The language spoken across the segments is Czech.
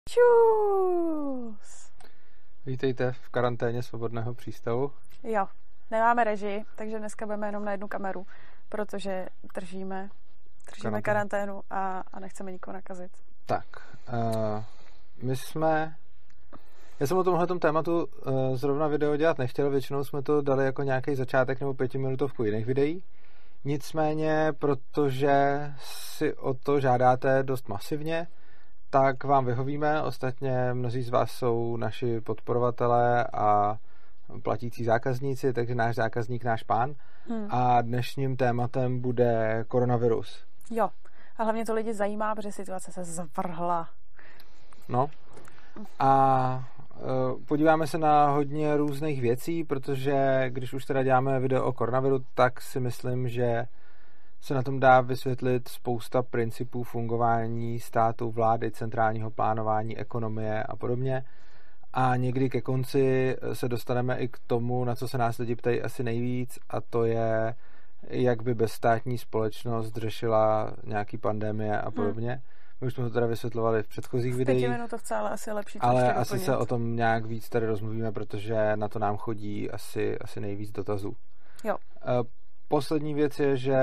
Čus! Vítejte v karanténě Svobodného přístavu. Jo, nemáme režii, takže dneska budeme jenom na jednu kameru, protože držíme karanténu a nechceme nikoho nakazit. Tak, já jsem o tomhletom tématu zrovna video dělat nechtěl, většinou jsme to dali jako nějaký začátek nebo 5minutovku jiných videí. Nicméně, protože si o to žádáte dost masivně, tak vám vyhovíme. Ostatně mnozí z vás jsou naši podporovatelé a platící zákazníci, takže náš zákazník, náš pán. A dnešním tématem bude koronavirus. Jo, a hlavně to lidi zajímá, protože situace se zvrhla. No a podíváme se na hodně různých věcí, protože když už teda děláme video o koronaviru, tak si myslím, že se na tom dá vysvětlit spousta principů fungování státu, vlády, centrálního plánování, ekonomie a podobně. A někdy ke konci se dostaneme i k tomu, na co se nás lidi ptají asi nejvíc, a to je, jak by bezstátní společnost řešila nějaký pandemie a podobně. My už jsme to teda vysvětlovali v předchozích videích. 5 minutovce, ale asi lepší to ale ještě asi doplnit. se o tom nějak víc tady rozmluvíme, protože na to nám chodí asi nejvíc dotazů. Jo. Poslední věc je, že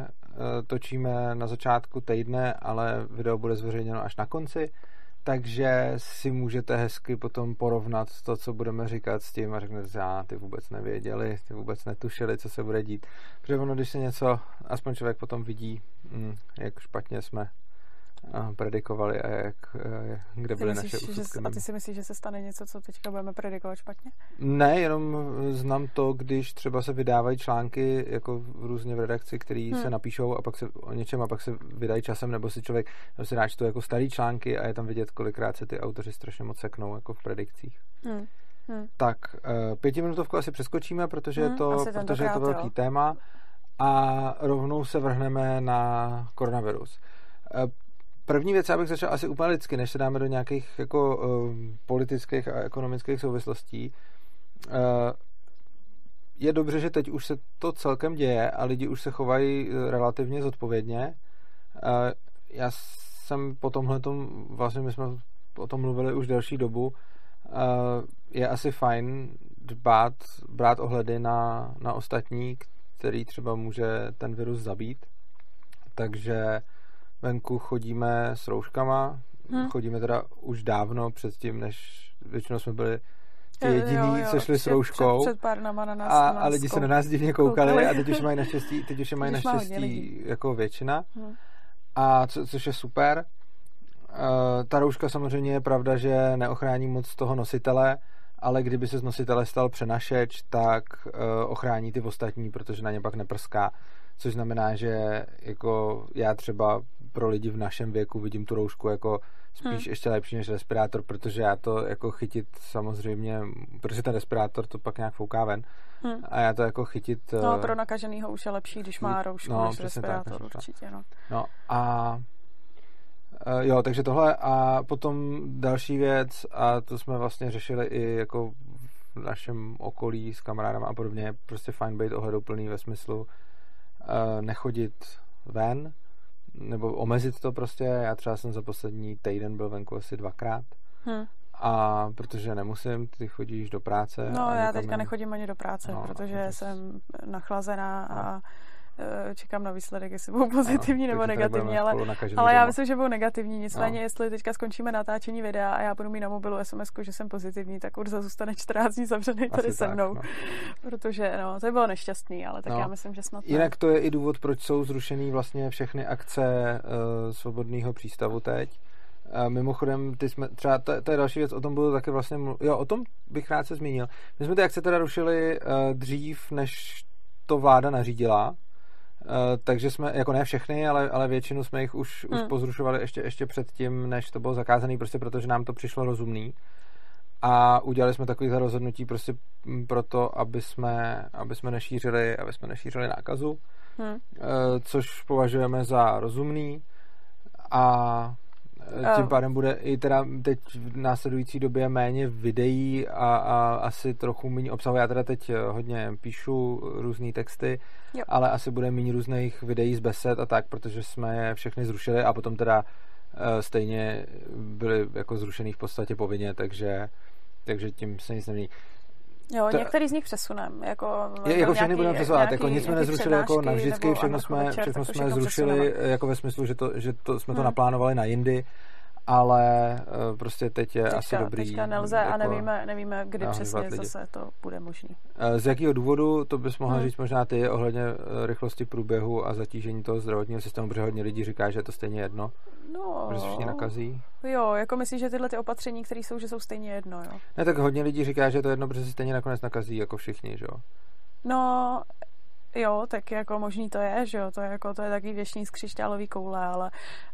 točíme na začátku týdne, ale video bude zveřejněno až na konci, takže si můžete hezky potom porovnat to, co budeme říkat s tím a řeknete si, ty vůbec nevěděli, ty vůbec netušili, co se bude dít. Protože ono, když se něco, aspoň člověk potom vidí, jak špatně jsme predikovali a kde byly naše úsudky. A ty si myslíš, že se stane něco, co teďka budeme predikovat špatně? Ne, jenom znám to, když třeba se vydávají články jako různě v redakci, který se napíšou a pak se o něčem a pak se vydají časem, nebo si člověk si dá čtu jako starý články a je tam vidět, kolikrát se ty autoři strašně moc seknou jako v predikcích. Tak, 5minutovku asi přeskočíme, protože je to velký téma a rovnou se vrhneme na koronavirus. První věc, já bych začal asi úplně lidsky, než se dáme do nějakých jako politických a ekonomických souvislostí. Je dobře, že teď už se to celkem děje a lidi už se chovají relativně zodpovědně. Já jsem po tomhletom, vlastně my jsme o tom mluvili už delší dobu, je asi fajn brát ohledy na ostatní, který třeba může ten virus zabít. Takže venku chodíme s rouškama, chodíme teda už dávno předtím, než většinou jsme byli ty jediný, co šli s rouškou. Před pár náma na nás. A lidi se na nás divně koukali a teď už mají naštěstí jako většina. A což je super. Ta rouška samozřejmě je pravda, že neochrání moc toho nositele, ale kdyby se z nositele stal přenašeč, tak ochrání ty ostatní, protože na ně pak neprská. Což znamená, že jako já třeba pro lidi v našem věku vidím tu roušku jako spíš ještě lepší než respirátor, protože já to jako chytit samozřejmě, protože ten respirátor to pak nějak fouká ven a já to jako chytit... No pro nakaženýho už je lepší, když má roušku než respirátor, tak, určitě. No a jo, takže tohle a potom další věc, a to jsme vlastně řešili i jako v našem okolí s kamarádama a podobně, prostě fajn být ohleduplný ve smyslu nechodit ven, nebo omezit to prostě. Já třeba jsem za poslední týden byl venku asi 2krát. A protože nemusím, ty chodíš do práce. No, já teďka nechodím ani do práce, protože jsem nachlazená a čekám na výsledek, jestli budou pozitivní nebo negativní, ale já myslím, že budou negativní. Nicméně, jestli teďka skončíme natáčení videa a já budu mít na mobilu SMS-ku, že jsem pozitivní, tak Urza zůstane 14 dní zavřený tady se mnou. Protože, to by bylo nešťastný, ale tak já myslím, že snad jinak to je i důvod, proč jsou zrušený vlastně všechny akce Svobodného přístavu teď. Mimochodem, ty jsme, třeba to je další věc, o tom budu taky vlastně o tom bych rád se zmínil. My jsme ty akce teda rušili dřív, než to vláda nařídila. Takže jsme, jako ne všechny, ale většinu jsme jich už pozrušovali ještě předtím, než to bylo zakázané, prostě protože nám to přišlo rozumný. A udělali jsme takovýhle rozhodnutí prostě proto, aby jsme nešířili nákazu, což považujeme za rozumný. A tím pádem bude i teda teď v následující době méně videí a asi trochu méně obsahu. Já teda teď hodně píšu různý texty, ale asi bude méně různých videí z besed a tak, protože jsme je všechny zrušili a potom teda stejně byly jako zrušený v podstatě povinně, takže tím se nic nemění. Jo, některý z nich přesuneme. Jako všechny budeme přesouvat. Jako nic jsme nezrušili jako navždycky, všechno jsme zrušili jako ve smyslu, že to jsme to naplánovali na jindy, ale prostě teď je asi dobrý. Teďka nelze jako, a nevíme, kdy přesně zase to bude možný. Z jakého důvodu, to bys mohla říct možná ty ohledně rychlosti průběhu a zatížení toho zdravotního systému, protože hodně lidí říká, že je to stejně jedno, že se všichni nakazí. Jo, jako myslíš, že tyhle ty opatření, které jsou, že jsou stejně jedno, jo? Ne, tak hodně lidí říká, že je to jedno, protože se stejně nakonec nakazí jako všichni, že jo? No, jo, tak jako možný to je, že jo, to je taky věčný z křišťálový koule, ale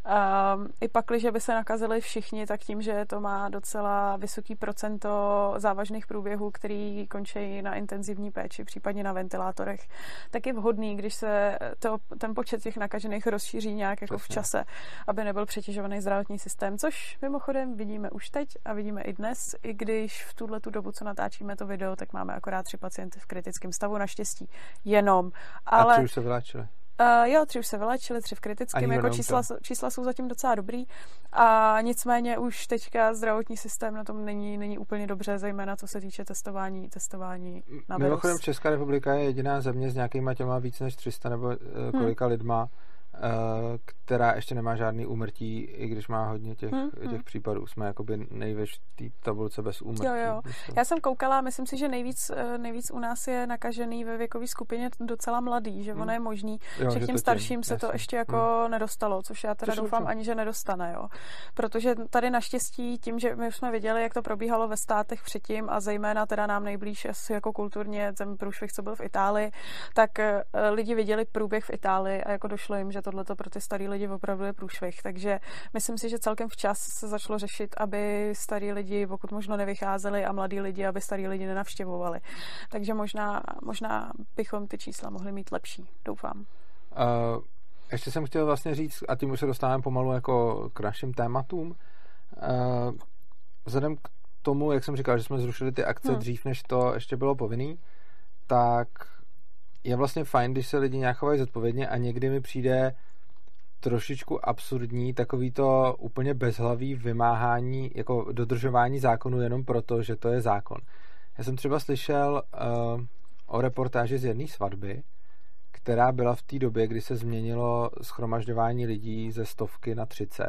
i pakli, že by se nakazili všichni, tak tím, že to má docela vysoký procento závažných průběhů, který končí na intenzivní péči, případně na ventilátorech, tak je vhodný, když se ten počet těch nakažených rozšíří nějak jako v čase, aby nebyl přetěžovaný zdravotní systém, což mimochodem vidíme už teď a vidíme i dnes, i když v tuhletu dobu, co natáčíme to video, tak máme akorát 3 pacienty v kritickém stavu, naštěstí jenom. Ale, a 3 už se vyléčili? 3 už se vyléčili, 3 v kritickém, jako čísla jsou zatím docela dobrý a nicméně už teďka zdravotní systém na tom není úplně dobře, zejména co se týče testování na virus. Mimochodem Česká republika je jediná země s nějakýma těma víc než 300 nebo kolika lidma, která ještě nemá žádný úmrtí, i když má hodně těch případů. Jsme jakoby nejvíc v té tabulce bez úmrtí. Jo. Já jsem koukala, myslím si, že nejvíc u nás je nakažený ve věkové skupině docela mladý, že ono je možný, že k těm starším se to ještě jako nedostalo, což já teda doufám ani, že nedostane, jo. Protože tady naštěstí tím, že my jsme viděli, jak to probíhalo ve státech předtím a zejména teda nám nejblíž asi jako kulturně ten průšvih, co byl v Itálii, tak lidi viděli průběh v Itálii a jako došlo jim, že tohleto pro ty starý lidi opravdu je průšvih. Takže myslím si, že celkem včas se začalo řešit, aby starý lidi pokud možno nevycházeli a mladí lidi, aby starý lidi nenavštěvovali. Takže možná bychom ty čísla mohli mít lepší, doufám. Ještě jsem chtěl vlastně říct, a tím už se dostáváme pomalu jako k našim tématům. Vzhledem k tomu, jak jsem říkal, že jsme zrušili ty akce dřív, než to ještě bylo povinný, tak je vlastně fajn, když se lidi nějak chovají zodpovědně a někdy mi přijde trošičku absurdní takový to úplně bezhlavý vymáhání, jako dodržování zákonu jenom proto, že to je zákon. Já jsem třeba slyšel o reportáži z jedné svatby, která byla v té době, kdy se změnilo shromažďování lidí ze 100 na 30.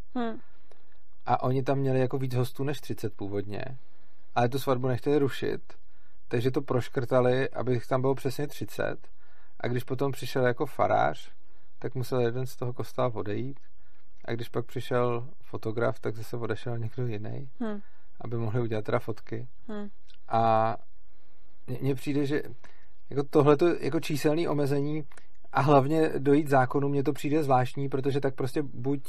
A oni tam měli jako víc hostů než 30 původně, ale tu svatbu nechtěli rušit, takže to proškrtali, aby tam bylo přesně 30. A když potom přišel jako farář, tak musel jeden z toho kostela odejít. A když pak přišel fotograf, tak zase odešel někdo jiný, aby mohli udělat teda fotky. A mně přijde, že jako tohleto jako číselné omezení a hlavně dojít zákonu, mně to přijde zvláštní, protože tak prostě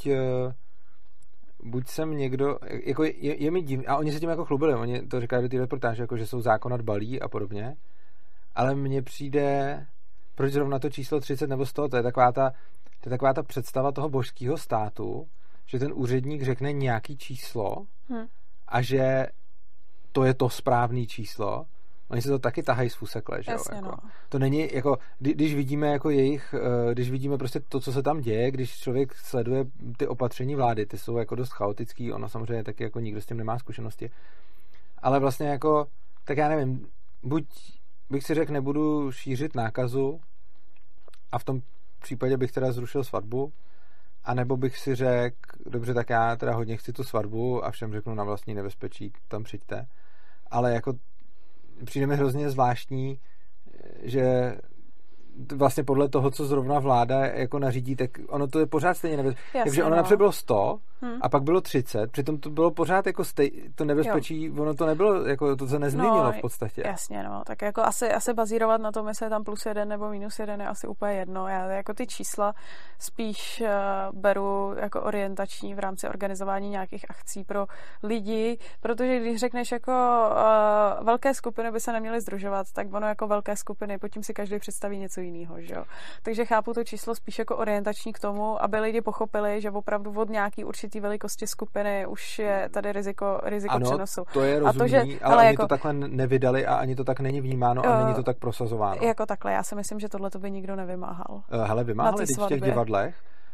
buď jsem někdo, jako je mi divný, a oni se tím jako chlubili, oni to říkají do té reportáže, jako že jsou zákona dbalí a podobně, ale mně přijde, proč zrovna to číslo 30 nebo 100, to je taková ta představa toho božského státu, že ten úředník řekne nějaký číslo a že to je to správné číslo. Oni se to taky tahají z fusekle, že jo? Jako, to není, jako, když vidíme jako když vidíme prostě to, co se tam děje, když člověk sleduje ty opatření vlády, ty jsou jako dost chaotický, ono samozřejmě taky jako nikdo s tím nemá zkušenosti. Ale vlastně jako, tak já nevím, buď bych si řekl, nebudu šířit nákazu a v tom případě bych teda zrušil svatbu, anebo bych si řekl, dobře, tak já teda hodně chci tu svatbu a všem řeknu na vlastní nebezpečí, tam přijďte. Ale jako přijde mi hrozně zvláštní, že vlastně podle toho, co zrovna vláda jako nařídí, tak ono to je pořád stejně nebezpečí. Takže ono napřed bylo 100 a pak bylo 30, přitom to bylo pořád jako to nebezpečí, ono to nebylo, jako to se nezměnilo v podstatě. Jasně, no, tak jako asi bazírovat na tom, jestli je tam +1 nebo -1 je asi úplně jedno. Já jako ty čísla spíš beru jako orientační v rámci organizování nějakých akcí pro lidi, protože když řekneš jako velké skupiny by se neměly sdružovat, tak ono jako velké skupiny, pod tím si každý představí něco jiného, že jo. Takže chápu to číslo spíš jako orientační k tomu, aby lidi pochopili, že opravdu od nějaký určitý velikosti skupiny už je tady riziko přenosu. To je rozumný, ale oni jako to takhle nevydali a ani to tak není vnímáno a není to tak prosazováno. Jako takhle, já si myslím, že tohle to by nikdo nevymáhal. Hele, vymáhali v těch divadlech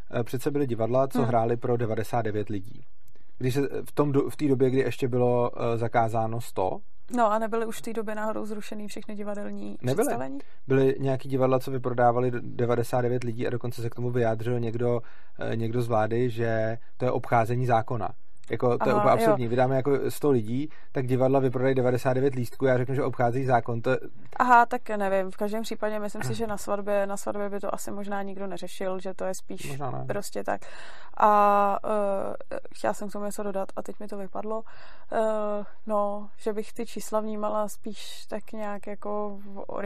přece byly divadla, co hrály pro 99 lidí. Když se v té době, kdy ještě bylo zakázáno 100. No a nebyly už v té době náhodou zrušený všechny divadelní představení? Byly nějaký divadla, co vyprodávali 99 lidí a dokonce se k tomu vyjádřil někdo z vlády, že to je obcházení zákona. Jako, to je úplně absurdní. Vydáme jako 100 lidí, tak divadla vyprodají 99 lístků, já řeknu, že obchází zákon. Aha, tak nevím. V každém případě myslím si, že na svatbě by to asi možná nikdo neřešil, že to je spíš prostě tak. A chtěla jsem k tomu něco dodat a teď mi to vypadlo. Že bych ty čísla vnímala spíš tak nějak jako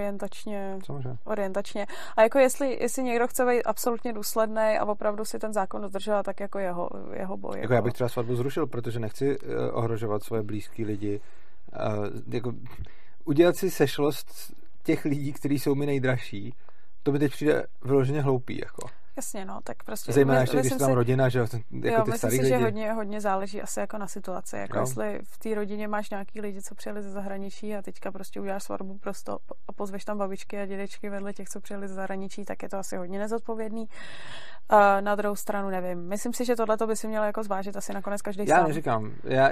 orientačně. A jako jestli někdo chce být absolutně důsledný a opravdu si ten zákon dodržela, tak jako jeho boj. Jako já bych třeba svatbu zrušil, protože nechci ohrožovat svoje blízký lidi. Jako, udělat si sešlost těch lidí, kteří jsou mi nejdražší, to by teď přijde vyloženě hloupý. Jako. Jasně, no, tak prostě... Zejména ještě, když tam rodina, že jako ty starý lidi. Myslím si, že hodně záleží asi jako na situaci. Jako jestli v té rodině máš nějaký lidi, co přijeli ze zahraničí a teďka prostě uděláš svatbu prostě a pozveš tam babičky a dědečky vedle těch, co přijeli ze zahraničí, tak je to asi hodně nezodpovědný. Na druhou stranu nevím. Myslím si, že tohleto by si měl jako zvážit asi nakonec každý sám. Já neříkám.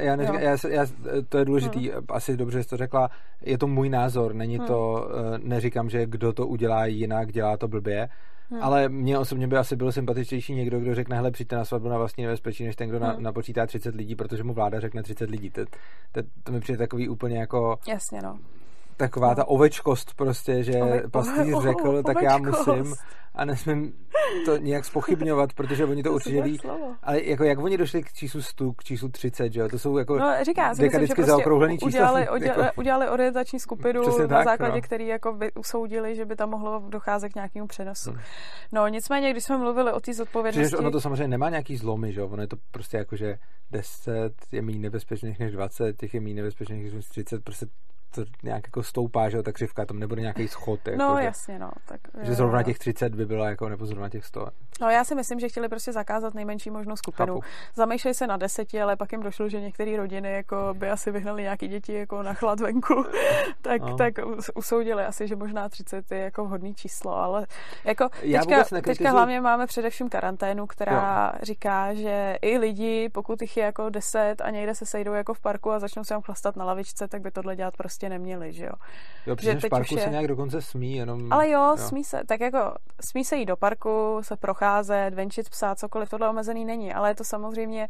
To je důležitý. Asi dobře jsi to řekla. Je to můj názor. Není to, neříkám, že kdo to udělá jinak, dělá to blbě. Ale mně osobně by asi byl sympatičtější někdo, kdo řekne, hele, přijďte na svatbu na vlastní nebezpečí, než ten, kdo napočítá 30 lidí, protože mu vláda řekne 30 lidí. To mi přijde takový úplně jako... Jasně, no. Taková ta ovečkost prostě, že pastýř řekl, tak já musím a nesmím to nějak zpochybňovat, protože oni to určitě ví. Ale jako jak oni došli k číslu 100, k číslu 30, že jo? To jsou jako dekadicky zaokrouhlený čísla. Udělali orientační skupinu na základě, který jako usoudili, že by tam mohlo docházet k nějakému přenosu. No nicméně, když jsme mluvili o té zodpovědnosti... Protože ono to samozřejmě nemá nějaký zlomy, že jo? Ono je to prostě jako, že 10 je méně nebezpečných než 20, těch je méně nebezpečných než 30, prostě to nějak jako stoupá, že jo, ta křivka, tam nebude nějaký schod. Jako, no jasně, no. Tak, že zrovna těch 30 by bylo jako, nebo zrovna těch 100. No já si myslím, že chtěli prostě zakázat nejmenší možnou skupinu. Zamýšleli se na 10, ale pak jim došlo, že některé rodiny jako by asi vyhnali nějaký děti jako na chlad venku. tak usoudili asi, že možná 30 je jako vhodný číslo, ale jako teďka hlavně máme především karanténu, která říká, že i lidi, pokud jich je jako 10 a někde se sejdou jako v parku a začnou se tam chlastat na lavičce, tak by tohle dělat prostě neměli, že jo. Jo, protože v parku se nějak dokonce smí, jenom... Ale jo, smí se, tak jako smí se jít do parku, se procházet, venčit psa, cokoliv, tohle omezený není, ale je to samozřejmě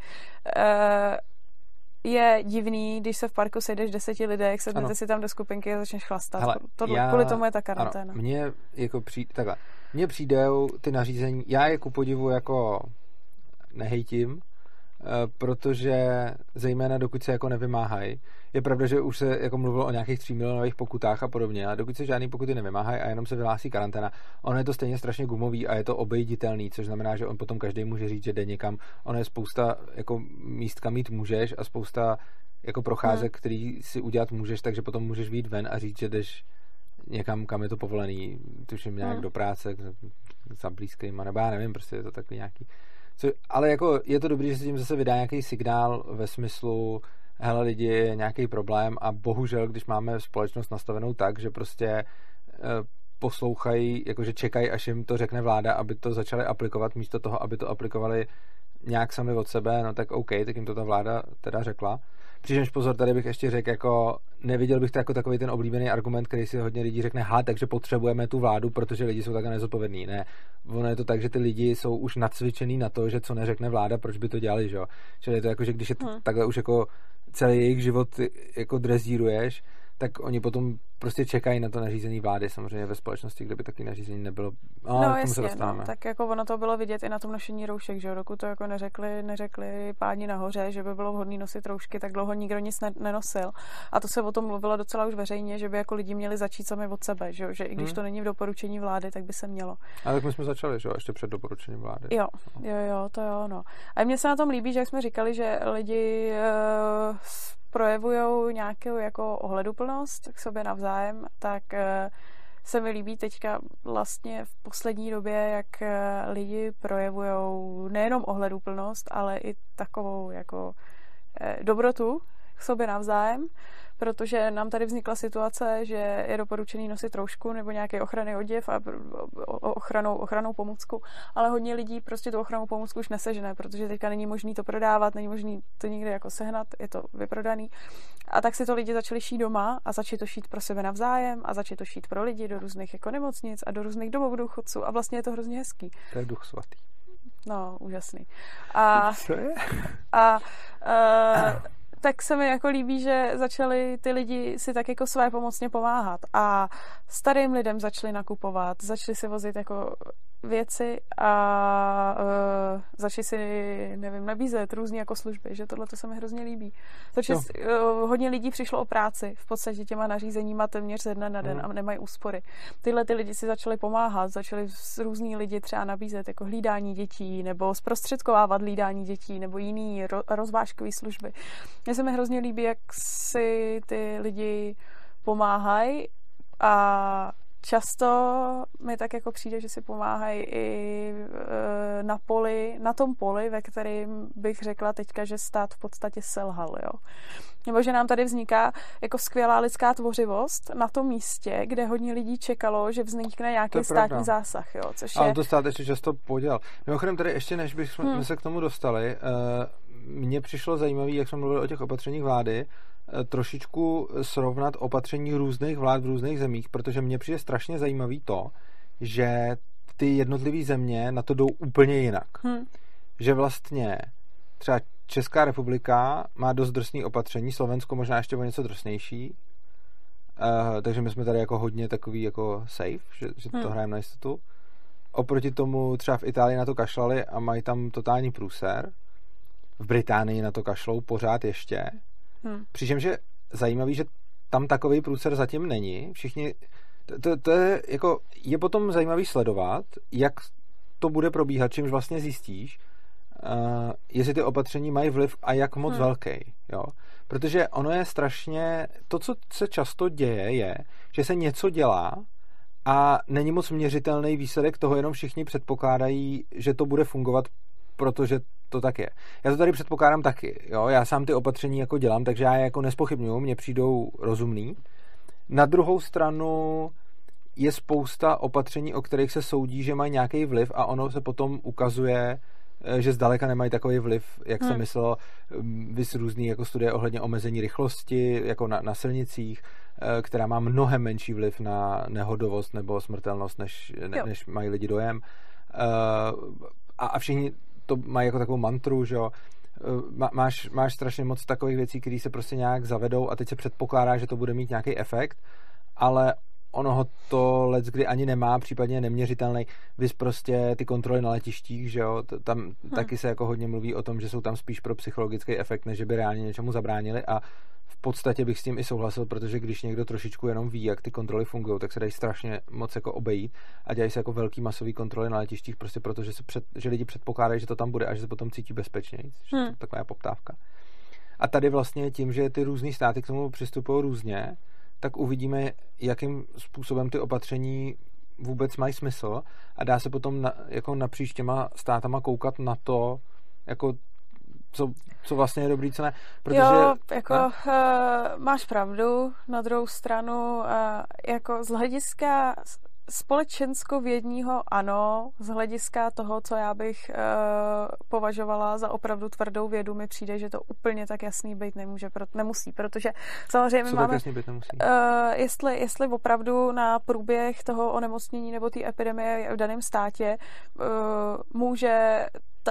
je divný, když se v parku sejdeš 10 lidé, sednete si tam do skupinky a začneš chlastat. Hele, kvůli tomu je ta karanténa. Mně jako mně přijdou ty nařízení, já je ku podivu jako nehejtím, protože zejména dokud se jako nevymáhají. Je pravda, že už se jako mluvilo o nějakých 3 milionových pokutách a podobně, ale dokud se žádný pokuty nevymáhají a jenom se vyhlásí karanténa, ono je to stejně strašně gumový a je to obejiditelný, což znamená, že on potom každý může říct, že jde někam. Ono je spousta jako míst, kam jít můžeš a spousta jako procházek, který si udělat můžeš, takže potom můžeš vyjít ven a říct, že jdeš někam, kam je to povolený, tuším nějak do práce za blízkýma, nebo já nevím, prostě je to takový nějaký. Ale jako je to dobrý, že se tím zase vydá nějaký signál ve smyslu hele lidi, je nějaký problém a bohužel, když máme společnost nastavenou tak, že prostě poslouchají, jakože čekají, až jim to řekne vláda, aby to začali aplikovat místo toho, aby to aplikovali nějak sami od sebe, no tak OK, tak jim to ta vláda teda řekla. Přičemž pozor, tady bych ještě řekl, jako neviděl bych to jako takový ten oblíbený argument, který si hodně lidí řekne, takže potřebujeme tu vládu, protože lidi jsou takhle nezodpovědní. Ne, ono je to tak, že ty lidi jsou už nacvičený na to, že co neřekne vláda, proč by to dělali, že jo. Čili je to jako, že když je takhle už jako celý jejich život jako drezíruješ, tak oni potom prostě čekají na to nařízení vlády, samozřejmě ve společnosti, kde by taky nařízení nebylo. No jasně, tak jako ono to bylo vidět i na tom nošení roušek, že jo, dokud to jako neřekli páni nahoře, že by bylo vhodné nosit roušky, tak dlouho nikdo nic nenosil. A to se o tom mluvilo docela už veřejně, že by jako lidi měli začít sami od sebe, že i když to není v doporučení vlády, tak by se mělo. Ale tak my jsme začali, že jo, ještě před doporučením vlády. Jo, to jo, no. A mně se na tom líbí, že jak jsme říkali, že lidi projevujou nějakou jako ohleduplnost k sobě navzájem, tak se mi líbí teďka vlastně v poslední době, jak lidi projevujou nejenom ohleduplnost, ale i takovou jako dobrotu k sobě navzájem, protože nám tady vznikla situace, že je doporučený nosit roušku nebo nějaký ochranný oděv a ochranou pomůcku, ale hodně lidí prostě tu ochrannou pomůcku už nesežene, protože teďka není možný to prodávat, není možný to nikde jako sehnat, je to vyprodaný. A tak si to lidi začali šít doma a začali to šít pro sebe navzájem a začali to šít pro lidi do různých jako nemocnic a do různých domovů důchodců a vlastně je to hrozně hezký. To je Duch svatý. No, úžasný. Co je? Tak se mi jako líbí, že začali ty lidi si tak jako své pomocně pomáhat a starým lidem začali nakupovat, začali si vozit jako věci a začali si, nevím, nabízet různý jako služby, že tohle to se mi hrozně líbí. Protože hodně lidí přišlo o práci v podstatě těma nařízeníma téměř ze dne na den a nemají úspory. Tyhle ty lidi si začali pomáhat, začali různý lidi třeba nabízet jako hlídání dětí nebo zprostředkovávat hlídání dětí nebo jiný rozvážkové služby. Mně se mi hrozně líbí, jak si ty lidi pomáhají a často mi tak jako přijde, že si pomáhají i na tom poli, ve kterém bych řekla teďka, že stát v podstatě selhal, jo. Nebo že nám tady vzniká jako skvělá lidská tvořivost na tom místě, kde hodně lidí čekalo, že vznikne nějaký státní zásah, jo. Což ale to stát ještě často podělal. Mimochodem tady ještě, než bychom se k tomu dostali, mně přišlo zajímavý, jak jsme mluvili o těch opatřeních vlády, trošičku srovnat opatření různých vlád v různých zemích, protože mně přijde strašně zajímavý to, že ty jednotlivé země na to jdou úplně jinak. Že vlastně třeba Česká republika má dost drsný opatření, Slovensko možná ještě o něco drsnější, takže my jsme tady jako hodně takový jako safe, že to hrajeme na jistotu. Oproti tomu třeba v Itálii na to kašlali a mají tam totální průser. V Británii na to kašlou pořád ještě. Přičemž je zajímavý, že tam takový průser zatím není. Všichni, to je jako, je potom zajímavý sledovat, jak to bude probíhat, čímž vlastně zjistíš, jestli ty opatření mají vliv a jak moc velký. Jo? Protože ono je strašně, to, co se často děje, je, že se něco dělá a není moc měřitelný výsledek toho, jenom všichni předpokládají, že to bude fungovat, protože to tak je. Já to tady předpokládám taky, jo? Já sám ty opatření jako dělám, takže já je jako nespochybnuju, mně přijdou rozumný. Na druhou stranu je spousta opatření, o kterých se soudí, že mají nějaký vliv a ono se potom ukazuje, že zdaleka nemají takový vliv, jak se myslelo, vys různý jako studie ohledně omezení rychlosti, jako na silnicích, která má mnohem menší vliv na nehodovost nebo smrtelnost, než mají lidi dojem. A všichni to mají jako takovou mantru, že jo. Máš strašně moc takových věcí, které se prostě nějak zavedou a teď se předpokládá, že to bude mít nějaký efekt, ale ono ho to leckdy ani nemá, případně je neměřitelný. Vys prostě ty kontroly na letištích, že jo, tam taky se jako hodně mluví o tom, že jsou tam spíš pro psychologický efekt, než by reálně něčemu zabránili a v podstatě bych s tím i souhlasil, protože když někdo trošičku jenom ví, jak ty kontroly fungují, tak se dají strašně moc jako obejít a dělají se jako velký masový kontroly na letištích prostě proto, že lidi předpokládají, že to tam bude a že se potom cítí bezpečněji. Že to je taková poptávka. A tady vlastně tím, že ty různý státy k tomu přistupují různě, tak uvidíme, jakým způsobem ty opatření vůbec mají smysl a dá se potom jako napříč těma státama koukat na to, jako co vlastně je dobrý, co ne. Protože, jo, jako máš pravdu, na druhou stranu jako z hlediska společenskovědního ano, z hlediska toho, co já bych považovala za opravdu tvrdou vědu, mi přijde, že to úplně tak jasný být nemusí, protože samozřejmě co máme... tak jasný být nemusí? Jestli opravdu na průběh toho onemocnění nebo té epidemie v daném státě může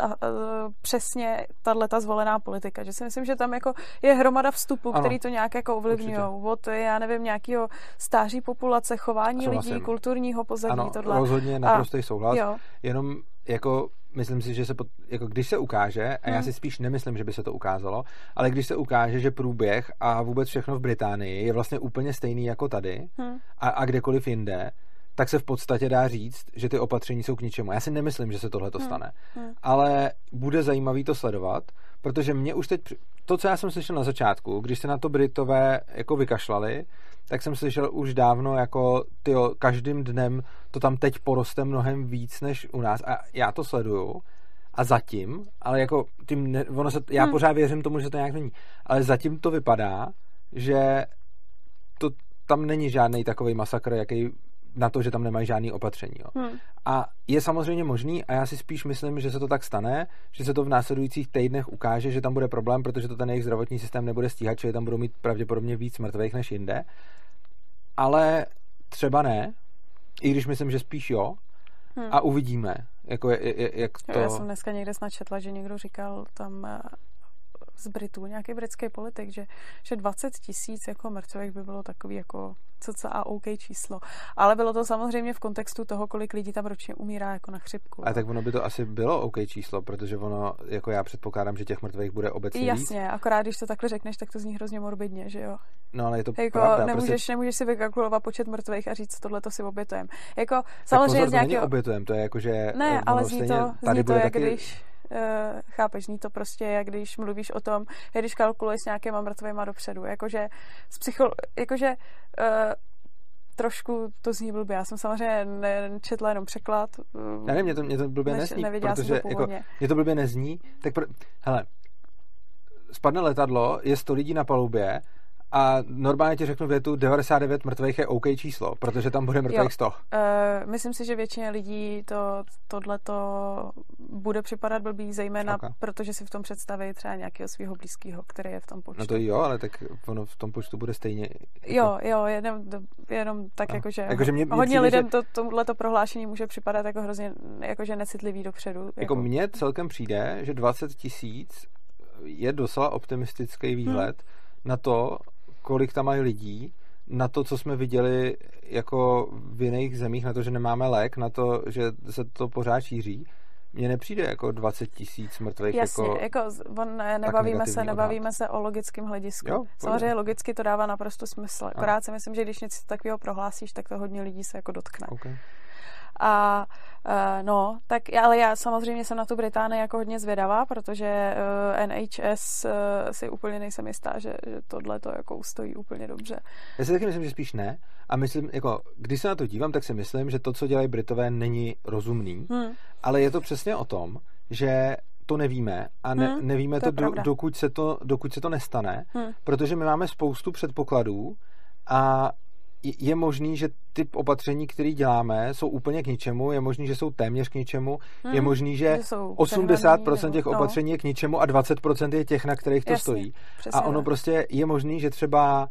přesně tato zvolená politika, že si myslím, že tam jako je hromada vstupů, který to nějak jako ovlivňujou. Od, já nevím, nějakého stáří populace, chování lidí, kulturního pozadí, ano, tohle. Rozhodně naprostý souhlas. Jo. Jenom jako myslím si, že se jako když se ukáže, a já si spíš nemyslím, že by se to ukázalo, ale když se ukáže, že průběh a vůbec všechno v Británii je vlastně úplně stejný jako tady a kdekoliv jinde, tak se v podstatě dá říct, že ty opatření jsou k ničemu. Já si nemyslím, že se tohle to stane. Ale bude zajímavý to sledovat, protože mě už teď, to, co já jsem slyšel na začátku, když se na to Britové jako vykašlali, tak jsem slyšel už dávno jako, každým dnem to tam teď poroste mnohem víc než u nás. A já to sleduju A zatím, ale jako já pořád věřím tomu, že to nějak není, ale zatím to vypadá, že to tam není žádný takový masakr, jaký na to, že tam nemají žádný opatření. Jo. A je samozřejmě možný, a já si spíš myslím, že se to tak stane, že se to v následujících týdnech ukáže, že tam bude problém, protože to ten jejich zdravotní systém nebude stíhat, čili tam budou mít pravděpodobně víc mrtvých než jinde. Ale třeba ne, i když myslím, že spíš jo, a uvidíme, jako jak to... Já jsem dneska někde snad četla, že někdo říkal tam z Britů, nějaký britský politik, že 20 000 jako mrtvých by bylo takový jako cca OK číslo. Ale bylo to samozřejmě v kontextu toho, kolik lidí tam ročně umírá jako na chřipku. A tak ono by to asi bylo OK číslo, protože ono, jako já předpokládám, že těch mrtvých bude obecně víc. Jasně, akorát když to takhle řekneš, tak to zní hrozně morbidně, že jo? No, ale je to jako pravda. Nemůžeš si vykalkulovat počet mrtvých a říct, tohle to si obětujeme. Jako samozřejmě pozor, z nějakého... to není obětujeme, to je jako, že... Ne, ale zní to jak taky... když... chápeš, zní to prostě, jak když mluvíš o tom, když kalkuluješ s nějakýma mrtvýma dopředu. Jakože trošku to zní blbě. Já jsem samozřejmě nečetla jenom překlad. Já nevím, mě to blbě nezní, protože jako, mě to blbě nezní. Tak hele, spadne letadlo, je 100 lidí na palubě a normálně ti řeknu větu, 99 mrtvých je OK číslo, protože tam bude mrtvých 100. Myslím si, že většině lidí tohleto bude připadat blbý, zejména protože si v tom představí třeba nějakého svého blízkého, který je v tom počtu. No to jo, ale tak ono v tom počtu bude stejně... Jo, jenom tak jakože hodně lidem tohleto prohlášení může připadat jako hrozně jakože necitlivý dopředu. Jako mně celkem přijde, že 20 000 je docela optimistický výhled na to, kolik tam mají lidí, na to, co jsme viděli jako v jiných zemích, na to, že nemáme lék, na to, že se to pořád šíří. Mně nepřijde jako 20 000 mrtvých. Jasně, nebavíme se o logickém hledisku. Jo, samozřejmě logicky to dává naprosto smysl. Akorát si myslím, že když něco takového prohlásíš, tak to hodně lidí se jako dotkne. Okay. A tak, ale já samozřejmě jsem na tu Británii jako hodně zvědavá, protože NHS si úplně nejsem jistá, že tohle to jako ustojí úplně dobře. Já si taky myslím, že spíš ne. A myslím, jako, když se na to dívám, tak si myslím, že to, co dělají Britové, není rozumný. Ale je to přesně o tom, že to nevíme a nevíme to dokud se to nestane, protože my máme spoustu předpokladů a je možný, že ty opatření, které děláme, jsou úplně k ničemu, je možný, že jsou téměř k ničemu, je možný, že 80% těch opatření je k ničemu a 20% je těch, na kterých to stojí. A ono prostě je možný, že třeba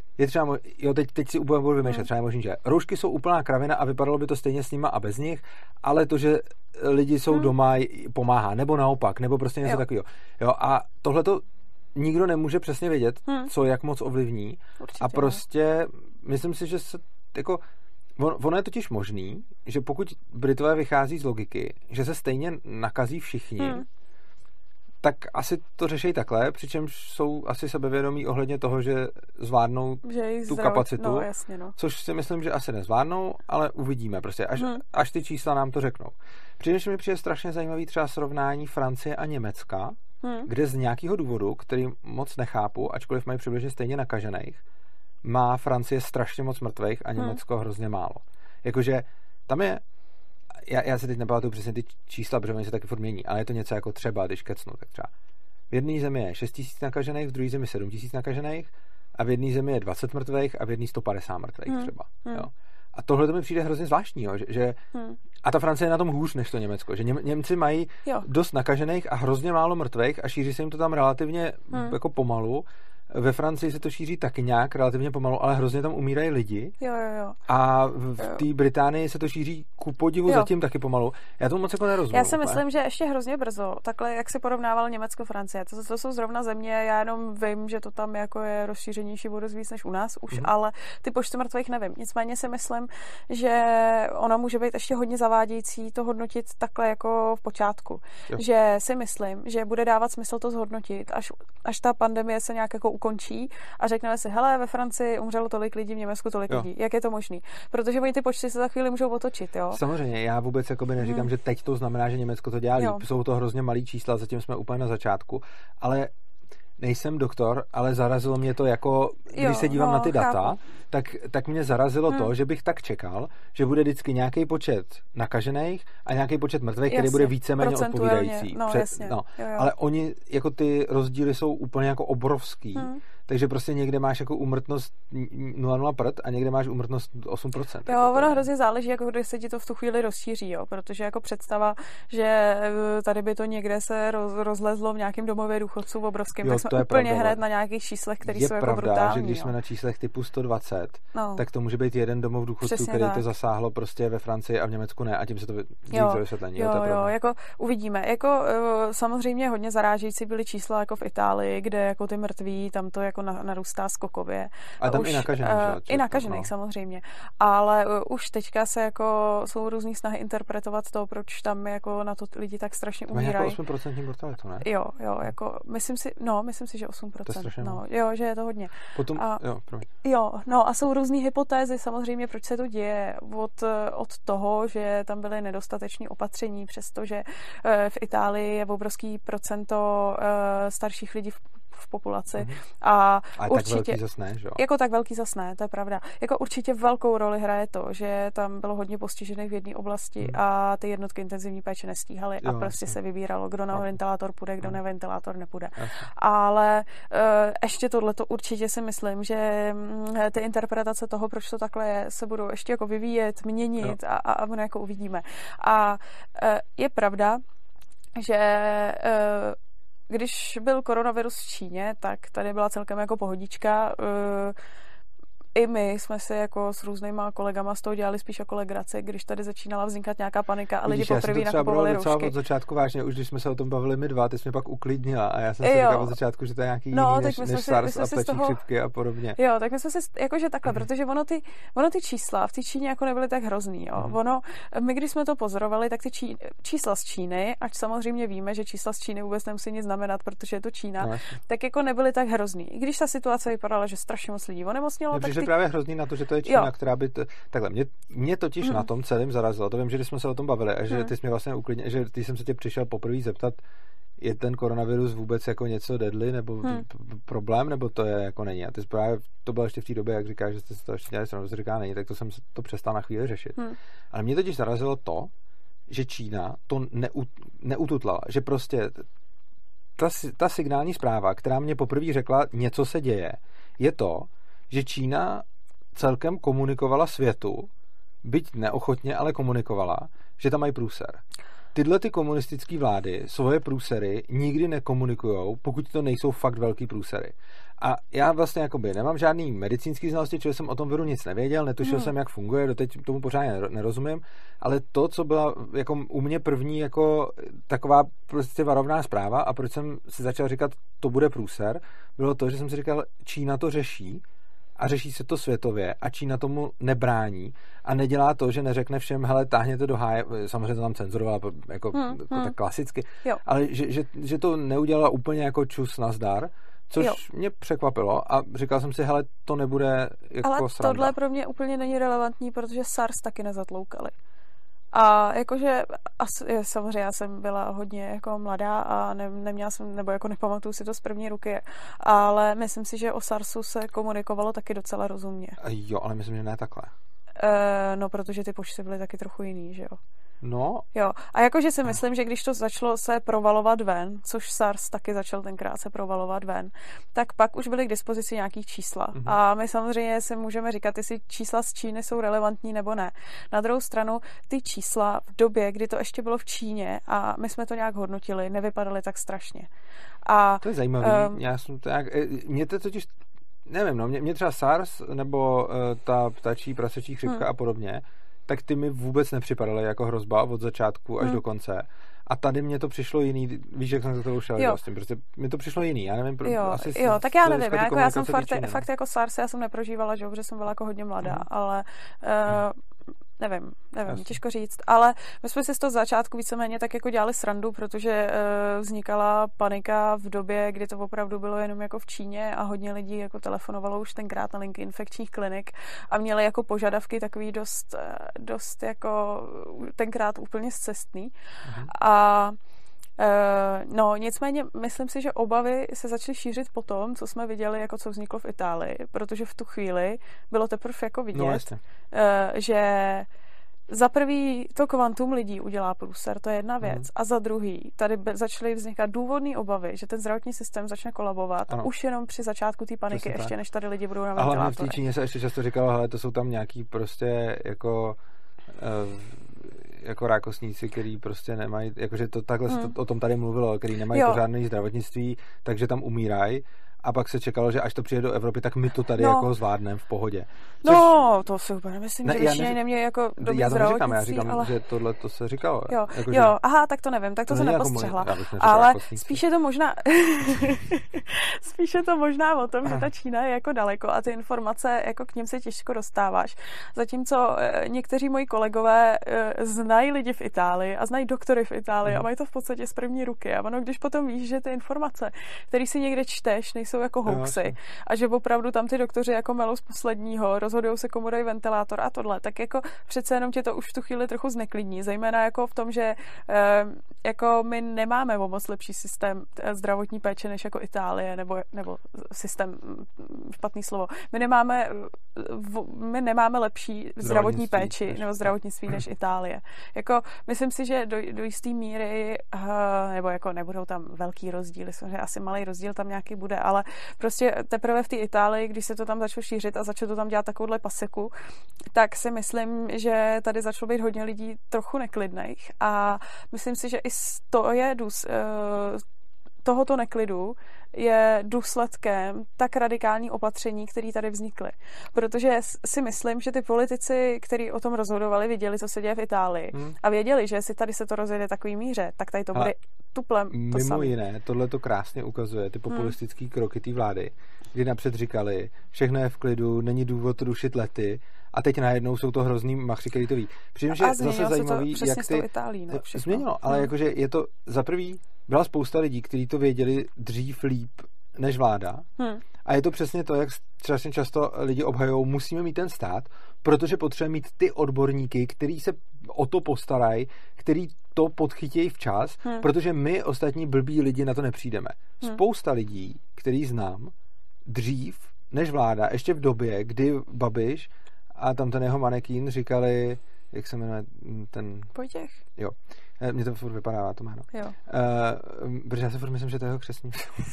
teď si úplně budu vymýšlet, třeba je možný, že roušky jsou úplná kravina a vypadalo by to stejně s nima a bez nich, ale to, že lidi jsou doma, pomáhá, nebo naopak, nebo prostě něco takového. Jo, a tohleto nikdo nemůže přesně vědět, co jak moc ovlivní. Určitě, a prostě myslím si, že se jako ono je totiž možný, že pokud Britové vychází z logiky, že se stejně nakazí všichni, tak asi to řeší takhle, přičemž jsou asi sebevědomí ohledně toho, že zvládnou tu kapacitu, což si myslím, že asi nezvládnou, ale uvidíme prostě, až ty čísla nám to řeknou. Přičemž mi přijde strašně zajímavý třeba srovnání Francie a Německa, kde z nějakého důvodu, který moc nechápu, ačkoliv mají přibližně stejně nakažených, má Francie strašně moc mrtvých a Německo hrozně málo. Jakože tam je, já si teď nepamatuju přesně ty čísla, protože oni se taky furt mění, ale je to něco jako třeba, když kecnu, tak třeba v jedné zemi je 6 000 nakažených, v druhé zemi 7 000 nakažených a v jedné zemi je 20 mrtvých a v jedné 150 mrtvých třeba. Jo. A tohle to mi přijde hrozně zvláštní, jo, že a ta Francie je na tom hůř než to Německo, že Němci mají dost nakažených a hrozně málo mrtvých a šíří se jim to tam relativně jako pomalu. Ve Francii se to šíří taky nějak relativně pomalu, ale hrozně tam umírají lidi. Jo. A v té Británii se to šíří ku podivu zatím taky pomalu. Já tomu moc jako nerozumím. Já si myslím, že ještě hrozně brzo, takhle jak si porovnával Německo-Francie, to jsou zrovna země, já jenom vím, že to tam jako je rozšířenější o dost víc než u nás už, ale ty počty mrtvých nevím. Nicméně si myslím, že ono může být ještě hodně zavádějící to hodnotit takhle jako v počátku. Jo. Že si myslím, že bude dávat smysl to zhodnotit, až ta pandemie se nějak jako ukončí a řekneme si, hele, ve Francii umřelo tolik lidí, v Německu tolik lidí. Jak je to možný? Protože oni ty počty se za chvíli můžou otočit, jo? Samozřejmě, já vůbec jakoby neříkám, že teď to znamená, že Německo to dělá líp. Jsou to hrozně malý čísla, zatím jsme úplně na začátku, ale nejsem doktor, ale zarazilo mě to jako, když se dívám na ty data, tak mě zarazilo to, že bych tak čekal, že bude vždycky nějaký počet nakažených a nějaký počet mrtvých, který bude víceméně odpovídající. Ale oni, jako ty rozdíly jsou úplně jako obrovský. Takže prostě někde máš jako úmrtnost 0,0 prd a někde máš úmrtnost 8%. Jo, ono hrozně záleží, jako když se ti to v tu chvíli rozšíří, jo, protože jako představa, že tady by to někde se rozlezlo v nějakém domově důchodců v obrovském, tak jsme úplně hned na nějakých číslech, které jsou jako brutální. Je pravda, že když jsme na číslech typu 120, tak to může být jeden domov důchodců, který to zasáhlo prostě ve Francii a v Německu ne, a tím se to dívá vysvětlení. Jo, jako uvidíme. Jako samozřejmě hodně zarážející byly čísla jako v Itálii, kde jako ty mrtví, tam to jako narůstá skokově. A tam i nakažených. I nakažených, samozřejmě. Ale už teďka se jako jsou různý snahy interpretovat to, proč tam jako na to lidi tak strašně umírají. Jako 8% mortalitu, ne? Jo, jako myslím si, že 8%. To jo, že je to hodně. Potom, a jsou různý hypotézy samozřejmě, proč se to děje. Od toho, že tam byly nedostateční opatření, přestože v Itálii je obrovský procento starších lidí v populaci. A určitě, tak velký zas ne, že jo? Jako tak velký zas ne, to je pravda. Jako určitě velkou roli hraje to, že tam bylo hodně postižených v jedné oblasti a ty jednotky intenzivní péče nestíhaly a prostě se vybíralo, kdo na ventilátor půjde, kdo na ventilátor nepůjde. Ale ještě tohleto určitě si myslím, že ty interpretace toho, proč to takhle je, se budou ještě jako vyvíjet, měnit a ono jako uvidíme. A je pravda, že když byl koronavirus v Číně, tak tady byla celkem jako pohodička. I my jsme si jako s různýma kolegama z toho dělali spíš jako legraci, když tady začínala vznikat nějaká panika a lidi poprvé nakupovali roušky. Od začátku vážně, už když jsme se o tom bavili my dva, ty jsi mě pak uklidnila a já jsem si říkal od začátku, že to je nějaký jiný než SARS a plečí chřipky a podobně. Jo, tak my jsme si jakože takhle, protože ono ty čísla v té Číně jako nebyly tak hrozný, jo. My když jsme to pozorovali, tak ty čísla z Číny, ať samozřejmě víme, že čísla z Číny vůbec nemusí nic znamenat, protože je to Čína, tak jako nebyly tak hrozný. I když ta situace vypadala, že strašně moc lidí onemocnělo, tak právě hrozný na to, že to je Čína, která by takhle, mě totiž na tom celém zarazilo. To vím, že když jsme se o tom bavili a že ty jsi mě vlastně uklidnil, že ty jsem se tě přišel poprvé zeptat, je ten koronavirus vůbec jako něco deadly nebo problém, nebo to je jako není. A ty právě to bylo ještě v té době, jak říkáš, že jste se to ještě dělali, že se říká není, tak to jsem to přestal na chvíli řešit. Ale mě totiž zarazilo to, že Čína to neututlala, že prostě ta signální zpráva, která mě poprvé řekla, něco se děje, je to, že Čína celkem komunikovala světu, byť neochotně, ale komunikovala, že tam mají průser. Tyhle ty komunistické vlády svoje průsery nikdy nekomunikujou, pokud to nejsou fakt velký průsery. A já vlastně jakoby nemám žádný medicínský znalosti, čili jsem o tom viru nic nevěděl, netušil jsem, jak funguje, doteď tomu pořádně nerozumím, ale to, co byla jako u mě první jako taková prostě varovná zpráva a proč jsem si začal říkat, to bude průser, bylo to, že jsem si říkal, Čína to řeší, a řeší se to světově a Čína tomu nebrání a nedělá to, že neřekne všem, hele, táhněte do háje, samozřejmě to tam cenzurovala jako tak klasicky, ale že to neudělala úplně jako čus nazdar, což mě překvapilo a říkal jsem si, hele, to nebude jako ale sranda. Ale tohle pro mě úplně není relevantní, protože SARS taky nezatloukali. A jakože samozřejmě já jsem byla hodně jako mladá a neměla jsem, nebo jako nepamatuju si to z první ruky, ale myslím si, že o SARSu se komunikovalo taky docela rozumně. Jo, ale myslím, že ne takhle. No, protože ty počty byly taky trochu jiný, že jo? No. Jo, a jakože si myslím, že když to začalo se provalovat ven, což SARS taky začal tenkrát se provalovat ven, tak pak už byly k dispozici nějaký čísla. A my samozřejmě si můžeme říkat, jestli čísla z Číny jsou relevantní nebo ne. Na druhou stranu, ty čísla v době, kdy to ještě bylo v Číně a my jsme to nějak hodnotili, nevypadaly tak strašně. A to je zajímavé. Mě to totiž nevím, no, mě třeba SARS nebo ta ptačí prasečí chřipka a podobně, tak ty mi vůbec nepřipadaly jako hrozba od začátku až do konce. A tady mně to přišlo jiný, víš, jak jsem za to ušel vlastně, prostě mi to přišlo jiný, já nevím, tak já nevím, já jsem fakt jako SARS, já jsem neprožívala, že protože jsem byla jako hodně mladá, ale nevím, těžko říct, ale my jsme si z toho začátku víceméně tak jako dělali srandu, protože vznikala panika v době, kdy to opravdu bylo jenom jako v Číně a hodně lidí jako telefonovalo už tenkrát na linky infekčních klinik a měli jako požadavky takový dost jako tenkrát úplně scestný. A No, nicméně myslím si, že obavy se začaly šířit po tom, co jsme viděli, jako co vzniklo v Itálii, protože v tu chvíli bylo teprve jako vidět, že za prvý to kvantum lidí udělá průser, to je jedna věc. A za druhý, tady začaly vznikat důvodné obavy, že ten zdravotní systém začne kolabovat už jenom při začátku té paniky, ještě než tady lidi budou na ventilátorech. Ale v té Číně se ještě často říkalo, hele, to jsou tam nějaký prostě jako rákosníci, který prostě nemají, jakože to takhle se o tom tady mluvilo, který nemají pořádné zdravotnictví, takže tam umírají. A pak se čekalo, že až to přijde do Evropy, tak my to tady jako zvládneme v pohodě. Což... to si úplně myslím, že Číně neměli jako dobrý zdravotnictví. Já říkám, ale... že tohle to se říkalo. Aha, tak to nevím, tak to se nepostřehla. Ale spíš je to možná spíš je to možná o tom, že ta Čína je jako daleko a ty informace, jako k nim se těžko dostáváš. Zatímco někteří moji kolegové znají lidi v Itálii a znají doktory v Itálii a mají to v podstatě z první ruky. A ono, když potom víš, že ty informace, které si někde čteš, nejsou jako hoaxy a že opravdu tam ty doktoři jako melou z posledního, rozhodují se, komu dají ventilátor a tohle, tak jako přece jenom tě to už v tu chvíli trochu zneklidní, zejména jako v tom, že jako my nemáme moc lepší systém zdravotní péče než jako Itálie, nebo systém, špatný slovo. My nemáme lepší zdravotní péči nebo zdravotnictví než Itálie. Jako myslím si, že do jisté míry nebo jako nebudou tam velký rozdíly, samozřejmě asi malý rozdíl tam nějaký bude, ale prostě teprve v té Itálii, když se to tam začalo šířit a začalo to tam dělat takovouhle paseku, tak si myslím, že tady začalo být hodně lidí trochu neklidných a myslím si, že i tohoto neklidu je důsledkem tak radikální opatření, které tady vznikly. Protože si myslím, že ty politici, kteří o tom rozhodovali, viděli, co se děje v Itálii a věděli, že jestli tady se to rozjede takový míře, tak tady to bude tuplem to samé. Mimo jiné, tohle to krásně ukazuje, ty populistické kroky té vlády, kdy napřed říkali, všechno je v klidu, není důvod rušit lety a teď najednou jsou to hrozný machři, který to ví. Přijím, že zase zajímavý, jak ty... Itálii, no, změnilo, ale jakože je to za prvý, byla spousta lidí, kteří to věděli dřív líp než vláda. A je to přesně to, jak strašně často lidi obhajujou, musíme mít ten stát, protože potřebujeme mít ty odborníky, kteří se o to postarají, který to podchytějí včas, protože my ostatní blbí lidi na to nepřijdeme. Spousta lidí, který znám, dřív než vláda, ještě v době, kdy Babiš a tam ten jeho manekín říkali, jak se jmenuje ten... Pojtěch. Jo. Mně to furt vypadá, to jméno. Jo. Protože já si furt myslím, že to je jeho křestní.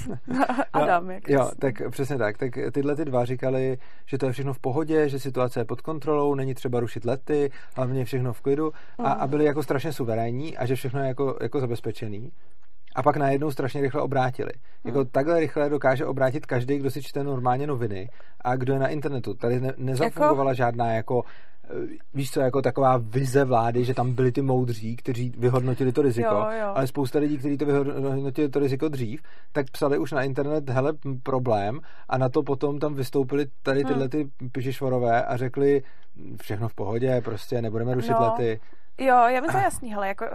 Adam, jak jo, tak přesně tak. Tak tyhle ty dva říkali, že to je všechno v pohodě, že situace je pod kontrolou, není třeba rušit lety, hlavně všechno v klidu a byli jako strašně suverénní a že všechno je jako zabezpečený. A pak najednou strašně rychle obrátili. Jako takhle rychle dokáže obrátit každý, kdo si čte normálně noviny a kdo je na internetu. Tady nezafungovala žádná jako víš co, jako taková vize vlády, že tam byli ty moudří, kteří vyhodnotili to riziko, ale spousta lidí, kteří to vyhodnotili to riziko dřív, tak psali už na internet, hele, problém, a na to potom tam vystoupili tady tyhle ty pižišvorové a řekli, všechno v pohodě, prostě nebudeme rušit lety. Jo, já mi to jasný, hele, jako,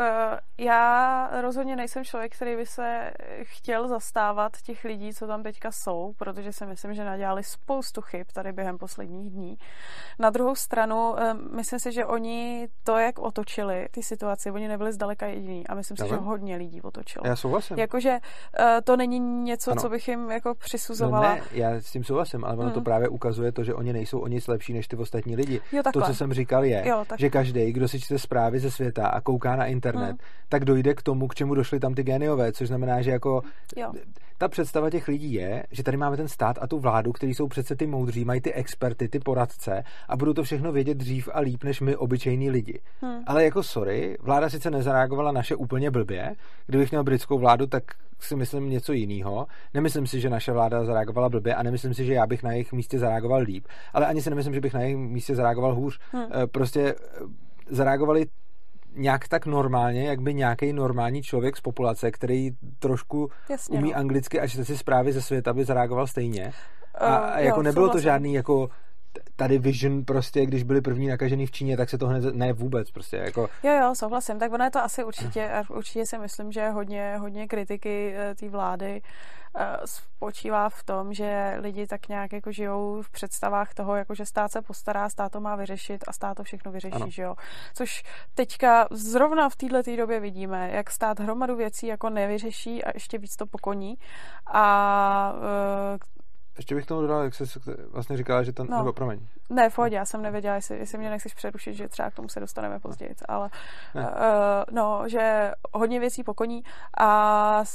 já rozhodně nejsem člověk, který by se chtěl zastávat těch lidí, co tam teďka jsou, protože si myslím, že nadělali spoustu chyb tady během posledních dní. Na druhou stranu, myslím si, že oni to, jak otočili ty situaci, oni nebyli zdaleka jediní a myslím si, že hodně lidí otočilo. Já souhlasím. Jakože to není něco, co bych jim jako přisuzovala. No ne, já s tím souhlasím, ale ono to právě ukazuje to, že oni nejsou o nic lepší než ty ostatní lidi. To, co jsem říkal, je, že každý, kdo si čte zprávy ze světa a kouká na internet, tak dojde k tomu, k čemu došli tam ty géniové, což znamená, že jako ta představa těch lidí je, že tady máme ten stát a tu vládu, kteří jsou přece ty moudří, mají ty experty, ty poradce a budou to všechno vědět dřív a líp než my obyčejní lidi. Ale jako sorry, vláda sice nezareagovala naše úplně blbě, kdybych měl britskou vládu, tak si myslím něco jiného. Nemyslím si, že naše vláda zareagovala blbě a nemyslím si, že já bych na jejich místě zareagoval líp, ale ani si nemyslím, že bych na jejich místě zareagoval hůř. Prostě zareagovali nějak tak normálně, jak by nějaký normální člověk z populace, který trošku umí anglicky a čte si zprávy ze světa, by zareagoval stejně. A jako nebylo to žádný jako tady Vision prostě, když byli první nakažený v Číně, tak se to hned ne vůbec prostě jako... Jo, souhlasím, tak ono je to asi určitě si myslím, že hodně kritiky té vlády spočívá v tom, že lidi tak nějak jako žijou v představách toho, jako že stát se postará, stát to má vyřešit a stát to všechno vyřeší, že jo. Což teďka zrovna v této době vidíme, jak stát hromadu věcí jako nevyřeší a ještě víc to pokoní. A ještě bych tomu dodal, jak jsi vlastně říkala, že to... Nebo promiň. Ne, v pohodě, já jsem nevěděla, jestli mě nechceš přerušit, že třeba k tomu se dostaneme později, ale že hodně věcí pokoní a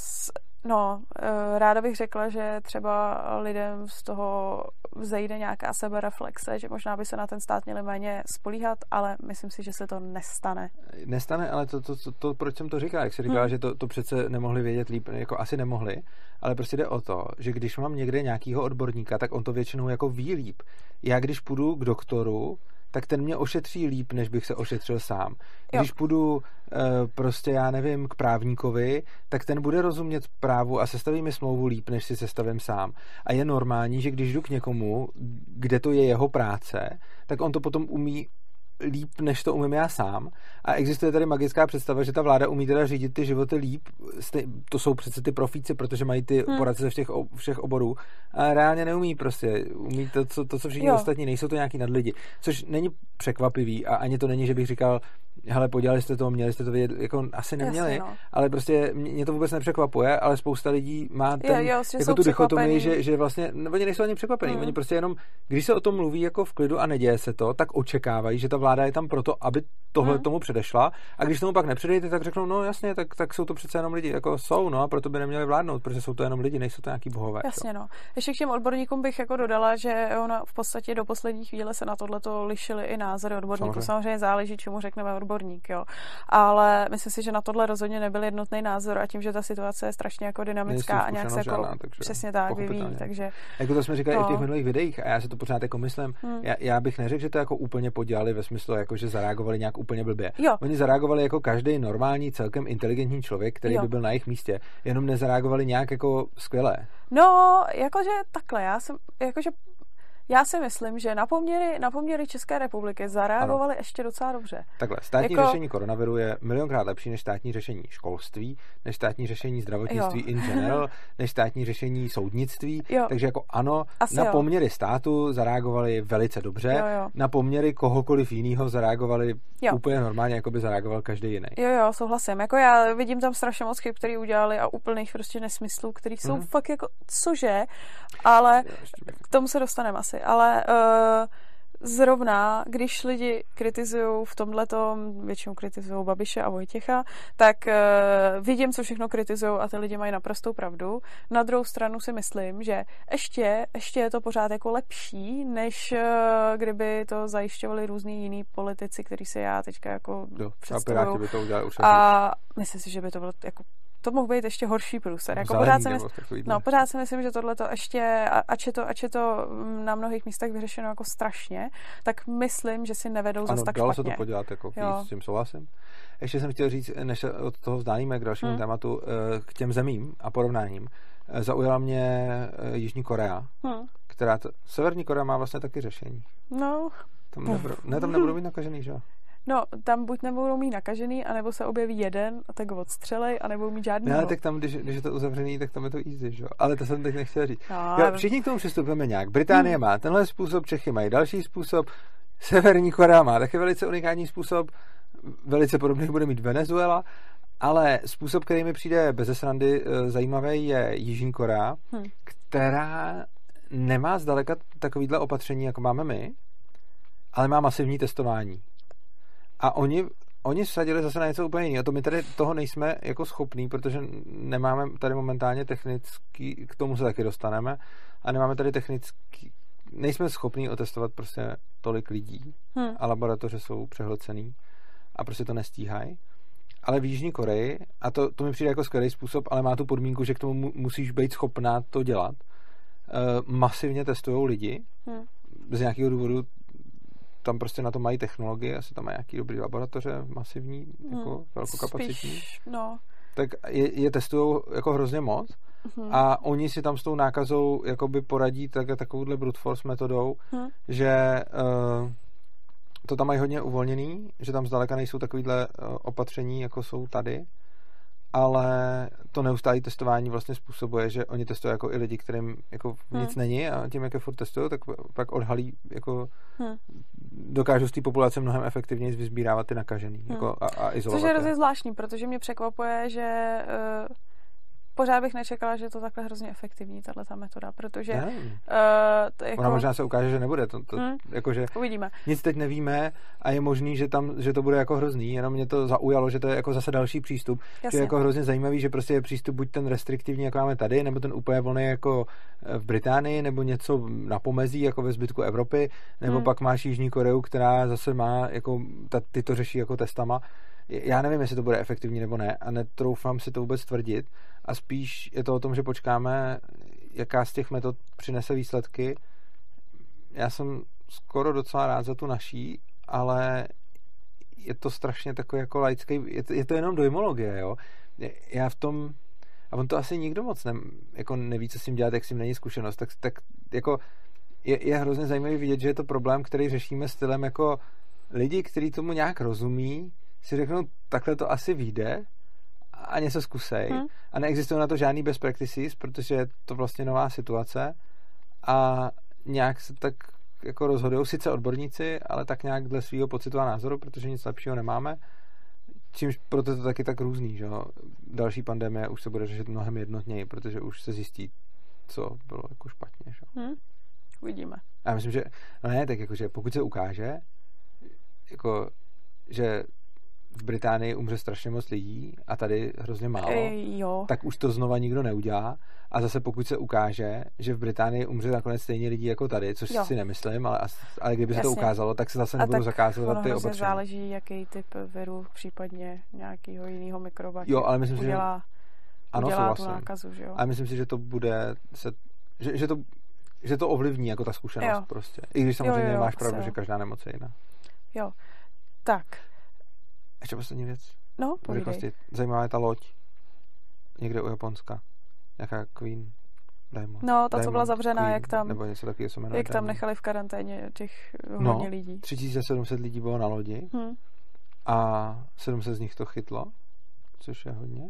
ráda bych řekla, že třeba lidem z toho vzejde nějaká sebereflexe, že možná by se na ten stát měli méně spolíhat, ale myslím si, že se to nestane. Nestane, ale to proč jsem to říkala, jak jsi říkala, že to přece nemohli vědět líp, jako asi nemohli, ale prostě jde o to, že když mám někde nějakýho odborníka, tak on to většinou jako ví líp. Já když půjdu k doktoru, tak ten mě ošetří líp, než bych se ošetřil sám. Když půjdu prostě, já nevím, k právníkovi, tak ten bude rozumět právu a sestaví mi smlouvu líp, než si sestavím sám. A je normální, že když jdu k někomu, kde to je jeho práce, tak on to potom umí líp, než to umím já sám. A existuje tady magická představa, že ta vláda umí teda řídit ty životy líp. To jsou přece ty profíci, protože mají ty poradce ze všech oborů. A reálně neumí prostě. Umí to, co všichni ostatní. Nejsou to nějaký nadlidi. Což není překvapivý a ani to není, že bych říkal, hele, podělali jste to, měli jste to vědět, jako asi neměli, jasně, ale prostě mě to vůbec nepřekvapuje, ale spousta lidí má jako tu dichotomii, že vlastně, oni nejsou ani překvapení, oni prostě jenom, když se o tom mluví jako v klidu a neděje se to, tak očekávají, že ta vláda je tam proto, aby tohle tomu předešla, a když tomu pak nepředejte, tak řeknou, no jasně, tak jsou to přece jenom lidi, jako jsou, no, a proto by neměli vládnout, protože jsou to jenom lidi, nejsou to nějaký bohové. Jasně, no. Ještě k těm odborníkům bych jako dodala, že ona v podstatě do poslední chvíle se na tohleto lišily i názory odborníků. Samozřejmě záleží, čemu řekneme odborník, jo. Ale myslím si, že na tohle rozhodně nebyl jednotný názor a tím, že ta situace je strašně jako dynamická a nějak se jako přesně tak vyvíjí, takže jako to jsme říkali i v těch minulých videích a já si to pořád jako myslím, já bych neřekl, že to jako úplně podělali ve smyslu jako že zareagovali nějak úplně blbě. Jo. Oni zareagovali jako každý normální, celkem inteligentní člověk, který by byl na jejich místě, jenom nezareagovali nějak jako skvěle. No, jakože takhle, já si myslím, že na poměry České republiky zareagovali ještě docela dobře. Takhle, státní řešení koronaviru je milionkrát lepší než státní řešení školství, než státní řešení zdravotnictví in general, než státní řešení soudnictví. Takže jako ano, poměry státu zareagovali velice dobře, na poměry kohokoliv jiného zareagovali úplně normálně, jako by zareagoval každý jiný. Jo, souhlasím. Jako já vidím tam strašně moc chyb, který udělali a úplných prostě nesmyslů, který jsou fakt jako cože, ale k tomu se dostaneme asi. Ale zrovna, když lidi kritizují v tomhletom, většinou kritizují Babiše a Vojtěcha, tak vidím, co všechno kritizují a ty lidi mají naprostou pravdu. Na druhou stranu si myslím, že ještě je to pořád jako lepší, než kdyby to zajišťovali různý jiný politici, který se já teďka jako představuju. A myslím si, že by to bylo jako to mohl být ještě horší průser. Jako pořád si myslím, že tohle to ještě, ač je to na mnohých místech vyřešeno jako strašně, tak myslím, že si nevedou zas tak špatně. Ano, dalo se to podělat, jako s tím souhlasím. Ještě jsem chtěl říct, než se od toho vzdálíme k dalšímu tématu, k těm zemím a porovnáním. Zaujala mě Jižní Korea, která Severní Korea má vlastně taky řešení. No. Tam nebudou mít nakažený, že jo? No, tam buď nebudou mít nakažený, anebo se objeví jeden a tak ho odstřelej a nebudou mít žádný. Ne, ale tak tam, když je to uzavřený, tak tam je to easy, že jo? Ale to jsem teď nechtěl říct. Jo, všichni k tomu přistupujeme nějak. Británie má tenhle způsob, Čechy mají další způsob, Severní Korea má taky velice unikátní způsob, velice podobný bude mít Venezuela, ale způsob, který mi přijde beze srandy zajímavý, je Jižní Korea, která nemá zdaleka takovýhle opatření, jako máme my, ale má masivní testování. A oni vsadili zase na něco úplně jiného. To my tady toho nejsme jako schopní, protože nemáme tady momentálně technický, k tomu se taky dostaneme, a nemáme tady technický, nejsme schopní otestovat prostě tolik lidí a laboratoře jsou přehlcený a prostě to nestíhají. Ale v Jižní Koreji, a to mi přijde jako skvělý způsob, ale má tu podmínku, že k tomu musíš být schopná to dělat, masivně testujou lidi z nějakého důvodu. Tam prostě na to mají technologie, asi tam mají nějaký dobrý laboratoře, masivní, jako velkokapacitní. Spíš, no. Tak je testujou jako hrozně moc a oni si tam s tou nákazou jakoby poradí takovouhle brute force metodou, že to tam mají hodně uvolněný, že tam zdaleka nejsou takovýhle opatření, jako jsou tady, ale to neustálé testování vlastně způsobuje, že oni testují jako i lidi, kterým jako nic není a tím, jak je furt testují, tak pak odhalí, jako dokážou z té populace mnohem efektivněji vyzbírávat ty nakažený jako a izolovat. Což je hrozně zvláštní, protože mě překvapuje, že pořád bych nečekala, že je to takhle hrozně efektivní, tato metoda, protože jako... Ona možná se ukáže, že nebude. Jakože uvidíme. Nic teď nevíme a je možný, že to bude jako hrozný, jenom mě to zaujalo, že to je jako zase další přístup. Jasně. Že je jako hrozně zajímavý, že prostě je přístup buď ten restriktivní, jako máme tady, nebo ten úplně volný jako v Británii, nebo něco na pomezí, jako ve zbytku Evropy, nebo pak máš Jižní Koreu, která zase má, jako ty to řeší jako testama. Já nevím, jestli to bude efektivní nebo ne a netroufám si to vůbec tvrdit a spíš je to o tom, že počkáme, jaká z těch metod přinese výsledky. Já jsem skoro docela rád za tu naší, ale je to strašně takový jako laický, je to jenom dojmologie, jo. Já v tom, a on to asi nikdo moc jako neví, co s tím dělat, jak s tím není zkušenost, tak jako je hrozně zajímavý vidět, že je to problém, který řešíme stylem jako lidi, kteří tomu nějak rozumí, si řeknou, takhle to asi vyjde a něco zkusej. A neexistují na to žádný best practices, protože je to vlastně nová situace a nějak se tak jako rozhodují sice odborníci, ale tak nějak dle svýho pocitu a názoru, protože nic lepšího nemáme. Čímž proto je to taky tak různý, že jo. Další pandemie už se bude řešit mnohem jednotněji, protože už se zjistí, co bylo jako špatně, že jo. Uvidíme. A já myslím, že no ne, tak jakože pokud se ukáže, jako, že v Británii umře strašně moc lidí a tady hrozně málo, tak už to znova nikdo neudělá. A zase pokud se ukáže, že v Británii umře nakonec stejně lidí jako tady, což si nemyslím, ale kdyby se to ukázalo, tak se zase nebudou zakázovat ty opatření. Záleží, jaký typ viru, případně nějakého jiného mikroba ale myslím, udělá tu nákazu. Že jo? Ale myslím si, že to bude že to ovlivní jako ta zkušenost prostě. I když samozřejmě máš pravdu, že každá nemoc je jiná. Jo. Tak. Ještě poslední věc. No, povídej. Zajímavá je ta loď někde u Japonska. Jaká Queen Diamond. No, ta, co byla zavřená, Queen, jak tam, nebo něco takového se jmenuje. Jak tam nechali v karanténě těch hodně lidí. 3700 lidí bylo na lodi a 700 z nich to chytlo, což je hodně.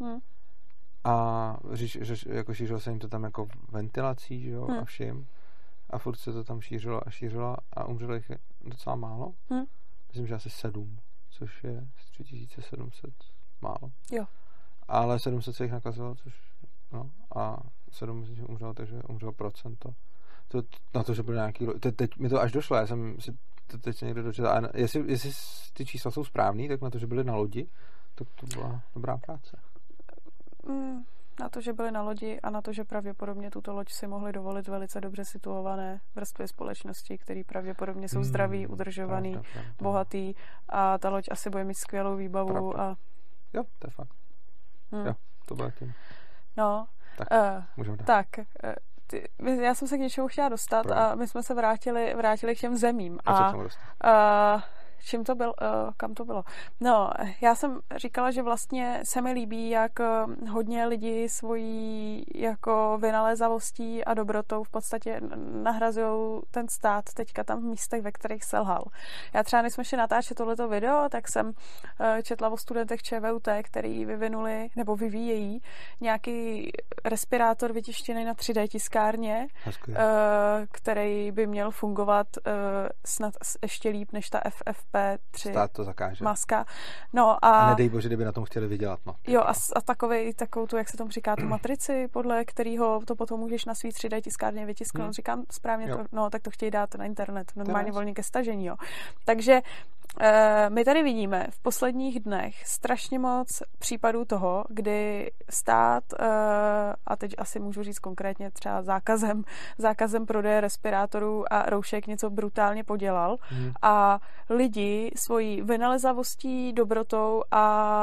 A jako šířilo se jim to tam jako ventilací, že jo, a všim. A furt se to tam šířilo a umřelo jich docela málo. Myslím, že asi 7, což je z 3700 málo. Jo. Ale 700 se jich nakazilo, což a 7 z nich umřelo, takže umřelo procento. Na to, že byly nějaký... Teď mi to až došlo, já jsem si to teď někde dočetl. A jestli ty čísla jsou správný, tak na to, že byli na lodi, tak to byla dobrá práce. Na to, že byli na lodi a na to, že pravděpodobně tuto loď si mohli dovolit velice dobře situované vrstvy společnosti, které pravděpodobně jsou zdraví, udržovaný, bohatý a ta loď asi bude mít skvělou výbavu. Jo, to je fakt. Jo, to bude tím. No, můžeme dát. Tak, já jsem se k něčemu chtěla dostat a my jsme se vrátili k těm zemím. Čím to bylo? Kam to bylo? No, já jsem říkala, že vlastně se mi líbí, jak hodně lidí svojí jako vynalézavostí a dobrotou v podstatě nahrazují ten stát teďka tam v místech, ve kterých selhal. Já třeba, než jsme šli natáčet tohleto video, tak jsem četla o studentech ČVUT, který vyvinuli nebo vyvíjejí nějaký respirátor vytištěný na 3D tiskárně, který by měl fungovat snad ještě líp než ta FFP3 stát to zakáže. Maska. No a nedej bože, kdyby na tom chtěli vydělat. No. Jo, a takovou tu, jak se tomu říká, tu matrici, podle kterého to potom můžeš na svý 3D tiskárně vytisknout. Říkám správně to, no, tak to chtějí dát na internet. Normálně volně ke stažení, jo. Takže my tady vidíme v posledních dnech strašně moc případů toho, kdy stát, a teď asi můžu říct konkrétně třeba zákazem prodeje respirátorů a roušek něco brutálně podělal a lidi svojí vynalezavostí, dobrotou a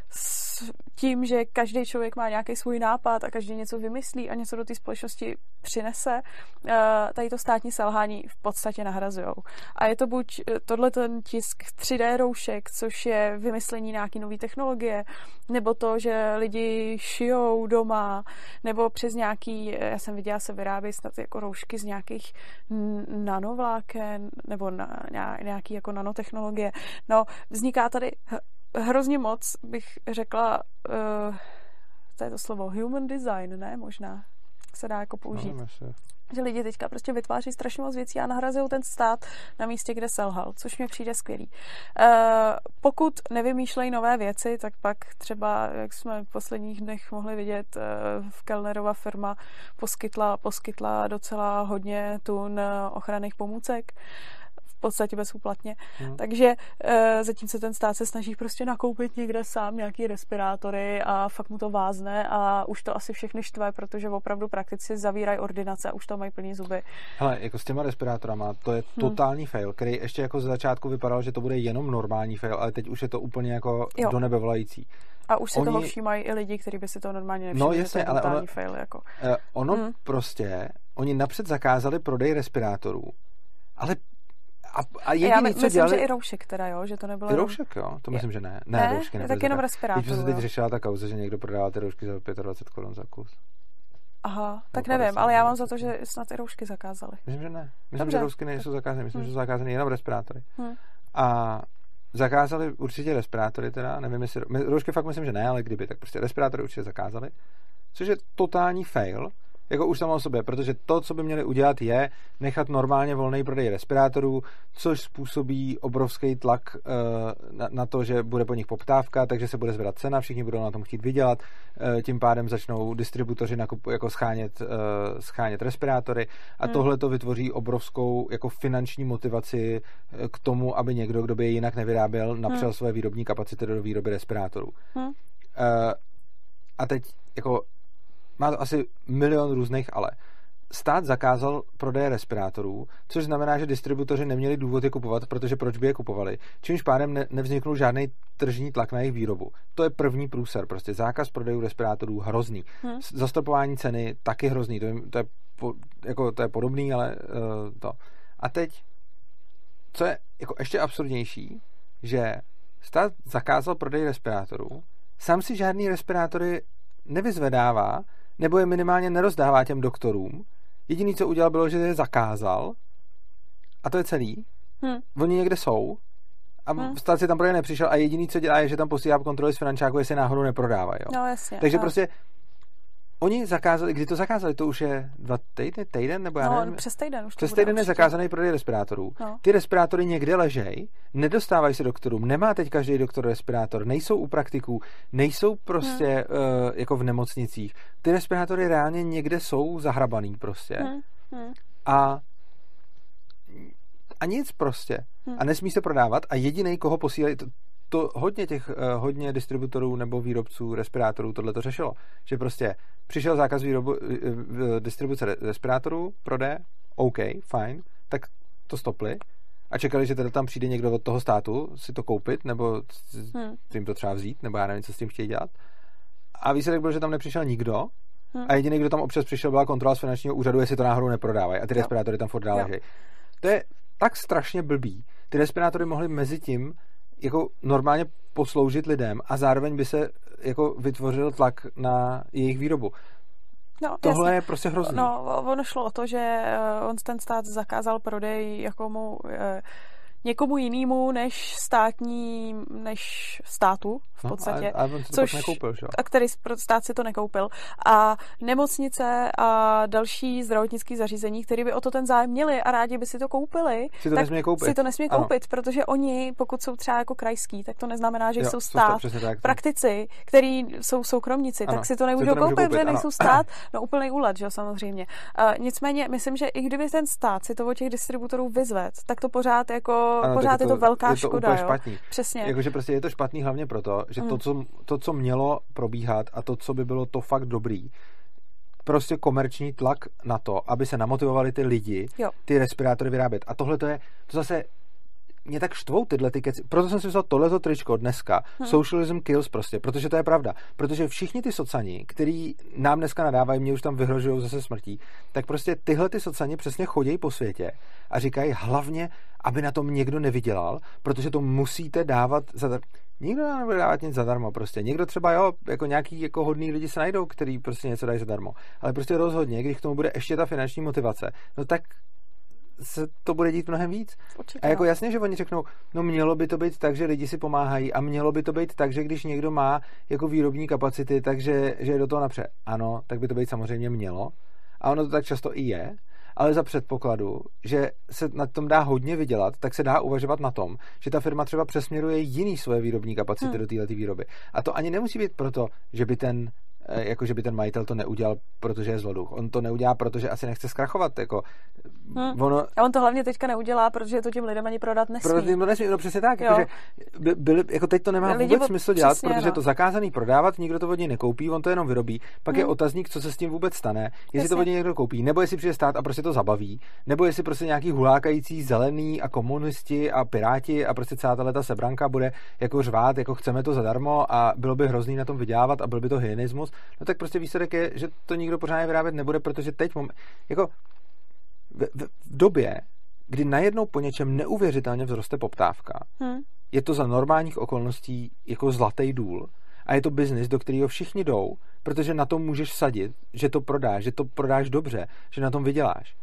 s tím, že každý člověk má nějaký svůj nápad a každý něco vymyslí a něco do té společnosti přinese, tady to státní selhání v podstatě nahrazujou. A je to buď tohle ten tisk 3D roušek, což je vymyslení nějaký nové technologie, nebo to, že lidi šijou doma, nebo přes nějaký, já jsem viděla, se vyrábí snad jako roušky z nějakých nanovláken, nebo nějaký jako nanotechnologie. No, vzniká tady hrozně moc, bych řekla, to je to slovo, human design, ne? Možná se dá jako použít. No, že lidi teďka prostě vytváří strašně moc věcí a nahrazují ten stát na místě, kde selhal, což mi přijde skvělý. Pokud nevymýšlejí nové věci, tak pak třeba, jak jsme v posledních dnech mohli vidět, Kellnerova firma poskytla docela hodně tun ochranných pomůcek, v podstatě bezúplatně. Takže zatímco ten stát se snaží prostě nakoupit někde sám nějaký respirátory a fakt mu to vázne a už to asi všechny štve, protože opravdu praktici zavírají ordinace a už to mají plný zuby. Hele, jako s těma respirátorama, to je totální fail, který ještě jako ze začátku vypadal, že to bude jenom normální fail, ale teď už je to úplně jako do nebe volající. A už si toho všímají i lidi, kteří by si to normálně nevšimli, no, jasně, že to je totální fail. Jako. Prostě, oni napřed zakázali prodej respirátorů, ale a jediný, já myslím, dělali... že i roušek teda, jo, že to nebylo... I roušek, jo, to myslím, že ne. Ne, roušky nebyly. Tak jenom respirátorů, když se teď řešila ta kauza, že někdo prodával ty roušky za 25 korun za kus. Aha, tak nevím, ale já mám za to, že snad i roušky zakázali. Myslím, že ne. Myslím, že roušky nejsou zakázané, myslím, že jsou zakázané jenom respirátory. A zakázali určitě respirátory teda, nevím, jestli... Roušky fakt myslím, že ne, ale kdyby, tak prostě respirátory určitě zakázali. Což je totální fail, jako už samo o sobě, protože to, co by měli udělat, je nechat normálně volný prodej respirátorů, což způsobí obrovský tlak na to, že bude po nich poptávka, takže se bude zvedat cena, všichni budou na tom chtít vydělat, tím pádem začnou distributoři jako schánět respirátory a tohle to vytvoří obrovskou jako finanční motivaci k tomu, aby někdo, kdo by je jinak nevyráběl, napřel své výrobní kapacity do výroby respirátorů. A teď jako má to asi milion různých ale. Stát zakázal prodej respirátorů, což znamená, že distributoři neměli důvod je kupovat, protože proč by je kupovali, čímž pádem nevzniknul žádný tržní tlak na jejich výrobu. To je první průser, prostě zákaz prodejů respirátorů hrozný. Zastropování ceny taky hrozný, to je podobný, ale to. A teď, co je jako ještě absurdnější, že stát zakázal prodej respirátorů, sám si žádný respirátory nevyzvedává, nebo je minimálně nerozdává těm doktorům. Jediný, co udělal, bylo, že je zakázal a to je celý. Oni někde jsou a stát si tam pro ně nepřišel a jediný, co dělá, je, že tam posílá kontroly z finančáku, jestli náhodou neprodávají. No, jasně. Takže prostě oni zakázali, kdy to zakázali, to už je 2 týden, nebo já nevím. Přes týden už. Přes týden je zakázaný prodej respirátorů. No. Ty respirátory někde ležej, nedostávají se doktorům, nemá teď každý doktor respirátor, nejsou u praktiků, nejsou prostě jako v nemocnicích. Ty respirátory reálně někde jsou zahrabaný prostě. A nic prostě. A nesmí se prodávat a jedinej, koho posílají, to hodně distributorů nebo výrobců respirátorů tohle to řešilo. Že prostě přišel zákaz distribuce respirátorů, prodej, OK, fajn, tak to stopli a čekali, že teda tam přijde někdo od toho státu si to koupit, nebo jim to třeba vzít, nebo já nevím, co s tím chtějí dělat. A výsledek byl, že tam nepřišel nikdo a jediný, kdo tam občas přišel, byla kontrola z finančního úřadu, jestli to náhodou neprodávají a ty respirátory tam furt dál leží. To je tak strašně blbý. Ty respirátory mohly mezi tím jako normálně posloužit lidem a zároveň by se jako vytvořil tlak na jejich výrobu. No, tohle jasně. Je prostě hrozný. No, ono šlo o to, že on ten stát zakázal prodej někomu jinému než státu v podstatě. A on si to pak nekoupil, že? A který stát si to nekoupil. A nemocnice a další zdravotnické zařízení, které by o to ten zájem měli a rádi by si to koupili, si to nesmí koupit, protože oni, pokud jsou třeba jako krajský, tak to neznamená, že jsou stát. Praktici, který jsou soukromníci, tak si to nemůžou koupit, protože nejsou stát. No úplnej úlet, že jo, samozřejmě. Nicméně, myslím, že i kdyby ten stát si to od těch distributorů vyzvedl, tak to pořád jako je to velká škoda, jo. Špatný. Přesně. Jakože prostě je to špatný hlavně proto, že to, co mělo probíhat a to, co by bylo to fakt dobrý, prostě komerční tlak na to, aby se namotivovali ty lidi, ty respirátory vyrábět. A tohle to zase mě tak štvou tyhle ty keci. Proto jsem si vzal tohleto tričko dneska. Socialism kills prostě, protože to je pravda. Protože všichni ty socani, který nám dneska nadávají, mě už tam vyhrožují zase smrtí, tak prostě tyhle ty socani přesně chodí po světě a říkají hlavně, aby na tom někdo nevydělal, protože to musíte dávat zadarmo. Nikdo nám nebude dávat nic zadarmo prostě. Někdo třeba, jo, jako nějaký jako hodný lidi se najdou, který prostě něco dají zadarmo. Ale prostě rozhodně, když k tomu bude ještě ta finanční motivace, no tak se to bude dít mnohem víc. Určitě, a jako jasně, že oni řeknou, no mělo by to být tak, že lidi si pomáhají a mělo by to být tak, že když někdo má jako výrobní kapacity, takže že je do toho napře. Ano, tak by to být samozřejmě mělo. A ono to tak často i je. Ale za předpokladu, že se na tom dá hodně vydělat, tak se dá uvažovat na tom, že ta firma třeba přesměruje jiný svoje výrobní kapacity do této výroby. A to ani nemusí být proto, že by ten majitel to neudělal, protože je zloduch. On to neudělá, protože asi nechce zkrachovat. Jako, A on to hlavně teďka neudělá, protože to těm lidem ani prodat nesmí. No přesně tak. Jako teď to nemá vůbec smysl dělat, protože je to zakázaný prodávat, nikdo to od něj nekoupí, on to jenom vyrobí. Pak je otazník, co se s tím vůbec stane, jestli to od něj někdo koupí, nebo jestli přijde stát a prostě to zabaví, nebo jestli prostě nějaký hulákající zelený a komunisti a piráti a prostě celá ta sebranka bude jako řvát, jako chceme to zadarmo a bylo by hrozný na tom vydělávat a byl by to hyenismus. No tak prostě výsledek je, že to nikdo pořádně vyrábět nebude, protože teď jako v době, kdy najednou po něčem neuvěřitelně vzroste poptávka, je to za normálních okolností jako zlatý důl a je to biznis, do kterého všichni jdou, protože na tom můžeš sadit, že to prodáš dobře, že na tom vyděláš.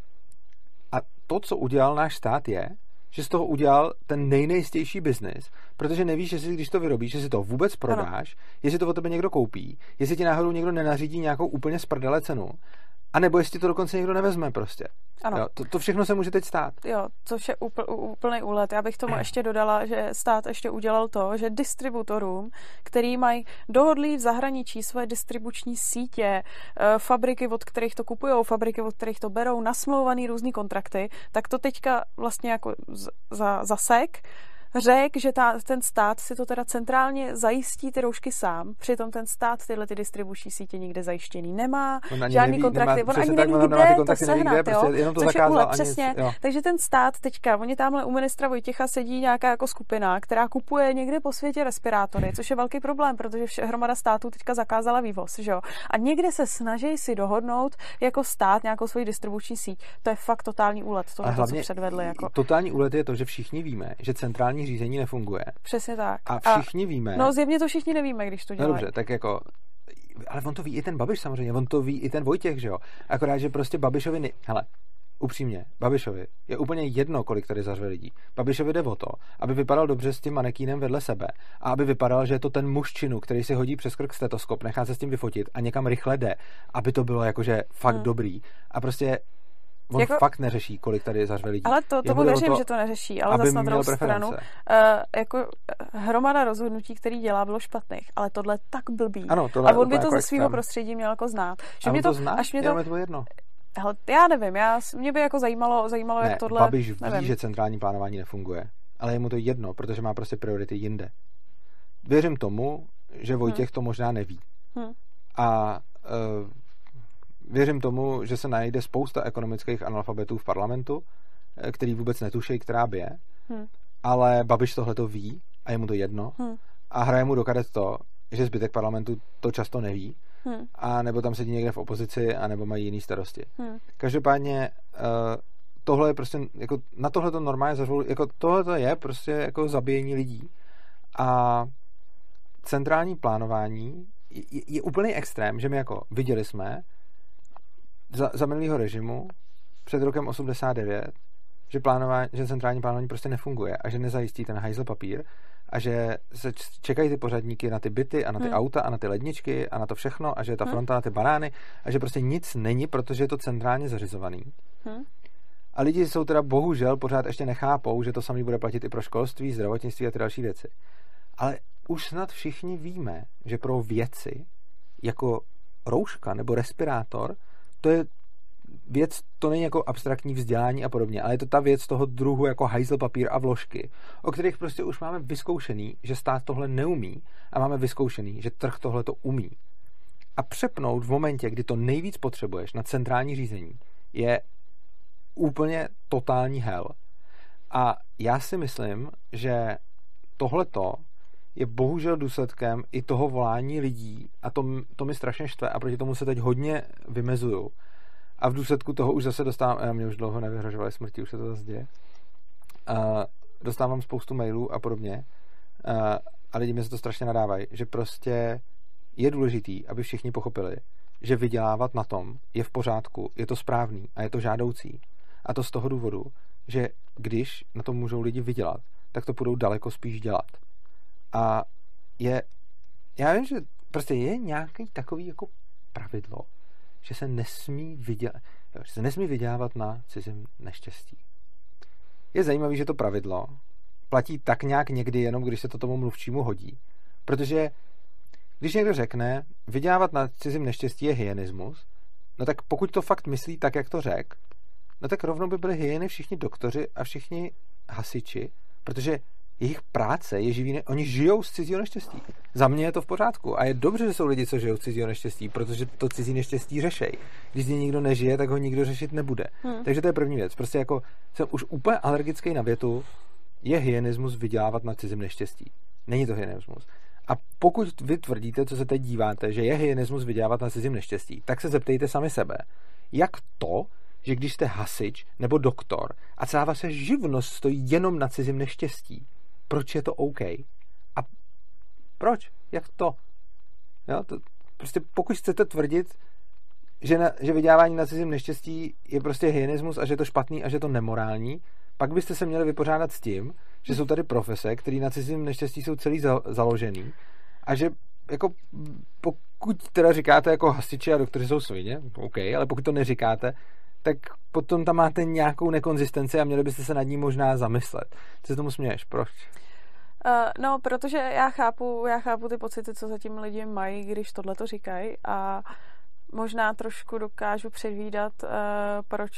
A to, co udělal náš stát, je, že z toho udělal ten nejnejistější biznis, protože nevíš, jestli když to vyrobíš, jestli to vůbec prodáš, jestli to od tebe někdo koupí, jestli ti náhodou někdo nenařídí nějakou úplně z prdele cenu, anebo jestli to dokonce někdo nevezme prostě. Ano. Jo, to všechno se může teď stát. Jo, což je úplný úlet. Já bych tomu ještě dodala, že stát ještě udělal to, že distributorům, který mají dohodlý v zahraničí svoje distribuční sítě, fabriky, od kterých to kupujou, fabriky, od kterých to berou, nasmlouvaný různý kontrakty, tak to teďka vlastně jako zasek, řekl, že ten stát si to teda centrálně zajistí ty roušky sám, přitom ten stát tyhle ty distribuční sítě nikde zajištěný nemá, žádný kontrakty, on ani neví, kde to sehnat, což je úlet, přesně. Takže ten stát teďka, oni tamhle u ministra Vojtěcha sedí nějaká jako skupina, která kupuje někde po světě respirátory, což je velký problém, protože hromada států teďka zakázala vývoz, že jo? A někde se snaží si dohodnout jako stát nějakou svoji distribuční síť. To je fakt totální úlet, to co předvedli. Jako. Totální úlet je to, že všichni víme, že centrální řízení nefunguje. Přesně tak. A všichni víme. No zjevně to všichni nevíme, když to dělají. No dobře, tak jako ale on to ví i ten Babiš samozřejmě, on to ví i ten Vojtěch, že jo. Akorát, že prostě Babišovi hele, upřímně, Babišovi je úplně jedno, kolik tady zařve lidí. Babišovi jde o to, aby vypadal dobře s tím manekínem vedle sebe a aby vypadal, že je to ten muž činu, který si hodí přes krk stetoskop, nechá se s tím vyfotit a někam rychle jde, aby to bylo jakože fakt dobrý. A prostě on jako, fakt neřeší, kolik tady zařve lidí. Ale tomu věřím, že to neřeší, ale zase na druhou stranu jako hromada rozhodnutí, který dělá, bylo špatných, ale tohle tak blbý. Ano, a on by to ze svého prostředí měl jako znát. Že mě to zná? Až mě to jedno. Hele, já nevím, mě by jako zajímalo ne, jak tohle... Babiš ví, že centrální plánování nefunguje, ale je mu to jedno, protože má prostě priority jinde. Věřím tomu, že Vojtěch to možná neví. A věřím tomu, že se najde spousta ekonomických analfabetů v parlamentu, který vůbec netuší, která bije, ale Babiš tohle to ví a je mu to jedno a hraje mu do karet to, že zbytek parlamentu to často neví a nebo tam sedí někde v opozici a nebo mají jiný starosti. Každopádně tohle je prostě, jako na tohle to normálně zařvou, jako tohle to je prostě jako zabíjení lidí a centrální plánování je úplný extrém, že my jako viděli jsme za minulého režimu před rokem 89, že centrální plánování prostě nefunguje a že nezajistí ten hajzl papír a že se čekají ty pořadníky na ty byty a na ty auta a na ty ledničky a na to všechno a že je ta fronta na ty banány a že prostě nic není, protože je to centrálně zařizovaný. A lidi jsou teda bohužel pořád ještě nechápou, že to samý bude platit i pro školství, zdravotnictví a ty další věci. Ale už snad všichni víme, že pro věci jako rouška nebo respirátor to je věc, to není jako abstraktní vzdělání a podobně, ale je to ta věc toho druhu jako hajzl papír a vložky, o kterých prostě už máme vyzkoušený, že stát tohle neumí a máme vyzkoušený, že trh tohle to umí. A přepnout v momentě, kdy to nejvíc potřebuješ na centrální řízení, je úplně totální hell. A já si myslím, že tohleto je bohužel důsledkem i toho volání lidí a to mi strašně štve a proti tomu se teď hodně vymezuju. A v důsledku toho už zase dostávám, mě už dlouho nevyhrožovali smrti, už se to zase děje. Dostávám spoustu mailů a podobně a lidi mi se to strašně nadávají, že prostě je důležitý, aby všichni pochopili, že vydělávat na tom je v pořádku, je to správný a je to žádoucí. A to z toho důvodu, že když na tom můžou lidi vydělat, tak to budou daleko spíš dělat. A já vím, že prostě je nějaký takový jako pravidlo, že se nesmí vydělávat na cizím neštěstí. Je zajímavý, že to pravidlo platí tak nějak někdy jenom, když se to tomu mluvčímu hodí. Protože když někdo řekne, vydělávat na cizím neštěstí je hyenismus, no tak pokud to fakt myslí tak, jak to řek, no tak rovnou by byli hyeny všichni doktoři a všichni hasiči, protože jejich práce je živý, oni žijou z cizího neštěstí. Za mě je to v pořádku a je dobře, že jsou lidi, co žijou z cizího neštěstí, protože to cizí neštěstí řešej. Když z něj nikdo nežije, tak ho nikdo řešit nebude. Takže to je první věc. Prostě jako jsem už úplně alergický na větu, je hyenismus vydělávat na cizím neštěstí. Není to hyenismus. A pokud vy tvrdíte, co se teď díváte, že je hyenismus vydělávat na cizím neštěstí, tak se zeptejte sami sebe, jak to, že když jste hasič nebo doktor a celá vaše živnost stojí jenom na cizím neštěstí, proč je to OK? A proč? Jak to? Jo, to prostě pokud chcete tvrdit, že vydělávání na cizím neštěstí je prostě hyenismus a že je to špatný a že je to nemorální, pak byste se měli vypořádat s tím, že jsou tady profese, které na cizím neštěstí jsou celý založený a že jako pokud teda říkáte jako hasiči a doktoři jsou svině, OK, ale pokud to neříkáte, tak potom tam máte nějakou nekonzistenci a měli byste se nad ní možná zamyslet. Co se tomu směješ? Proč? No, protože já chápu ty pocity, co zatím lidi mají, když tohle to říkají a možná trošku dokážu předvídat, proč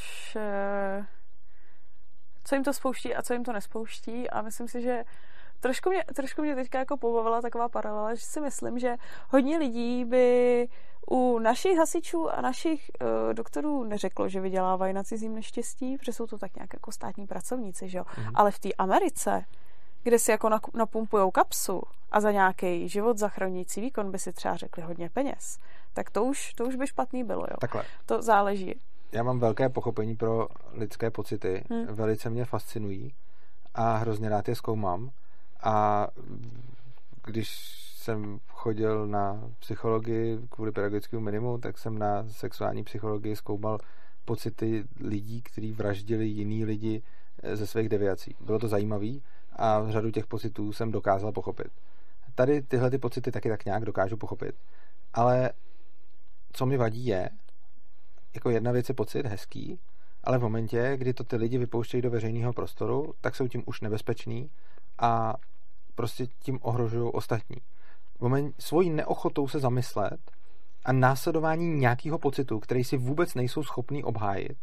co jim to spouští a co jim to nespouští a myslím si, že trošku mě teďka jako pobavila taková paralela, že si myslím, že hodně lidí by u našich hasičů a našich doktorů neřeklo, že vydělávají na cizím neštěstí, protože jsou to tak nějak jako státní pracovníci, že jo. Ale v té Americe, kde si jako napumpujou kapsu a za nějaký život zachraňující výkon by si třeba řekli hodně peněz, tak to už by špatný bylo, jo. Takhle. To záleží. Já mám velké pochopení pro lidské pocity, velice mě fascinují a hrozně rád je zkoumám. A když jsem chodil na psychologii kvůli pedagogickému minimu, tak jsem na sexuální psychologii zkoumal pocity lidí, kteří vraždili jiný lidi ze svých deviací. Bylo to zajímavé a řadu těch pocitů jsem dokázal pochopit. Tady tyhle ty pocity taky tak nějak dokážu pochopit. Ale co mi vadí je, jako jedna věc je pocit hezký, ale v momentě, kdy to ty lidi vypouštějí do veřejného prostoru, tak jsou tím už nebezpeční a prostě tím ohrožují ostatní. Svojí neochotou se zamyslet a následování nějakého pocitu, který si vůbec nejsou schopní obhájit,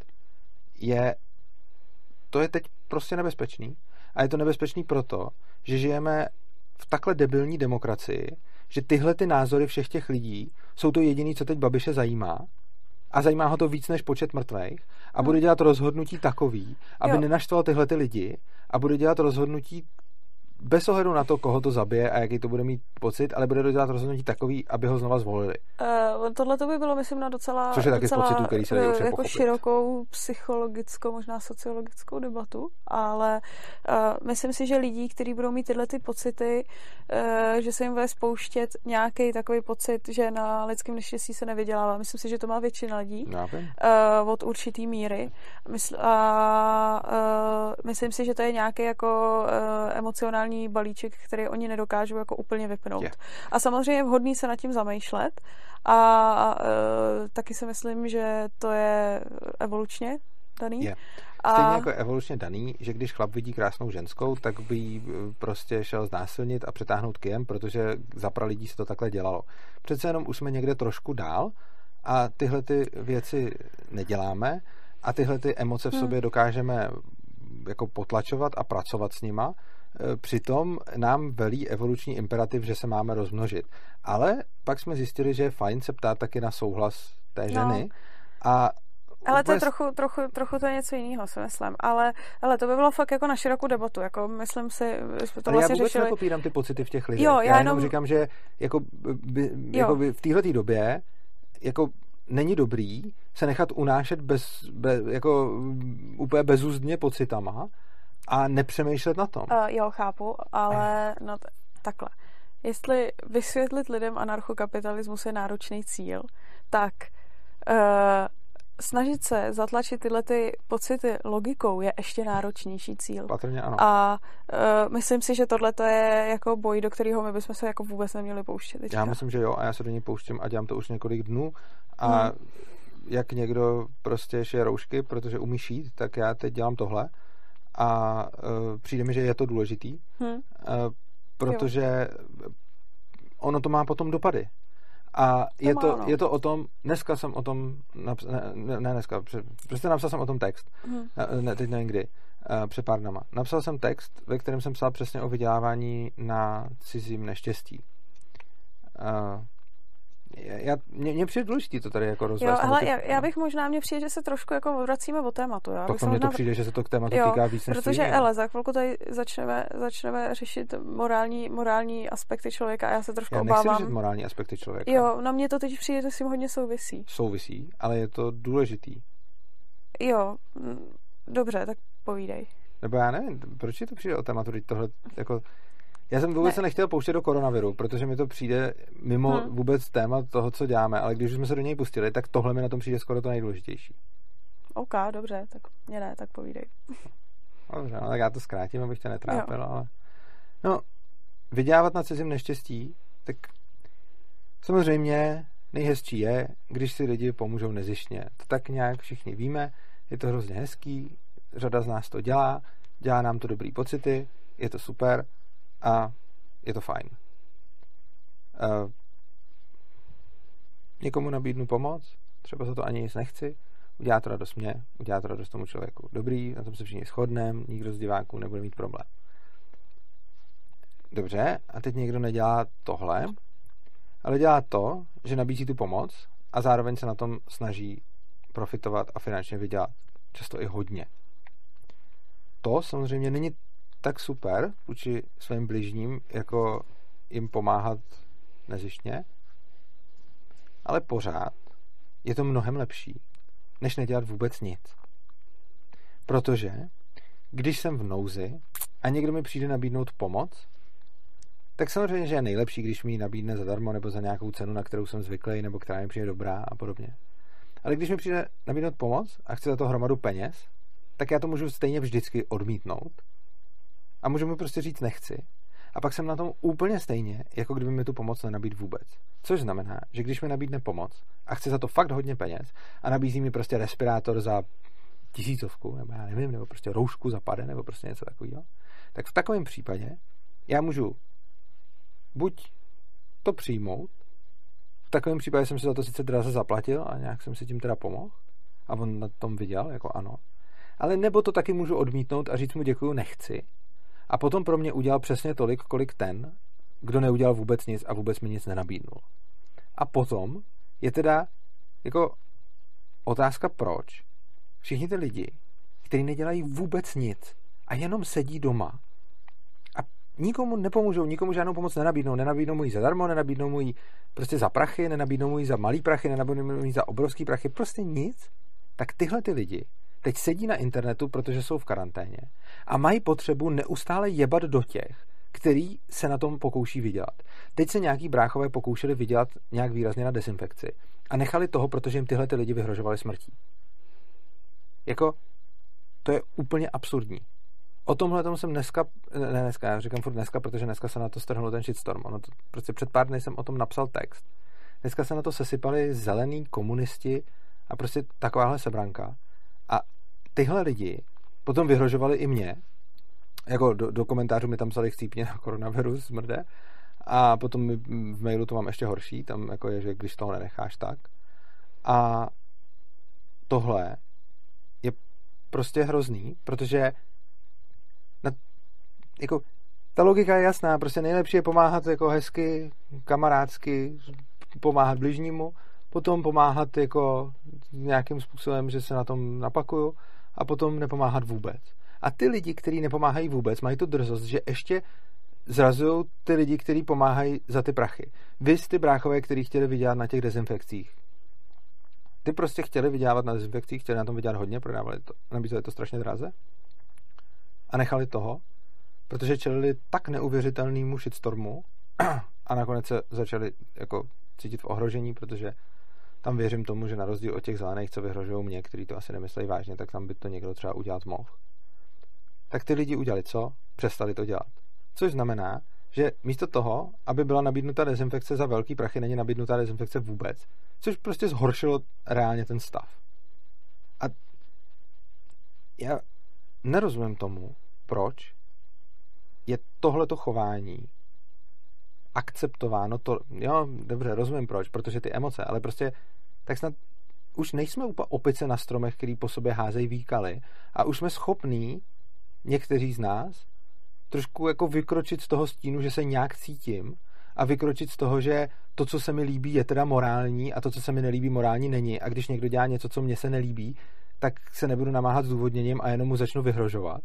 to je teď prostě nebezpečný. A je to nebezpečný proto, že žijeme v takhle debilní demokracii, že tyhle ty názory všech těch lidí jsou to jediné, co teď Babiše zajímá a zajímá ho to víc než počet mrtvých a bude dělat rozhodnutí takový, aby nenaštval tyhle ty lidi a bude dělat rozhodnutí bez ohledu na to, koho to zabije a jaký to bude mít pocit, ale bude dělat rozhodnutí takový, aby ho znova zvolili. Tohle to by bylo, myslím, na docela, což je taky docela pocitů, který se dají určitě jako pochopit. širokou psychologickou, možná sociologickou debatu, ale myslím si, že lidí, kteří budou mít tyhle ty pocity, že se jim bude spouštět nějaký takový pocit, že na lidském neštěstí se nevydělává. Myslím si, že to má většina lidí od určitý míry. Myslím si, že to je nějaký jako emocionální balíček, který oni nedokážou jako úplně vypnout. A samozřejmě je vhodný se nad tím zamýšlet a taky si myslím, že to je evolučně daný. Stejně jako evolučně daný, že když chlap vidí krásnou ženskou, tak by jí prostě šel znásilnit a přetáhnout kyjem, protože za lidí se to takhle dělalo. Přece jenom už jsme někde trošku dál a tyhle ty věci neděláme a tyhle ty emoce v sobě dokážeme jako potlačovat a pracovat s nima. Přitom nám velí evoluční imperativ, že se máme rozmnožit. Ale pak jsme zjistili, že je fajn se ptát taky na souhlas té ženy a Ale to je trochu to je něco jiného, si myslím. Ale to by bylo fakt jako na širokou debatu. Jako myslím si, to vlastně já vůbec nepopírám ty pocity v těch lidech. Jo, já jenom říkám, že jako by v téhletý době jako není dobrý se nechat unášet jako úplně bezúzdně pocitama a nepřemýšlet na tom. Jo, chápu, ale no takhle. Jestli vysvětlit lidem anarchokapitalismus je náročný cíl, tak snažit se zatlačit tyhle ty pocity logikou je ještě náročnější cíl. Patrně ano. A myslím si, že tohle je jako boj, do kterého my bychom se jako vůbec neměli pouštět. Teďka. Já myslím, že jo, a já se do něj pouštím a dělám to už několik dnů a jak někdo prostě šije roušky, protože umí šít, tak já teď dělám tohle a přijde mi, že je to důležitý, protože ono to má potom dopady. A je to o tom, dneska jsem o tom, napsal jsem o tom text, teď nevím kdy, před pár dnama. Napsal jsem text, ve kterém jsem psal přesně o vydělávání na cizím neštěstí. Mně přijde důležitý to tady jako rozvést. Jo, ale já bych možná, mně přijde, že se trošku jako vracíme od tématu. Tak mně to přijde, že se to k tématu týká víc než protože za chvilku tady začneme řešit morální aspekty člověka a já se trošku obávám. Já nechci řešit morální aspekty člověka. Jo, na mě to teď přijde, že s tím hodně souvisí. Souvisí, ale je to důležitý. Jo, dobře, tak povídej. Nebo já nevím, proč ti to přijde o tématu, teď tohle jako... Já jsem vůbec se nechtěl pouštět do koronaviru, protože mi to přijde mimo vůbec téma toho, co děláme, ale když jsme se do něj pustili, tak tohle mi na tom přijde skoro to nejdůležitější. OK, dobře, tak mě ne, tak povídej. Dobře, no tak já to zkrátím, abych tě netrápil, ale... No, vydělávat na cizím neštěstí, tak samozřejmě nejhezčí je, když si lidi pomůžou nezištně. To tak nějak všichni víme, je to hrozně hezký, řada z nás to dělá nám to dobrý pocity, je to super, a je to fajn. Někomu nabídnu pomoc, třeba za to ani nic nechci, udělá to radost mě, udělá to radost tomu člověku. Dobrý, na tom se všichni shodneme, nikdo z diváků nebude mít problém. Dobře, a teď někdo nedělá tohle, ale dělá to, že nabízí tu pomoc a zároveň se na tom snaží profitovat a finančně vydělat. Často i hodně. To samozřejmě není tak super vůči svým bližním, jako jim pomáhat nezištně, ale pořád je to mnohem lepší, než nedělat vůbec nic. Protože když jsem v nouzi a někdo mi přijde nabídnout pomoc, tak samozřejmě, že je nejlepší, když mi ji nabídne zadarmo nebo za nějakou cenu, na kterou jsem zvyklý, nebo která mi přijde dobrá a podobně. Ale když mi přijde nabídnout pomoc a chci za to hromadu peněz, tak já to můžu stejně vždycky odmítnout a můžu mu prostě říct nechci. A pak jsem na tom úplně stejně, jako kdyby mi tu pomoc nenabít vůbec. Což znamená, že když mi nabídne pomoc a chce za to fakt hodně peněz a nabízí mi prostě respirátor za 1000, nebo já nevím, nebo prostě roušku za pade, nebo prostě něco takového, tak v takovém případě já můžu buď to přijmout, v takovém případě jsem si za to sice draze zaplatil a nějak jsem si tím teda pomohl a on na tom viděl, jako ano, ale nebo to taky můžu odmítnout a říct mu děkuju, nechci. A potom pro mě udělal přesně tolik, kolik ten, kdo neudělal vůbec nic a vůbec mi nic nenabídnul. A potom je teda jako otázka proč všichni ty lidi, kteří nedělají vůbec nic a jenom sedí doma a nikomu nepomůžou, nikomu žádnou pomoc nenabídnou mu ji zadarmo, nenabídnou mu ji prostě za prachy, nenabídnou mu ji za malý prachy, nenabídnou mu ji za obrovský prachy, prostě nic, tak tyhle ty lidi teď sedí na internetu, protože jsou v karanténě a mají potřebu neustále jebat do těch, který se na tom pokouší vydělat. Teď se nějaký bráchové pokoušeli vydělat nějak výrazně na dezinfekci a nechali toho, protože jim tyhle ty lidi vyhrožovali smrtí. Jako, to je úplně absurdní. O tomhle tomu jsem dneska, já říkám furt dneska, protože dneska se na to strhnul ten shitstorm. Ono to, prostě před pár dny jsem o tom napsal text. Dneska se na to sesypali zelený komunisti a prostě takováhle sebranka. A tyhle lidi potom vyhrožovali i mě, jako do komentářů mi tam psali chcípně na koronavirus, smrde, a potom v mailu to mám ještě horší, tam jako je, že když toho nenecháš tak. A tohle je prostě hrozný, protože jako ta logika je jasná, prostě nejlepší je pomáhat jako hezky, kamarádsky, pomáhat bližnímu, potom pomáhat jako nějakým způsobem, že se na tom napakuju a potom nepomáhat vůbec. A ty lidi, kteří nepomáhají vůbec, mají tu drzost, že ještě zrazují ty lidi, kteří pomáhají za ty prachy. Vy ty bráchové, kteří chtěli vydělat na těch dezinfekcích. Ty prostě chtěli vydělávat na dezinfekcích, chtěli na tom vydělat hodně, prodávali to, nabízeli to strašně draze a nechali toho, protože čelili tak neuvěřitelnému shitstormu a nakonec se začali jako cítit v ohrožení, protože tam věřím tomu, že na rozdíl od těch zelených, co vyhrožují mě, kteří to asi nemyslejí vážně, tak tam by to někdo třeba udělat mohl. Tak ty lidi udělali co? Přestali to dělat. Což znamená, že místo toho, aby byla nabídnuta dezinfekce za velký prachy, není nabídnutá dezinfekce vůbec. Což prostě zhoršilo reálně ten stav. A já nerozumím tomu, proč je tohleto chování akceptováno. Jo, dobře, rozumím proč, protože ty emoce, ale prostě tak snad už nejsme úplně opice na stromech, který po sobě házejí výkaly a už jsme schopní, někteří z nás, trošku jako vykročit z toho stínu, že se nějak cítím a vykročit z toho, že to, co se mi líbí, je teda morální a to, co se mi nelíbí, morální není. A když někdo dělá něco, co mně se nelíbí, tak se nebudu namáhat s důvodněním a jenom mu začnu vyhrožovat.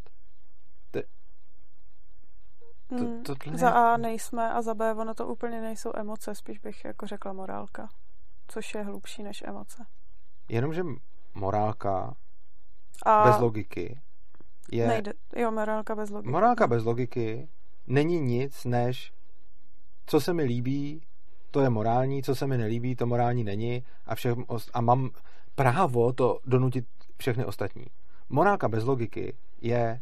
Za A nejsme a za B ono to úplně nejsou emoce, spíš bych jako řekla morálka, což je hlubší než emoce. Jenomže morálka bez logiky je... Nejde. Jo, morálka bez logiky. Morálka bez logiky není nic než co se mi líbí, to je morální, co se mi nelíbí, to morální není a mám právo to donutit všechny ostatní. Morálka bez logiky je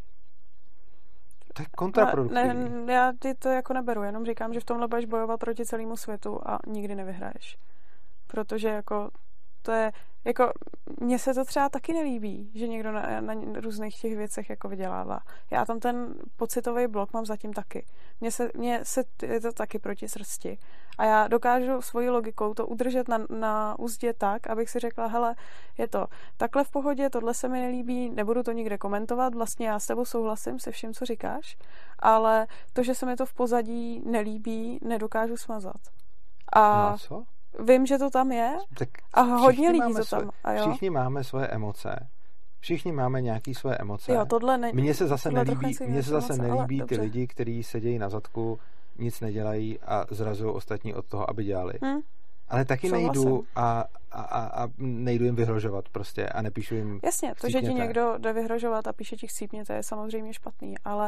kontraproduktivní. Ne, já ty to jako neberu, jenom říkám, že v tomhle budeš bojovat proti celému světu a nikdy nevyhraješ. Protože jako to je, jako mně se to třeba taky nelíbí, že někdo na různých těch věcech jako vydělává. Já tam ten pocitový blok mám zatím taky. Mně se je to taky proti srsti. A já dokážu svojí logikou to udržet na úzdě tak, abych si řekla, hele, je to takhle v pohodě, tohle se mi nelíbí, nebudu to nikde komentovat, vlastně já s tebou souhlasím se vším, co říkáš, ale to, že se mi to v pozadí nelíbí, nedokážu smazat. A co? Vím, že to tam je a hodně lidí to tam. A jo? Všichni máme svoje emoce. Všichni máme nějaký svoje emoce. Jo, Mně se zase nelíbí ty lidi, kteří sedějí na zadku, nic nedělají a zrazují ostatní od toho, aby dělali. Ale taky nejdu a nejdu jim vyhrožovat prostě a nepíšu jim Jasně, to, že ti někdo jde vyhrožovat a píše ti chcípněte, je samozřejmě špatný, ale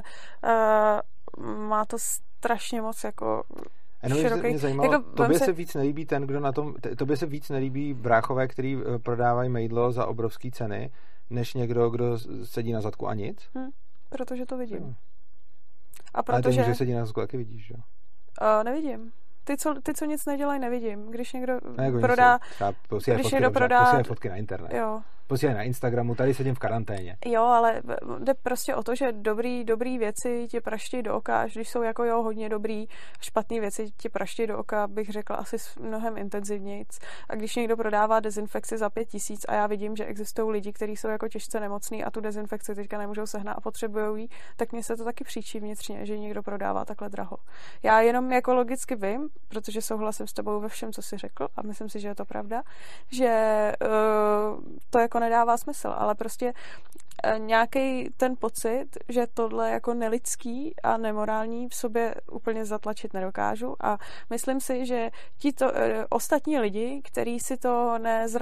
má to strašně moc jako široký. Mě zajímalo, jako, tobě se víc nelíbí ten, kdo na tom, tobě se víc nelíbí bráchové, který prodávají mejdlo za obrovský ceny, než někdo, kdo sedí na zadku a nic? Protože to vidím. A protože... Ale ty, že sedí na zadku, taky vidíš, jo? Nevidím. Ty, co nic nedělají, nevidím. Když někdo prodá... Když někdo prodá... fotky na internet. Jo. Posílej na Instagramu, tady sedím v karanténě. Jo, ale jde prostě o to, že dobrý věci tě praští do oka, až když jsou jako hodně dobrý, špatný věci tě praští do oka, bych řekla asi mnohem intenzivnějc. A když někdo prodává dezinfekci za 5 000 a já vidím, že existují lidi, kteří jsou jako těžce nemocní a tu dezinfekci teďka nemůžou sehnat a potřebují jí, tak mně se to taky příčí vnitřně, že někdo prodává takhle draho. Já jenom jako logicky vím, protože souhlasím s tebou ve všem, co jsi řekl a myslím si, že je to pravda, že to jako nedává smysl, ale prostě nějaký ten pocit, že tohle jako nelidský a nemorální v sobě úplně zatlačit nedokážu a myslím si, že ostatní lidi, kteří si to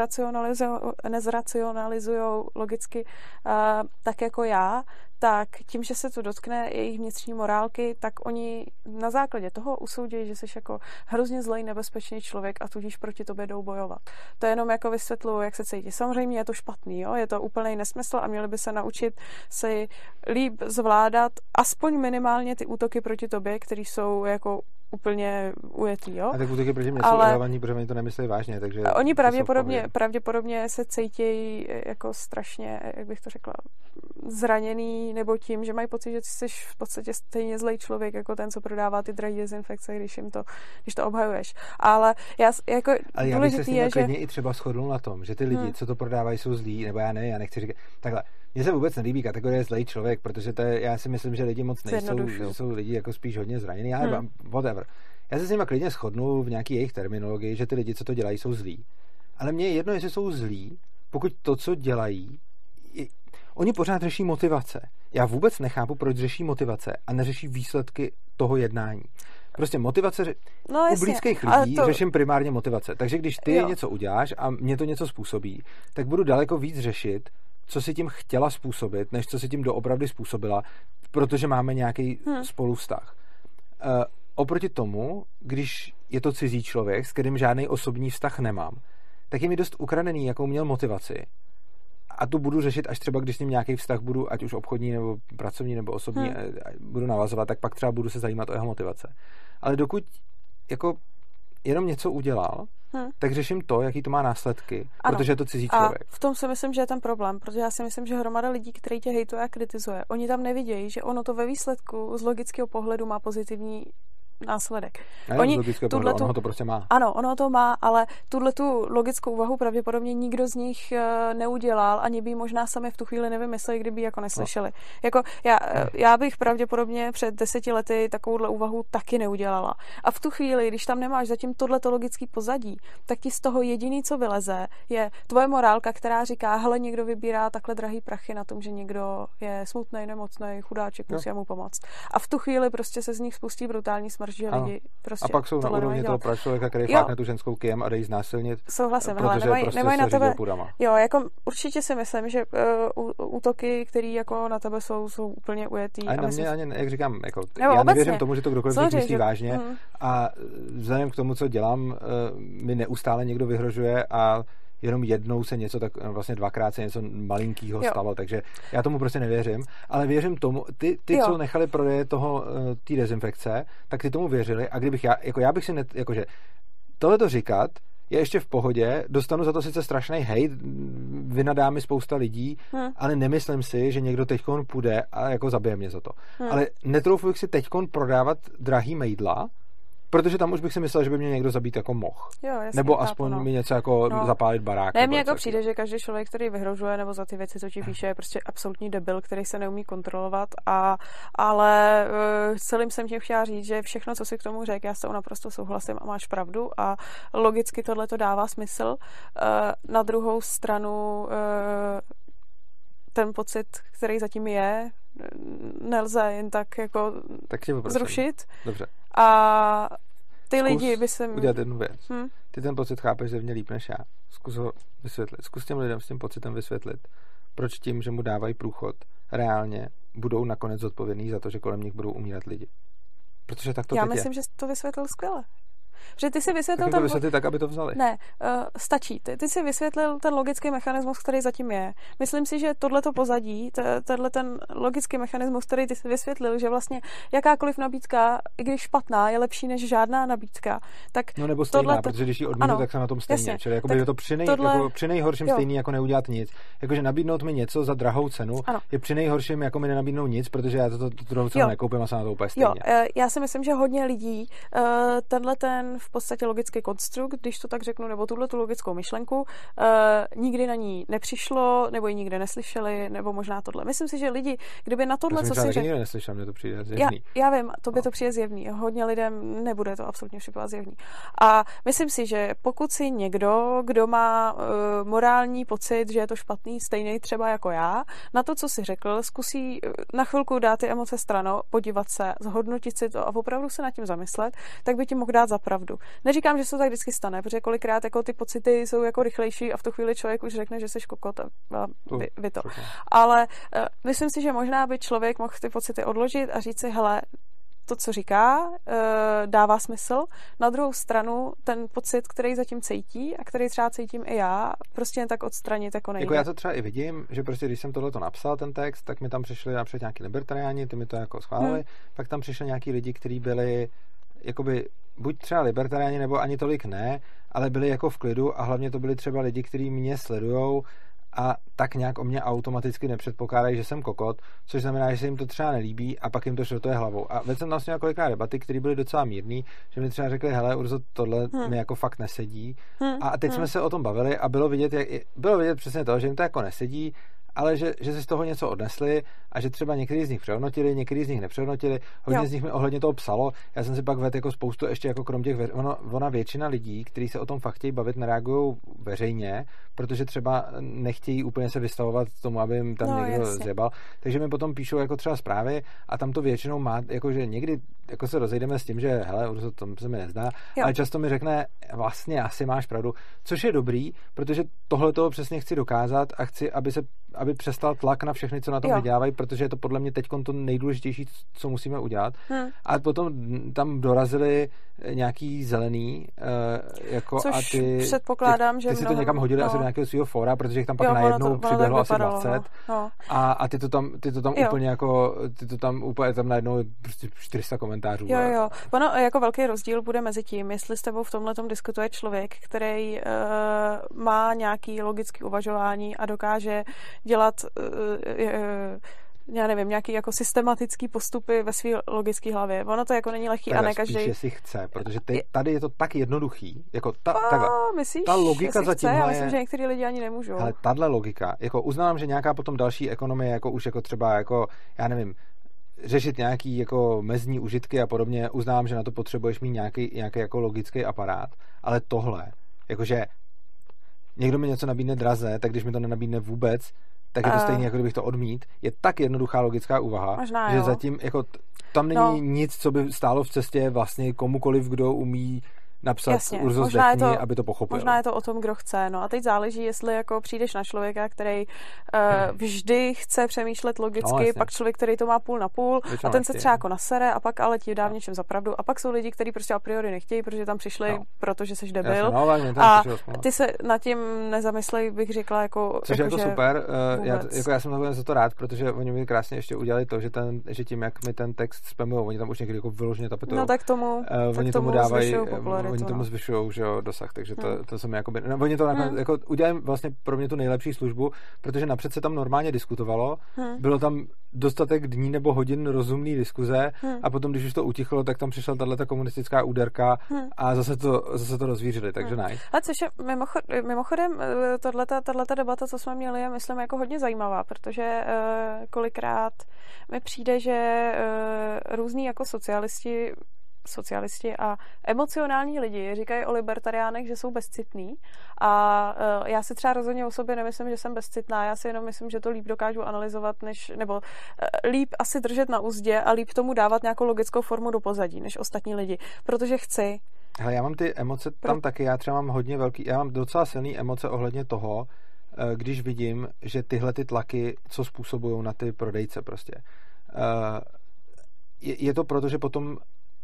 nezracionalizují logicky tak jako já, tak tím, že se to dotkne jejich vnitřní morálky, tak oni na základě toho usoudí, že jsi jako hrozně zlej, nebezpečný člověk a tudíž proti tobě jdou bojovat. To jenom jako vysvětluju, jak se cítí. Samozřejmě je to špatný, jo? Je to úplný nesmysl a měli by se naučit si líp zvládat aspoň minimálně ty útoky proti tobě, které jsou jako úplně ujetý, jo? A tak útoky proti mě jsou relevantní, protože oni to nemyslí vážně, takže... Oni pravděpodobně se cítějí jako strašně, jak bych to řekla, zraněný, nebo tím, že mají pocit, že jsi v podstatě stejně zlej člověk, jako ten, co prodává ty drahé dezinfekce, když to obhajuješ. Ale já bych se s ním klidně i třeba shodl na tom, že ty lidi, co to prodávají, jsou zlí, nebo já nechci říkat takhle. Mně se vůbec nelíbí kategorie zlej člověk, protože já si myslím, že lidi moc nejsou, že jsou lidi jako spíš hodně zranění, ale whatever. Já se s nimi klidně shodnu v nějaký jejich terminologii, že ty lidi, co to dělají, jsou zlí. ale mně je jedno, jestli jsou zlí, pokud to, co dělají, oni pořád řeší motivace. Já vůbec nechápu, proč řeší motivace a neřeší výsledky toho jednání. Prostě motivace, u blízkých lidí řeším primárně motivace. Takže když ty něco uděláš a mě to něco způsobí, tak budu daleko víc řešit, co si tím chtěla způsobit, než co si tím doopravdy způsobila, protože máme nějaký spoluvztah. Oproti tomu, když je to cizí člověk, s kterým žádný osobní vztah nemám, tak je mi dost ukradený, jakou měl motivaci. A tu budu řešit, až třeba, když s ním nějaký vztah budu, ať už obchodní, nebo pracovní, nebo osobní, budu navazovat, tak pak třeba budu se zajímat o jeho motivace. Ale dokud jako jenom něco udělal, tak řeším to, jaký to má následky, protože je to cizí člověk. A v tom si myslím, že je ten problém, protože já si myslím, že hromada lidí, který tě hejtuje a kritizuje, oni tam nevidějí, že ono to ve výsledku z logického pohledu má pozitivní následek. Oni ono to prostě má. Ano, ono to má, ale tu logickou úvahu pravděpodobně nikdo z nich neudělal, ani by možná sami v tu chvíli nevymysleli, kdyby jako neslyšeli. Jako já bych pravděpodobně před 10 lety takovouhle úvahu taky neudělala. A v tu chvíli, když tam nemáš zatím tohleto logický pozadí, tak ti z toho jediný, co vyleze, je tvoje morálka, která říká, hele, někdo vybírá takhle drahý prachy na tom, že někdo je smutnej, nemocnej, chudáček, musí mu pomoct. A v tu chvíli prostě se z nich spustí brutální smrt, že lidi prostě a pak jsou na úrovni toho člověka, který flákne tu ženskou kyjem a dej znásilnit. Souhlasím, protože nemají na tebe. Jo, jako určitě si myslím, že útoky, které jako na tebe jsou úplně ujetý. A na mě ani, jak říkám, jako, já nevěřím tomu, že to kdokoliv myslí vážně a vzhledem k tomu, co dělám, mi neustále někdo vyhrožuje a jenom jednou se něco, tak vlastně dvakrát se něco malinkýho stalo, takže já tomu prostě nevěřím, ale věřím tomu, ty co nechali prodeje té dezinfekce, tak ty tomu věřili a kdybych já bych si jakože tohleto říkat je ještě v pohodě, dostanu za to sice strašný hejt, vynadá mi spousta lidí, ale nemyslím si, že někdo teďkon půjde a jako zabije mě za to. Ale netroufuji si teďkon prodávat drahý mejdla, protože tam už bych si myslel, že by mě někdo zabít jako mohl. Nebo aspoň mi něco jako zapálit barák. Ne, mně jako přijde, že každý člověk, který vyhrožuje nebo za ty věci, co ti píše, je prostě absolutní debil, který se neumí kontrolovat. Ale celým jsem tím chtěla říct, že všechno, co si k tomu řekl, já s tou naprosto souhlasím a máš pravdu a logicky tohle to dává smysl. Na druhou stranu ten pocit, který zatím je, nelze jen tak jako zrušit. Dobře. A ty Zkus lidi by se... udělat jednu věc. Ty ten pocit chápeš zevně líp než já. Zkus ho vysvětlit. Zkus těm lidem s tím pocitem vysvětlit, proč tím, že mu dávají průchod, reálně budou nakonec zodpovědní za to, že kolem nich budou umírat lidi. Protože tak to já myslím, že jsi to vysvětlil skvěle. Že ty si vysvětlil to vysvětlit tak, aby to vzali. Ne, stačí. Ty si vysvětlil ten logický mechanismus, který zatím je. Myslím si, že tohleto pozadí, ten logický mechanismus, který ty si vysvětlil, že vlastně jakákoliv nabídka, i když špatná, je lepší než žádná nabídka. Tak no nebo stejná, protože když ji odmítnu, tak jsem na tom stejně. Jasně, čili jako je to při nejhorším stejný, jako neudělat nic. Jakože nabídnout mi něco za drahou cenu je při nejhorším, jako mi nenabídnou nic, protože já to drahou cenu nekoupím a jsem na to úplně stejně. Já si myslím, že hodně lidí ten v podstatě logický konstrukt, když to tak řeknu, nebo tu logickou myšlenku, nikdy na ní nepřišlo, nebo ji nikdy neslyšeli, nebo možná tohle. Myslím si, že lidi, kdyby na tohle, co si řekl... nikdy neslyšel, mně to přijde zjevný. Já vím, to by to přijde zjevný. Hodně lidem nebude to absolutně připadat zjevný. A myslím si, že pokud si někdo, kdo má morální pocit, že je to špatný, stejný třeba jako já, na to, co si řekl, zkusí na chvilku dát ty emoce stranou, podívat se, zhodnotit si to a opravdu se nad tím zamyslet, tak by ti mohl dát za pravdu. Neříkám, že se to tak vždycky stane, protože kolikrát jako ty pocity jsou jako rychlejší a v tu chvíli člověk už řekne, že jsi kokot a vy to. Ale myslím si, že možná by člověk mohl ty pocity odložit a říct si, hele, to, co říká, dává smysl. Na druhou stranu ten pocit, který zatím cítí a který třeba cítím i já, prostě jen tak odstranit jako nejde. Jako já to třeba i vidím, že prostě když jsem tohleto napsal, ten text, tak mi tam přišli například nějaký libertariáni, ty mi to jako schválili, pak tam přišli nějaký lidi, kteří byli jakoby buď třeba libertariáni, nebo ani tolik ne, ale byli jako v klidu a hlavně to byli třeba lidi, kteří mě sledujou a tak nějak o mě automaticky nepředpokládají, že jsem kokot, což znamená, že se jim to třeba nelíbí a pak jim to šlo to je hlavou. A vedl jsem tam s nimi kolikrát debaty, které byly docela mírný, že mi třeba řekli, hele, Urzo, tohle mi jako fakt nesedí. A teď jsme se o tom bavili a bylo vidět přesně to, že jim to jako nesedí ale že si z toho něco odnesli a že třeba některý z nich přehodnotili, některý z nich nepřehodnotili, hodně z nich mi ohledně toho psalo. Já jsem si pak vedl jako spoustu ještě jako krom těch, ona většina lidí, kteří se o tom fakt chtějí bavit, nereagují veřejně, protože třeba nechtějí úplně se vystavovat tomu, aby jim tam někdo zjebal. Takže mi potom píšou jako třeba zprávy a tam to většinou má, jakože někdy jako se rozejdeme s tím, že hele, Urzo, to se mi nezdá, ale často mi řekne, vlastně asi máš pravdu, což je dobrý, protože tohle toho přesně chci dokázat a chci, aby přestal tlak na všechny, co na tom vydělávají, protože je to podle mě teď to nejdůležitější, co musíme udělat. A potom tam dorazili nějaký zelený, jako což a ty předpokládám, že ty si to někam hodili asi do nějakého svého fóra, protože jich tam pak najednou přiběhlo asi 20 a ty to tam úplně jako, tam najednou prostě 400 komentářů. Jo. Ono jako velký rozdíl bude mezi tím, jestli s tebou v tomhletom diskutuje člověk, který má nějaký logický uvažování a dokáže dělat já nevím, nějaký jako systematický postupy ve své logické hlavě. Ono to jako není lehký takhle, a ne každý. Spíš, jestli chce, protože tady je to tak jednoduchý. Jako myslíš, ta logika zatím já myslím, že některý lidi ani nemůžou. Ale tahle logika, jako uznávám, že nějaká potom další ekonomie, jako už jako třeba jako, já nevím, řešit nějaký jako mezní užitky a podobně, uznávám, že na to potřebuješ mít nějaký jako logický aparát, ale tohle, jakože někdo mi něco nabídne draze, tak když mi to nenabídne vůbec, tak je to stejně, jako kdybych to odmít. Je tak jednoduchá logická úvaha, možná, že zatím jako tam není nic, co by stálo v cestě vlastně komukoliv, kdo umí napsat Urzo zdechni, aby to pochopil. Možná je to o tom, kdo chce. No a teď záleží, jestli jako přijdeš na člověka, který vždy chce přemýšlet logicky, pak člověk, který to má půl na půl a ten se třeba jako nasere a pak ale ti dá v něčem za pravdu. A pak jsou lidi, kteří prostě a priori nechtějí, protože tam přišli, protože jsi debil. A ty se nad tím nezamyslej, bych řekla jako což jako je to super. Já jsem za to rád, protože oni mi krásně ještě udělali to, že tím, jak mi ten text spamujou, oni tam už někdy jako vyloženě tapetujou. No tak tomu dávají oni tomu zvyšujou, že jo, dosah, takže to se mi jakoby, oni to nakonec, jako udělají vlastně pro mě tu nejlepší službu, protože napřed se tam normálně diskutovalo, bylo tam dostatek dní nebo hodin rozumný diskuze a potom, když už to utichlo, tak tam přišla tato komunistická úderka a zase to rozvířili, takže nice. A což je mimochodem, tato debata, co jsme měli, je, myslím, jako hodně zajímavá, protože kolikrát mi přijde, že různý jako socialisti a emocionální lidi říkají o libertariánech, že jsou bezcitný a já si třeba rozhodně o sobě nemyslím, že jsem bezcitná, já si jenom myslím, že to líp dokážu analyzovat, nebo líp asi držet na uzdě a líp tomu dávat nějakou logickou formu do pozadí, než ostatní lidi, protože chci. Hele, já mám ty emoce tam taky, já třeba mám já mám docela silný emoce ohledně toho, když vidím, že tyhle ty tlaky, co způsobují na ty prodejce prostě. Je to proto, že potom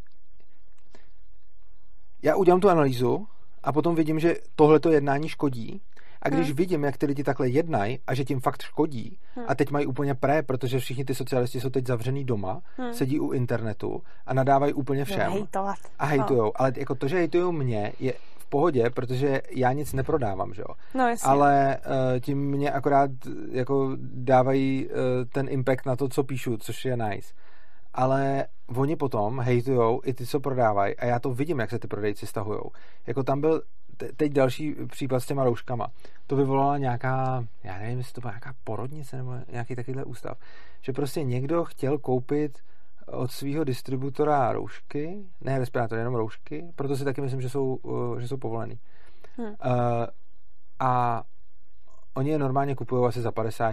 já udělám tu analýzu a potom vidím, že tohleto jednání škodí a když vidím, jak ty lidi takhle jednají a že tím fakt škodí a teď mají úplně protože všichni ty socialisti jsou teď zavřený doma, sedí u internetu a nadávají úplně všem a hejtujou. Ale jako to, že hejtujou mě, je v pohodě, protože já nic neprodávám, že jo. No, ale tím mě akorát jako dávají ten impact na to, co píšu, což je nice. Ale oni potom hejtujou i ty, co prodávají a já to vidím, jak se ty prodejci stahujou. Jako tam byl teď další případ s těma rouškama. To vyvolala nějaká, já nevím, jestli to byla nějaká porodnice nebo nějaký takovýhle ústav, že prostě někdo chtěl koupit od svého distributora roušky, ne respirátory, jenom roušky, proto si taky myslím, že jsou povolený. A oni je normálně kupují asi za 50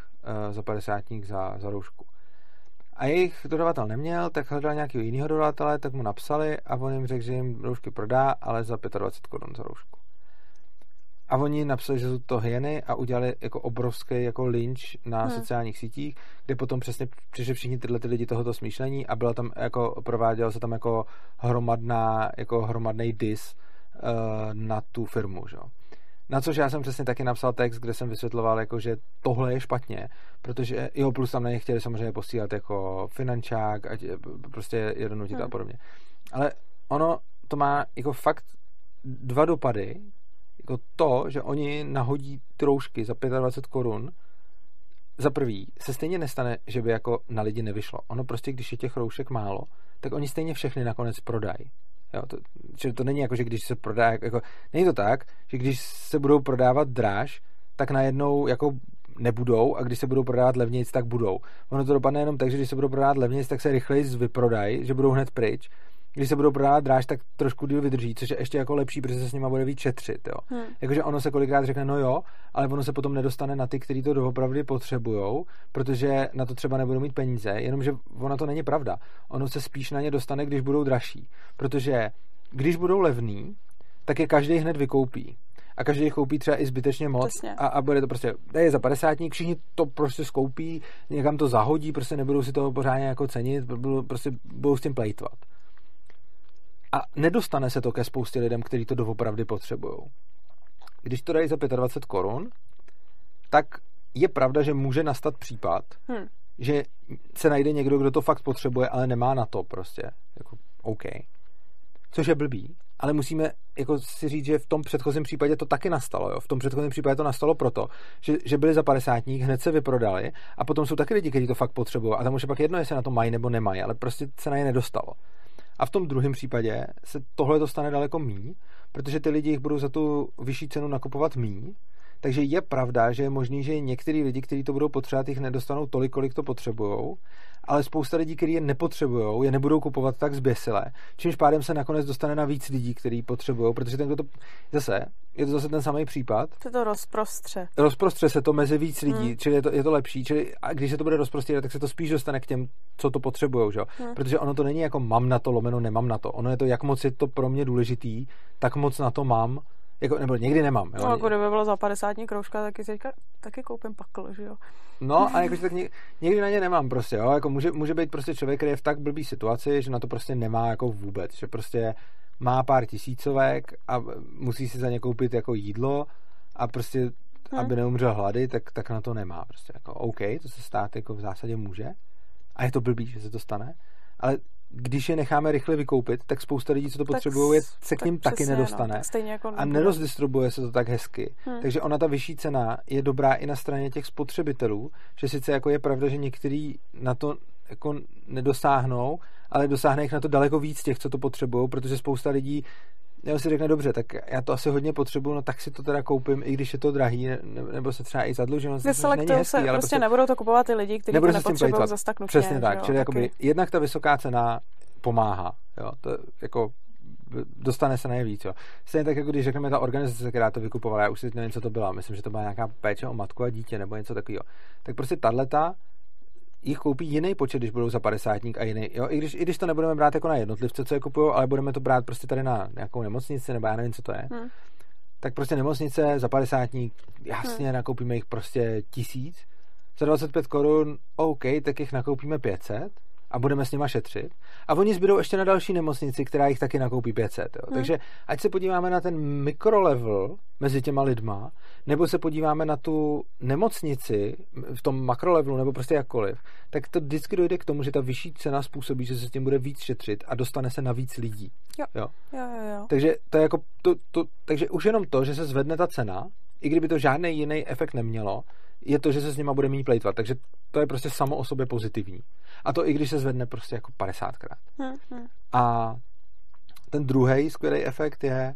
za roušku. A jejich dodavatel neměl, tak hledal nějakého jiného dodavatele, tak mu napsali a on jim řekl, že jim roušky prodá, ale za 25 korun za roušku. A oni napsali, že jsou to hyeny a udělali jako obrovský jako lynč na sociálních sítích, kde potom přesně přišli všichni tyhle ty lidi tohoto smýšlení a byla tam jako, prováděl se tam jako hromadný dis na tu firmu, že? Na což já jsem přesně taky napsal text, kde jsem vysvětloval, jako, že tohle je špatně, protože plus tam na ně chtěli samozřejmě posílat jako finančák, ať prostě je donutit a podobně. Ale ono to má jako fakt dva dopady, jako to, že oni nahodí troušky za 25 korun, za prvý se stejně nestane, že by jako na lidi nevyšlo. Ono prostě, když je těch roušek málo, tak oni stejně všechny nakonec prodají. Jo, to není jako, že když se prodá, jako, není to tak, že když se budou prodávat dráž, tak najednou jako nebudou a když se budou prodávat levnějc, tak budou. Ono to dopadne jenom tak, že když se budou prodávat levnějc, tak se rychleji vyprodají, že budou hned pryč. Když se budou prodávat dráž, tak trošku díl vydrží, což je ještě jako lepší, protože se s nima bude víc šetřit. Jo. Jakože ono se kolikrát řekne, no jo, ale ono se potom nedostane na ty, kteří to doopravdy potřebujou, protože na to třeba nebudou mít peníze, jenomže ono to není pravda. Ono se spíš na ně dostane, když budou dražší. Protože když budou levný, tak je každý hned vykoupí. A každý koupí třeba i zbytečně moc a bude to prostě, je za 50, všichni to prostě skoupí, někam to zahodí, prostě nebudou si toho pořádně jako cenit, prostě budou s tím plejtvat. A nedostane se to ke spoustě lidem, kteří to doopravdy potřebují. Když to dají za 25 korun, tak je pravda, že může nastat případ, že se najde někdo, kdo to fakt potřebuje, ale nemá na to prostě. Jako, OK. Což je blbý, ale musíme jako si říct, že v tom předchozím případě to taky nastalo. Jo? V tom předchozím případě to nastalo proto, že byli za 50, hned se vyprodali a potom jsou taky lidi, kteří to fakt potřebují. A tam už je pak jedno, jestli na to mají nebo nemají, ale prostě se na je nedostalo. A v tom druhém případě se tohle dostane daleko míň, protože ty lidi jich budou za tu vyšší cenu nakupovat míň. Takže je pravda, že je možný, že některý lidi, kteří to budou potřebovat, jich nedostanou tolik, kolik to potřebujou, ale spousta lidí, kteří je nepotřebujou, je nebudou kupovat tak zběsile, čímž pádem se nakonec dostane na víc lidí, kteří potřebují, protože ten, kdo to je to zase ten samý případ. Se to rozprostře. Rozprostře se to mezi víc lidí, čili je to lepší, čili a když se to bude rozprostřívat, tak se to spíš dostane k těm, co to potřebujou, že? Protože ono to není jako mám na to, lomeno nemám na to. Ono je to, jak moc je to pro mě důležitý, tak moc na to mám. Jako, nebo někdy nemám. Jo? No, kdyby bylo za 50 kroužka, taky koupím pakl, že jo? No, a jakože tak někdy na ně nemám prostě, jo? Jako může být prostě člověk, který je v tak blbý situaci, že na to prostě nemá jako vůbec, že prostě má pár tisícovek a musí si za ně koupit jako jídlo a prostě, aby neumřel hlady, tak na to nemá prostě. Jako, OK, to se stát jako v zásadě může a je to blbý, že se to stane, ale když je necháme rychle vykoupit, tak spousta lidí, co to potřebují, se k ním taky nedostane. No, jako a nerozdistribuje se to tak hezky. Takže ona ta vyšší cena je dobrá i na straně těch spotřebitelů, že sice jako je pravda, že někteří na to jako nedosáhnou, ale dosáhne jich na to daleko víc těch, co to potřebují, protože spousta lidí si řekne, dobře, tak já to asi hodně potřebuju, no tak si to teda koupím, i když je to drahý, nebo se třeba i zadlužím, což není hezký, ale prostě nebudou to kupovat ty lidi, kteří to nepotřebují zas tak nutně. Přesně tak, čili jakoby jednak ta vysoká cena pomáhá, jo, to jako dostane se nejvíc, jo. Stejně tak, jako když řekneme ta organizace, která to vykupovala, já už si nevím, co to byla, myslím, že to byla nějaká péče o matku a dítě, nebo něco takového, tak prostě tahleta jich koupí jiný počet, když budou za 50 a jiný. Jo? I když to nebudeme brát jako na jednotlivce, co je kupují, ale budeme to brát prostě tady na nějakou nemocnici, nebo já nevím, co to je. Tak prostě nemocnice za 50, jasně, nakoupíme jich prostě 1000. Za 25 korun, OK, tak jich nakoupíme 500 a budeme s nima šetřit. A oni zbydou ještě na další nemocnici, která jich taky nakoupí 500. Jo? Takže ať se podíváme na ten mikrolevel mezi těma lidma, nebo se podíváme na tu nemocnici v tom makrolevelu, nebo prostě jakkoliv, tak to vždycky dojde k tomu, že ta vyšší cena způsobí, že se s tím bude víc šetřit a dostane se na víc lidí. Jo. Takže to je jako takže už jenom to, že se zvedne ta cena, i kdyby to žádný jiný efekt nemělo, je to, že se s nima bude méně plejtvat. Takže to je prostě samo o sobě pozitivní. A to i když se zvedne prostě jako 50krát. A ten druhý skvělý efekt je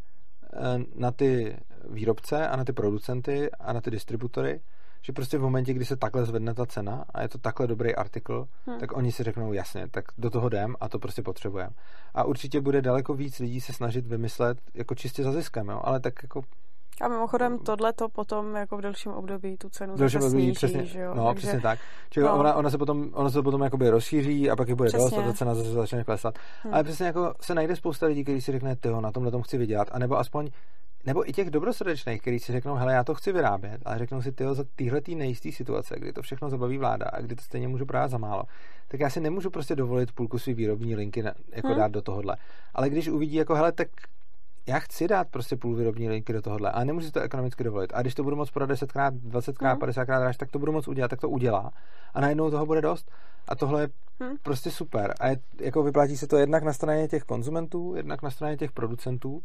na ty výrobce a na ty producenty a na ty distributory, že prostě v momentě, kdy se takhle zvedne ta cena a je to takhle dobrý artikl, tak oni si řeknou jasně, tak do toho jdem a to prostě potřebujeme. A určitě bude daleko víc lidí se snažit vymyslet jako čistě za ziskem, jo? Ale tak jako a mimochodem tohleto potom jako v delším období tu cenu zase sníží, přesně, že jo? No, takže, přesně tak. Čili ono se potom jakoby rozšíří a pak je bude dost a ta cena zase začne klesat. Ale přesně jako se najde spousta lidí, kteří si řekne, tyjo, na tomhle tom chci vydělat, anebo aspoň nebo i těch dobrosrdečných, kteří si řeknou, hele, já to chci vyrábět, ale řeknou si, tyjo, za téhletý nejistý situace, kdy to všechno zabaví vláda a kdy to stejně můžu prodat za málo, tak já si nemůžu prostě dovolit půlku svý výrobní linky jako dát do tohohle. Ale když uvidí jako, hele, tak já chci dát prostě půl výrobní linky do tohohle, ale nemůžu si to ekonomicky dovolit. A když to budu moct prodat 10krát, 20krát, 50krát dráž, tak to budu moct udělat, tak to udělá. A najednou toho bude dost. A tohle je prostě super. A jako vyplatí se to jednak na straně těch konzumentů, jednak na straně těch producentů.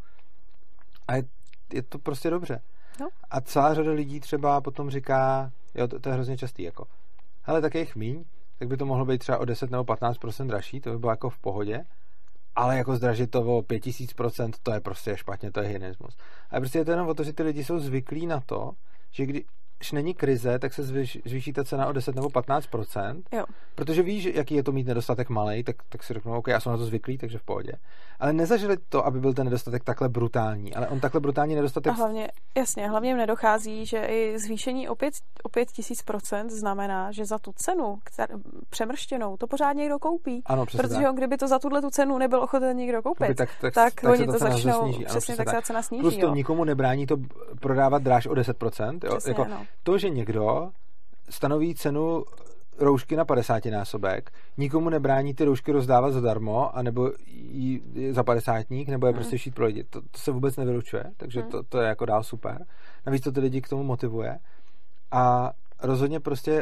A je to prostě dobře. No. A celá řada lidí třeba potom říká, jo, to je hrozně častý, jako, hele, tak je jich míň, tak by to mohlo být třeba o 10 nebo 15% dražší, to by bylo jako v pohodě, ale jako zdražit to o 5000%, to je prostě špatně, to je hynismus. A prostě je to jenom o to, že ty lidi jsou zvyklí na to, že není krize, tak se zvýší ta cena o 10 nebo 15%, jo. Protože víš, jaký je to mít nedostatek malej, tak si řeknou, OK, já jsem na to zvyklý, takže v pohodě. Ale nezažili to, aby byl ten nedostatek takhle brutální, ale on takhle brutální nedostatek... A hlavně jim nedochází, že i zvýšení o 5 000% znamená, že za tu cenu přemrštěnou to pořád někdo koupí. Ano, protože on, kdyby to za tu cenu nebyl ochoten někdo koupit, tak oni to začnou, přesně tak se cena sníží. Plus to nikomu nebrání to prodávat dráž o 10%. Jo? Přesně, jako to, že někdo stanoví cenu roušky na 50násobek, nikomu nebrání ty roušky rozdávat zadarmo, anebo za 50, nebo je prostě šít pro lidi. To se vůbec nevylučuje, takže to je jako dál super. Navíc to ty lidi k tomu motivuje. A rozhodně prostě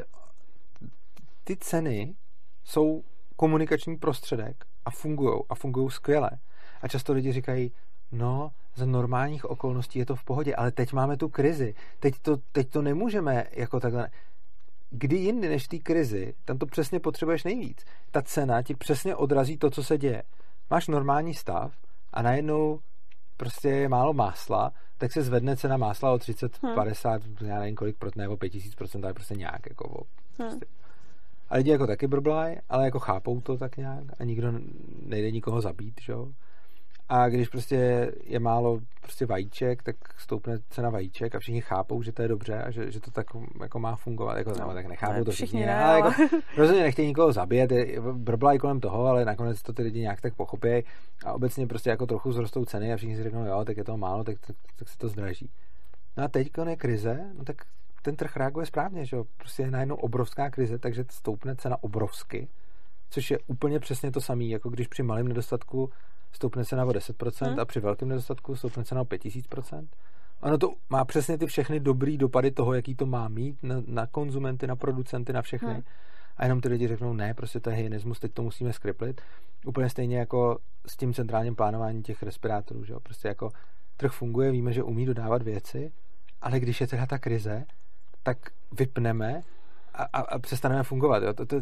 ty ceny jsou komunikační prostředek a fungují skvěle. A často lidi říkají, no, za normálních okolností je to v pohodě, ale teď máme tu krizi. Teď to nemůžeme jako takhle. Kdy jindy než v té krizi, tam to přesně potřebuješ nejvíc. Ta cena ti přesně odrazí to, co se děje. Máš normální stav a najednou prostě je málo másla, tak se zvedne cena másla o 30, 50, já nevím kolik, nebo 5000%, ale prostě nějak. Jako, prostě. A lidi jako taky brblají, ale jako chápou to tak nějak a nikdo nejde nikoho zabít, že jo. A když prostě je málo prostě vajíček, tak stoupne cena vajíček a všichni chápou, že to je dobře a že to tak jako má fungovat. Jako, tak nechápou to všichni, ne, ale jako, rozhodně nechtějí nikoho zabít, brblají kolem toho, ale nakonec to ty lidi nějak tak pochopí a obecně prostě jako trochu zrostou ceny a všichni si řeknou, jo, tak je to málo, tak se to zdraží. No a teď, když je krize, no tak ten trh reaguje správně, že jo, prostě je najednou obrovská krize, takže stoupne cena obrovsky, což je úplně přesně to samé, jako když při malém nedostatku stoupne cena o 10% a při velkém nedostatku stoupne cena o 5000%. Ono to má přesně ty všechny dobrý dopady toho, jaký to má mít na konzumenty, na producenty, na všechny. A jenom ty lidi řeknou, ne, prostě to je hyenismus, teď to musíme skriplit. Úplně stejně jako s tím centrálním plánováním těch respirátorů, že jo. Prostě jako trh funguje, víme, že umí dodávat věci, ale když je teda ta krize, tak vypneme a přestaneme fungovat.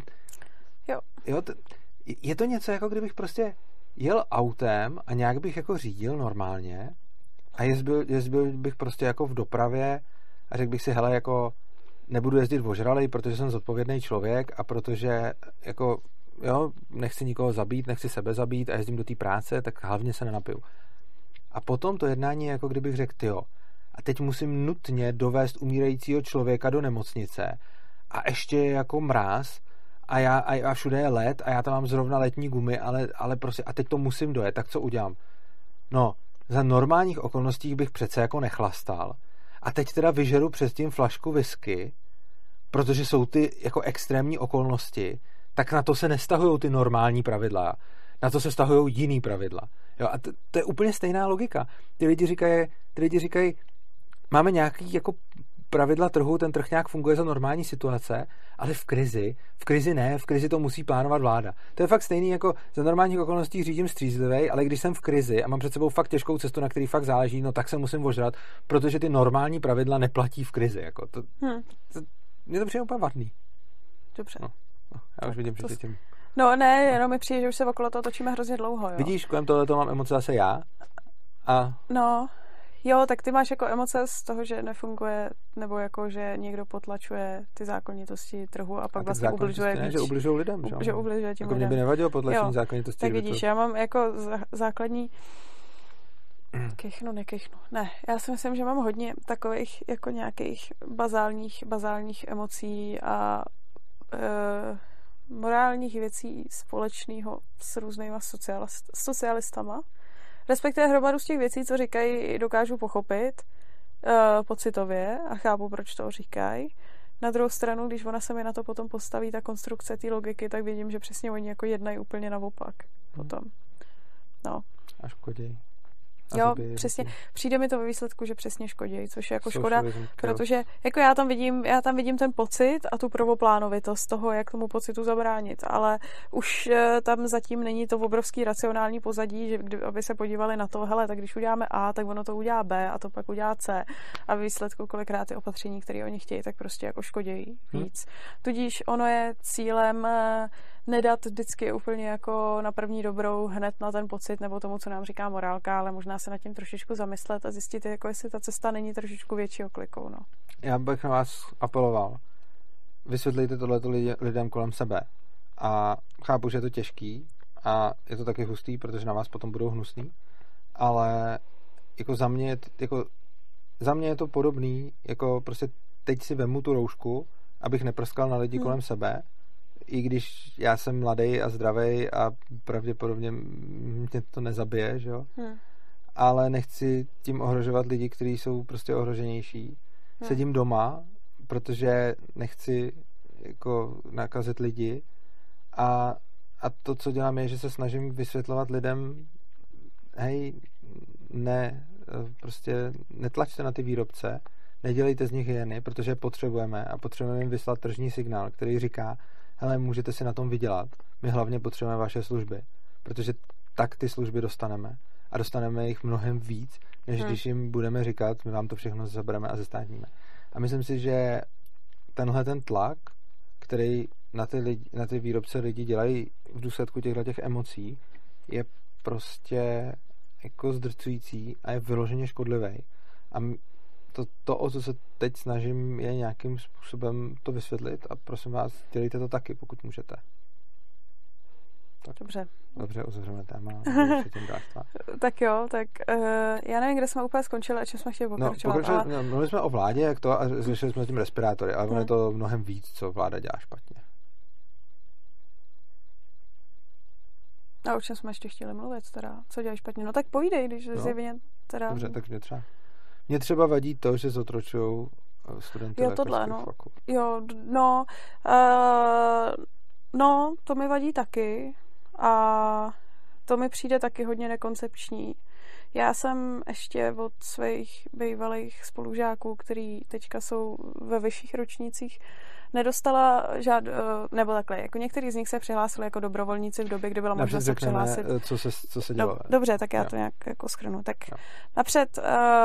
Jo, je to něco, jako kdybych jel autem a nějak bych jako řídil normálně a jezdil bych prostě jako v dopravě a řekl bych si, hele, jako nebudu jezdit ožralej, protože jsem zodpovědný člověk a protože jako, jo, nechci nikoho zabít, nechci sebe zabít a jezdím do té práce, tak hlavně se nenapiju. A potom to jednání je jako kdybych řekl, tyjo, a teď musím nutně dovést umírajícího člověka do nemocnice a ještě je jako mráz a všude je led a já tam mám zrovna letní gumy, ale prostě a teď to musím dojet, tak co udělám? No, za normálních okolností bych přece jako nechlastal a teď teda vyžeru předtím flašku whisky, protože jsou ty jako extrémní okolnosti, tak na to se nestahují ty normální pravidla, na to se stahují jiný pravidla. Jo, a to je úplně stejná logika. Ty lidi říkají, máme nějaký jako pravidla trhu, ten trh nějak funguje za normální situace, ale v krizi ne, v krizi to musí plánovat vláda. To je fakt stejný, jako za normálních okolností řídím střízlivej, ale když jsem v krizi a mám před sebou fakt těžkou cestu, na který fakt záleží, no tak se musím ožrat, protože ty normální pravidla neplatí v krizi. Jako mně to přijde úplně vadný. Dobře. No, já už vidím, že ty tím... No ne, jenom mi přijde, že už se okolo toho točíme hrozně dlouho, jo. Vidíš, kolem tohoto mám emoce zase já. No, jo, tak ty máš jako emoce z toho, že nefunguje, nebo jako, že někdo potlačuje ty zákonitosti trhu a pak vlastně ubližuje víc. Že ubližují lidem, že ubližuje tím jako lidem. Mě by nevadilo potlačení zákonitosti. Tak vidíš, já mám jako základní nekechnu. Ne, já si myslím, že mám hodně takových jako nějakých bazálních emocí a morálních věcí společného s různýma socialistama. Respektive hromadu z těch věcí, co říkají, dokážu pochopit pocitově a chápu, proč to říkají. Na druhou stranu, když ona se mi na to potom postaví, ta konstrukce té logiky, tak vidím, že přesně oni jako jednají úplně naopak potom. No. A škodí. Jo, přesně. Přijde mi to ve výsledku, že přesně škodí, což je jako škoda, protože jako já tam vidím ten pocit a tu prvoplánovitost toho, jak tomu pocitu zabránit, ale už tam zatím není to obrovský racionální pozadí, že aby se podívali na to, hele, tak když uděláme A, tak ono to udělá B a to pak udělá C a ve výsledku kolikrát ty opatření, které oni chtějí, tak prostě jako škodí víc. Tudíž ono je cílem nedat vždycky úplně jako na první dobrou hned na ten pocit nebo tomu, co nám říká morálka, ale možná se nad tím trošičku zamyslet a zjistit, jako jestli ta cesta není trošičku většího klikou. No. Já bych na vás apeloval. Vysvětlejte tohleto lidem kolem sebe. A chápu, že je to těžký a je to taky hustý, protože na vás potom budou hnusný, ale jako za mě je to podobný, jako prostě teď si vemu tu roušku, abych neprskal na lidi kolem sebe, i když já jsem mladý a zdravý a pravděpodobně mě to nezabije, že jo? Ale nechci tím ohrožovat lidi, kteří jsou prostě ohroženější. Sedím doma, protože nechci jako nakazit lidi a to, co dělám, je, že se snažím vysvětlovat lidem, hej, prostě netlačte na ty výrobce, nedělejte z nich hyeny, protože je potřebujeme a potřebujeme jim vyslat tržní signál, který říká, hele, můžete si na tom vydělat, my hlavně potřebujeme vaše služby, protože tak ty služby dostaneme a dostaneme jich mnohem víc, než když jim budeme říkat, my vám to všechno zabereme a zestátníme. A myslím si, že tenhle ten tlak, který na ty výrobce lidi dělají v důsledku těch emocí, je prostě jako zdrcující a je vyloženě škodlivý. A o co se teď snažím, je nějakým způsobem to vysvětlit a prosím vás, dělejte to taky, pokud můžete. Tak. Dobře, uzavřeme téma. Tak jo, tak já nevím, kde jsme úplně skončili a čím jsme chtěli pokračovat. Mluvili jsme o vládě, jak to, a řešili jsme s tím respirátory, ale ono je to mnohem víc, co vláda dělá špatně. A o čem jsme ještě chtěli mluvit teda? Co dělají špatně? No tak povídej, když zjevně teda... Dobře, tak mě třeba vadí to, že zotročujou studenty lékařských fakult. Jo, to mi vadí taky a to mi přijde taky hodně nekoncepční. Já jsem ještě od svých bývalých spolužáků, který teďka jsou ve vyšších ročnících, nedostala nebo takhle, jako některý z nich se přihlásili jako dobrovolníci v době, kdy byla možnost se přihlásit. Co se dělo. Dobře, tak já to nějak jako shrnu. Tak napřed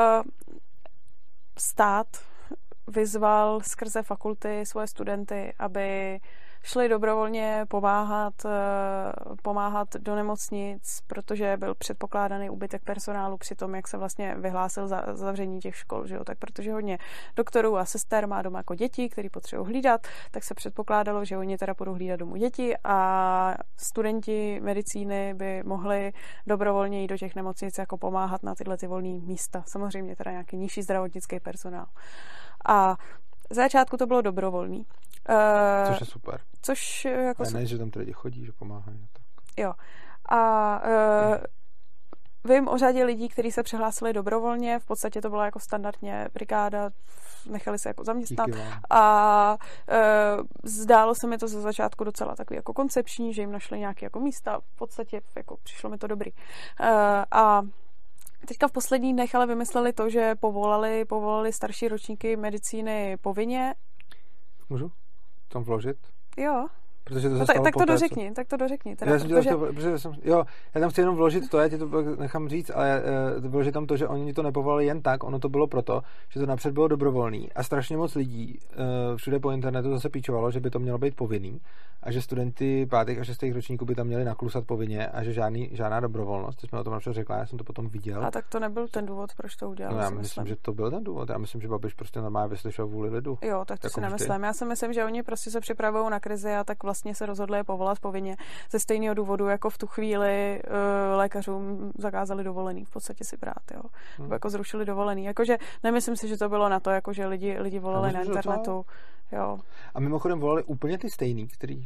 stát vyzval skrze fakulty svoje studenty, aby šli dobrovolně pomáhat do nemocnic, protože byl předpokládaný úbytek personálu při tom, jak se vlastně vyhlásil zavření těch škol, že jo? Tak protože hodně doktorů a sester má doma jako děti, který potřebují hlídat, tak se předpokládalo, že oni teda budou hlídat domů děti a studenti medicíny by mohli dobrovolně jít do těch nemocnic jako pomáhat na tyhle ty volné místa. Samozřejmě teda nějaký nižší zdravotnický personál. A z začátku to bylo dobrovolný. Což je super. Což jako... Ne, že tam ty lidi chodí, že pomáhají. Tak. Jo. A vím o řadě lidí, kteří se přihlásili dobrovolně, v podstatě to byla jako standardně brigáda, nechali se jako zaměstnat a zdálo se mi to ze začátku docela takový jako koncepční, že jim našli nějaké jako místa, v podstatě jako přišlo mi to dobrý. A teďka v posledních dnech ale vymysleli to, že povolali starší ročníky medicíny povinně. Můžu tam vložit? Jo. Protože to tak to dořekni. Teda, Já tam chci jenom vložit to, já ti to nechám říct, ale vložit tam to, že oni to nepovolili jen tak, ono to bylo proto, že to napřed bylo dobrovolný a strašně moc lidí všude po internetu zase píčovalo, že by to mělo být povinný a že studenti 5. a 6. ročníků by tam měli naklusat povinně a že žádná dobrovolnost, to jsme o tom napřed řekla, já jsem to potom viděl. A tak to nebyl ten důvod, proč to udělal. No, já myslím, že to byl ten důvod. Já myslím, že Babiš prostě normálně vyslyšel vůli lidu. Jo, tak to si nemyslím. Já si myslím, že oni prostě se připravují na krizi a tak vlastně se rozhodli je povolat povinně ze stejného důvodu, jako v tu chvíli lékařům zakázali dovolený v podstatě si brát, jo. Jako zrušili dovolený. Jakože nemyslím si, že to bylo na to, jakože lidi volali na internetu. Jo. A mimochodem volali úplně ty stejný, který...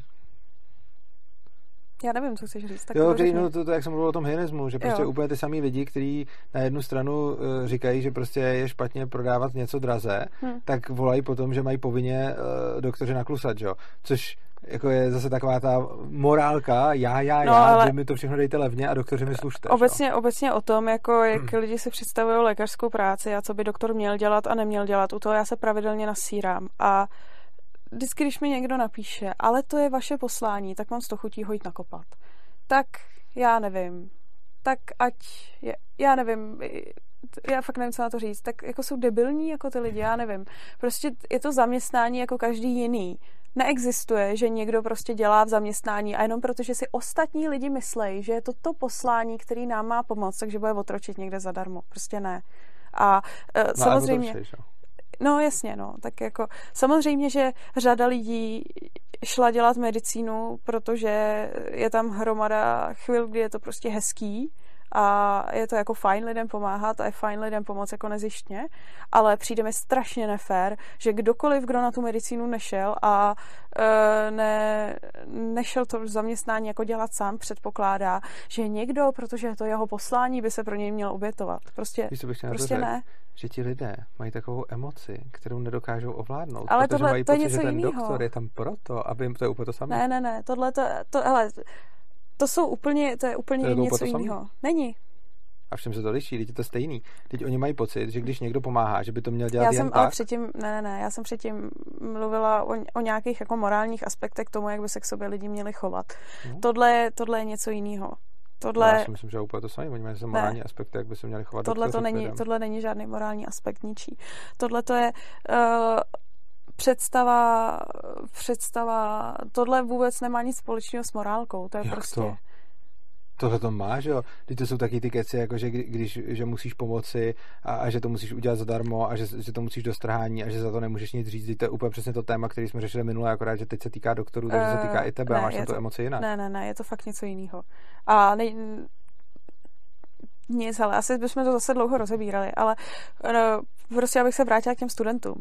Já nevím, co chceš říct. Tak to jak jsem mluvil o tom hyenismu, že prostě úplně ty samý lidi, kteří na jednu stranu říkají, že prostě je špatně prodávat něco draze, tak volají potom, že mají povinně doktoři naklusat, jo. Což jako je zase taková ta morálka, vy mi to všechno dejte levně a doktoři mi služte. Obecně o tom, jako jak lidi si představují lékařskou práci a co by doktor měl dělat a neměl dělat, u toho já se pravidelně nasírám. A vždycky, když mi někdo napíše, ale to je vaše poslání, tak mám z toho chutí ho jít nakopat. Tak já nevím. Tak já nevím. Já fakt nevím, co na to říct. Tak jako jsou debilní jako ty lidi, já nevím. Prostě je to zaměstnání jako každý jiný. neexistuje, že někdo prostě dělá v zaměstnání a jenom protože si ostatní lidi myslejí, že je to poslání, který nám má pomoct, takže bude otročit někde zadarmo. Prostě ne. A samozřejmě... No jasně, no. Tak jako samozřejmě, že řada lidí šla dělat medicínu, protože je tam hromada chvil, kdy je to prostě hezký a je to jako fajn lidem pomáhat a je fajn lidem pomoct jako nezištně, ale přijde mi strašně nefér, že kdokoliv, kdo na tu medicínu nešel a nešel to zaměstnání jako dělat sám, předpokládá, že někdo, protože je to jeho poslání, by se pro něj měl obětovat. Prostě ne. Že ti lidé mají takovou emoci, kterou nedokážou ovládnout, ale protože mají to pocit, že ten jinýho. doktor je tam proto, aby jim to je úplně to samé. Ne, to je úplně něco jiného. Není. A v čem se to liší? Teď je to stejný. Teď oni mají pocit, že když někdo pomáhá, že by to měl dělat jen tak. Já jsem předtím mluvila o nějakých jako morálních aspektech k tomu, jak by se k sobě lidi měli chovat. Tohle je něco jiného. Já si myslím, že je úplně to samé. Oni mají zase morální aspekty, jak by se měli chovat. Tohle není žádný morální aspekt ničí. Tohle to je představa, tohle vůbec nemá nic společného s morálkou. To je prostě... To? Tohle to má, že jo? Teď to jsou taky ty keci, jako že musíš pomoci a že to musíš udělat zadarmo a že to musíš do strhání a že za to nemůžeš nic říct. To je úplně přesně to téma, který jsme řešili minule, akorát, že teď se týká doktorů, takže se týká i tebe a máš na to emoce jinak. Ne, je to fakt něco jiného. A nic, ale asi bychom to zase dlouho rozebírali, ale prostě abych se vrátila k těm studentům,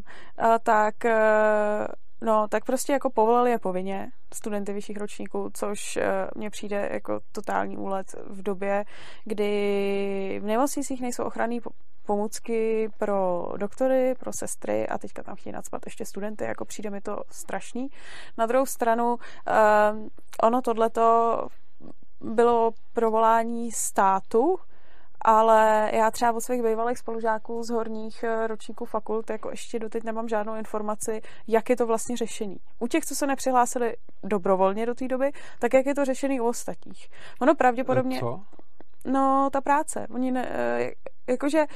tak prostě jako povolali je povinně studenty vyšších ročníků, což mně přijde jako totální úlet v době, kdy v nemocnicích nejsou ochranné pomůcky pro doktory, pro sestry a teďka tam chtějí nacpat ještě studenty, jako přijde mi to strašný. Na druhou stranu ono tohleto bylo provolání státu, ale já třeba od svých bývalých spolužáků z horních ročníků fakult jako ještě doteď nemám žádnou informaci, jak je to vlastně řešený. U těch, co se nepřihlásili dobrovolně do té doby, tak jak je to řešený u ostatních. Ono pravděpodobně... Co? No, ta práce. Oni jakože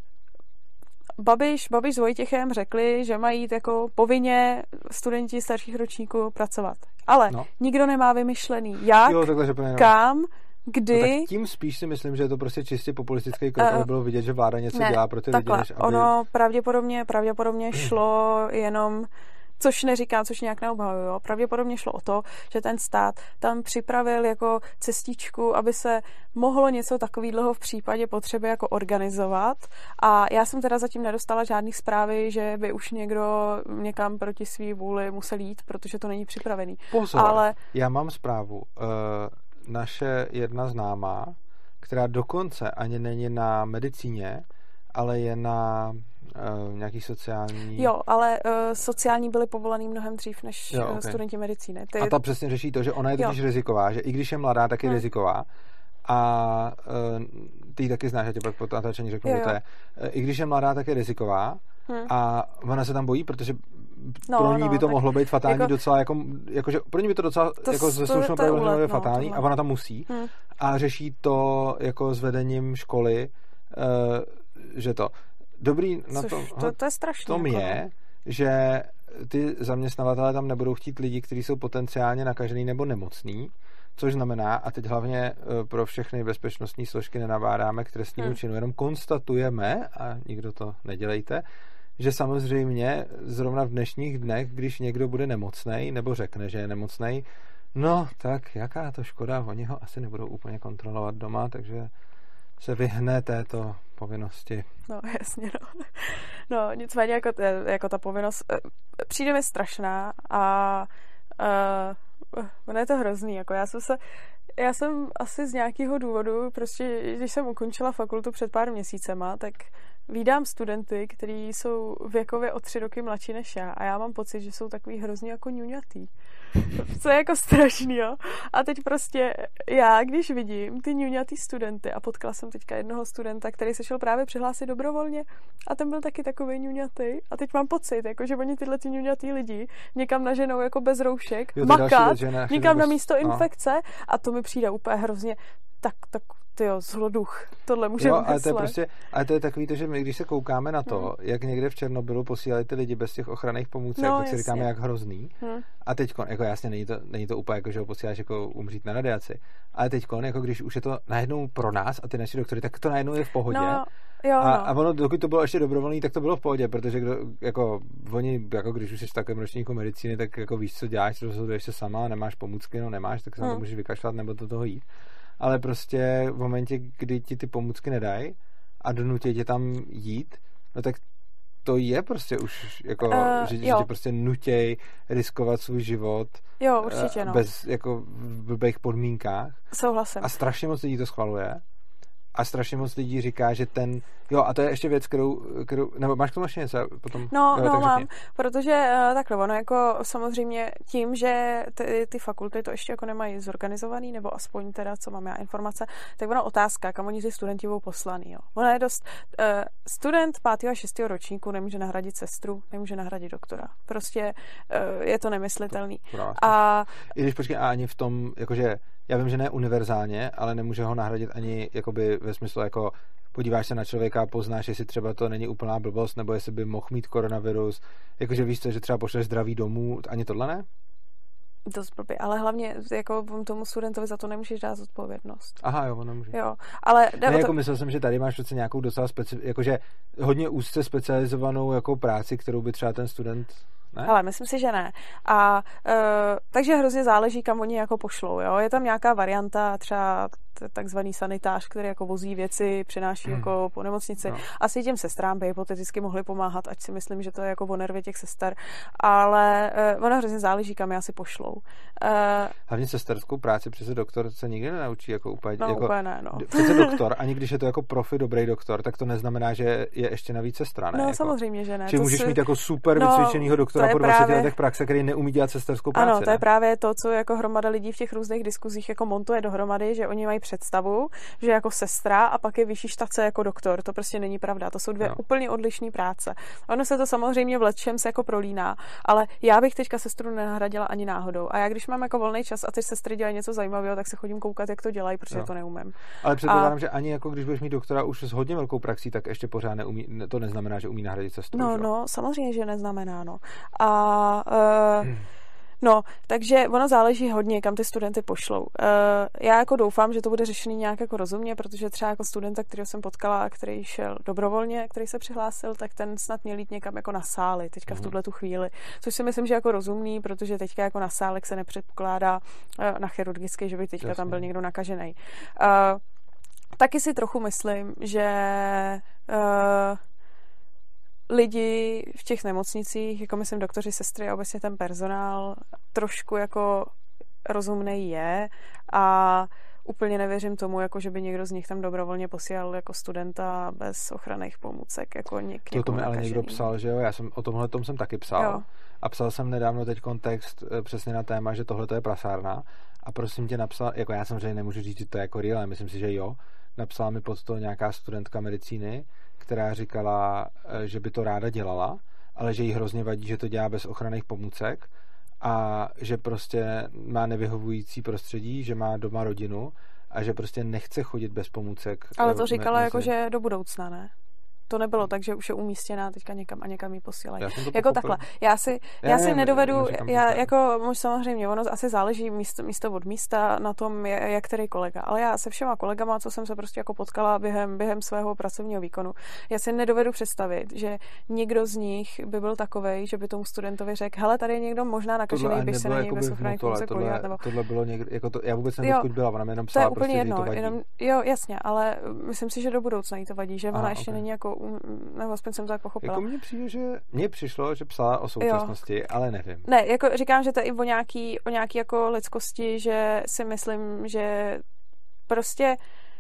Babiš s Vojtěchem řekli, že mají jít jako povinně studenti starších ročníků pracovat. Ale nikdo nemá vymyšlený jak, kam, kdy... No tak tím spíš si myslím, že je to prostě čistě populistický krok, aby bylo vidět, že vláda něco dělá pro ty lidi, než aby... Ono pravděpodobně šlo jenom, což nějak neobhajuju, jo. Pravděpodobně šlo o to, že ten stát tam připravil jako cestičku, aby se mohlo něco takového v případě potřeby jako organizovat. A já jsem teda zatím nedostala žádný zprávy, že by už někdo někam proti svý vůli musel jít, protože to není připravený. Pozor, já mám zprávu. Naše jedna známá, která dokonce ani není na medicíně, ale je na nějaký sociální... Jo, ale sociální byly povolený mnohem dřív než studenti medicíny. A ta přesně řeší to, že ona je totiž riziková, že i když je mladá, tak je riziková. A ty ji taky znáš, já tě pak po natáčení řeknu, kdo to je. I když je mladá, tak je riziková. A ona se tam bojí, protože pro ní by to mohlo být fatální docela, jakože pro ní by to docela jako ze slušnou pravidlem fatální a ona tam musí. A řeší to jako s vedením školy, že to. Dobrý na to je strašný. Tom je, že ty zaměstnavatelé tam nebudou chtít lidi, kteří jsou potenciálně nakažený nebo nemocný, což znamená, a teď hlavně pro všechny bezpečnostní složky nenabádáme k trestnímu činu, jenom konstatujeme, a nikdo to nedělejte, že samozřejmě zrovna v dnešních dnech, když někdo bude nemocnej nebo řekne, že je nemocnej, no tak jaká to škoda, oni ho asi nebudou úplně kontrolovat doma, takže se vyhne této povinnosti. No jasně, no. No nicméně jako ta povinnost přijde mi strašná a ono je to hrozný, jako já jsem asi z nějakého důvodu, prostě když jsem ukončila fakultu před pár měsícema, tak vídám studenty, kteří jsou věkově o 3 roky mladší než já a já mám pocit, že jsou takový hrozně jako ňuňatý. Co je jako strašný, jo. A teď prostě já, když vidím ty ňuňatý studenty a potkala jsem teďka jednoho studenta, který se šel právě přihlásit dobrovolně a ten byl taky takovej ňuňatý a teď mám pocit, jako, že oni tyhle ty ňuňatý lidi někam naženou jako bez roušek, makat, někam na místo infekce a to mi přijde úplně hrozně tak Tyjo, zloduch. Tohle můžeme ale to je prostě, ale to je takový to, že my, když se koukáme na to, jak někde v Černobylu posílali ty lidi bez těch ochranných pomůcek, tak si říkáme, jak hrozný. A teďkon, jako jasně, není to úplně jako, že ho posíláš jako umřít na radiaci, ale teďkon, jako když už je to najednou pro nás a ty naši doktory, tak to najednou je v pohodě. A ono, dokud to bylo ještě dobrovolný, tak to bylo v pohodě, protože oni, jako když už jsi v takovém ročníku medicíny, tak jako víš, co děláš, rozhoduješ se sama, nemáš pomůcky, nemáš, tak se na to můžeš vykašlat nebo do toho jít. Ale prostě v momentě, kdy ti ty pomůcky nedají a donutí tě tam jít, no tak to je prostě už jako, že tě prostě nutěj riskovat svůj život určitě, bez jako v blbých podmínkách. Souhlasím. A strašně moc lidí to schvaluje. A strašně moc lidí říká, že a to je ještě věc, kterou nebo máš k tomu ještě něco potom? Mám, protože takhle, ono jako samozřejmě tím, že ty fakulty to ještě jako nemají zorganizovaný, nebo aspoň teda, co mám já informace, tak ono otázka, kam oni ty studenti budou poslaný, jo. Ona je dost, student 5. a 6. ročníku nemůže nahradit sestru, nemůže nahradit doktora. Prostě je to nemyslitelný. I když počkej, a ani v tom, jakože já vím, že ne univerzálně, ale nemůže ho nahradit ani jakoby ve smyslu jako podíváš se na člověka a poznáš, jestli třeba to není úplná blbost, nebo jestli by mohl mít koronavirus, jakože víš co, že třeba pošleš zdraví domů, ani tohle ne? Dost blbý, ale hlavně jako tomu studentovi za to nemůžeš dát zodpovědnost. Aha, jo, on nemůže. Jo, ale jako myslel jsem, že tady máš přece nějakou docela jakože hodně úzce specializovanou jako práci, kterou by třeba ten student. Ne? Ale myslím si, že ne. A takže hrozně záleží, kam oni jako pošlou. Jo? Je tam nějaká varianta, třeba takzvaný sanitář, který jako vozí věci, přináší jako po nemocnici. No. Asi těm sestrám by hypoteticky mohli pomáhat, ať si myslím, že to je jako o nervě těch sester. Ale ono hrozně záleží, kam je asi pošlou. Hlavně sesterskou práci přece doktor se nikdy nenaučí jako úplně. No, jako, úplně ne, no. Přece doktor, ani když je to jako profi, dobrý doktor, tak to neznamená, že je ještě navíc sestra, ne? No jako. Samozřejmě, že ne. Či můžeš mít jako super vycvičenýho doktora po 20 letech praxe, který neumí dělat sesterskou práci. Ano, to je právě to, co jako hromada lidí v těch různých diskuzích jako montuje dohromady, že oni mají představu, že jako sestra a pak je vyšší štace jako doktor. To prostě není pravda. To jsou dvě úplně odlišné práce. Ono se to samozřejmě v lecčem se jako prolíná, ale já bych teďka sestru nenahradila ani náhodou. A já když mám jako volný čas a ty sestry dělají něco zajímavého, tak se chodím koukat, jak to dělají, protože to neumím. Ale předpokládám, že ani jako když budeš mít doktora už s hodně velkou praxí, tak ještě pořád neumí, to neznamená, že umí nahradit sestru. No, samozřejmě, že neznamená, no. No, takže ono záleží hodně, kam ty studenty pošlou. Já jako doufám, že to bude řešený nějak jako rozumně, protože třeba jako studenta, kterého jsem potkala, který šel dobrovolně, který se přihlásil, tak ten snad měl jít někam jako na sály teďka v tuhletu chvíli. Což si myslím, že jako rozumný, protože teďka jako na sálek se nepředpokládá na chirurgický, že by teďka tam byl někdo nakažený. Taky si trochu myslím, že lidi v těch nemocnicích, jako myslím doktoři, sestry a obecně ten personál, trošku jako rozumnej je a úplně nevěřím tomu, jako že by někdo z nich tam dobrovolně posílal jako studenta bez ochranných pomůcek. Jako to mi ale někdo psal, že jo? Já jsem o tomhle jsem taky psal. Jo. A psal jsem nedávno teď kontext přesně na téma, že tohle to je prasárna. A prosím tě napsal, jako já samozřejmě nemůžu říct, že to je jako real, ale myslím si, že jo. Napsala mi pod to nějaká studentka medicíny, která říkala, že by to ráda dělala, ale že jí hrozně vadí, že to dělá bez ochranných pomůcek a že prostě má nevyhovující prostředí, že má doma rodinu a že prostě nechce chodit bez pomůcek. Ale to říkala jako, že do budoucna, ne? To nebylo tak, že už je umístěná teďka někam a někam ji posílají. Jako takhle. Já si nedovedu, jako samozřejmě, ono asi záleží místo od místa na tom, jak který kolega. Ale já se všema kolegama, co jsem se prostě jako potkala během svého pracovního výkonu, já si nedovedu představit, že někdo z nich by byl takovej, že by tomu studentovi řekl, hele, tady je někdo možná nakažený, běž se na něj bez ochranných pomůcek podívat. Tohle bylo někdo, jako to, já vůbec nevím, odkud byla, ona mi jenom psala, to je úplně jedno, jo, jasně, ale myslím si, že do budoucna jí to vadí, že ona ještě není jako nebo aspoň jsem to tak pochopila. Jako mně přišlo, že psala o současnosti, ale nevím. Ne, jako říkám, že to je i o nějaký jako lidskosti, že si myslím, že prostě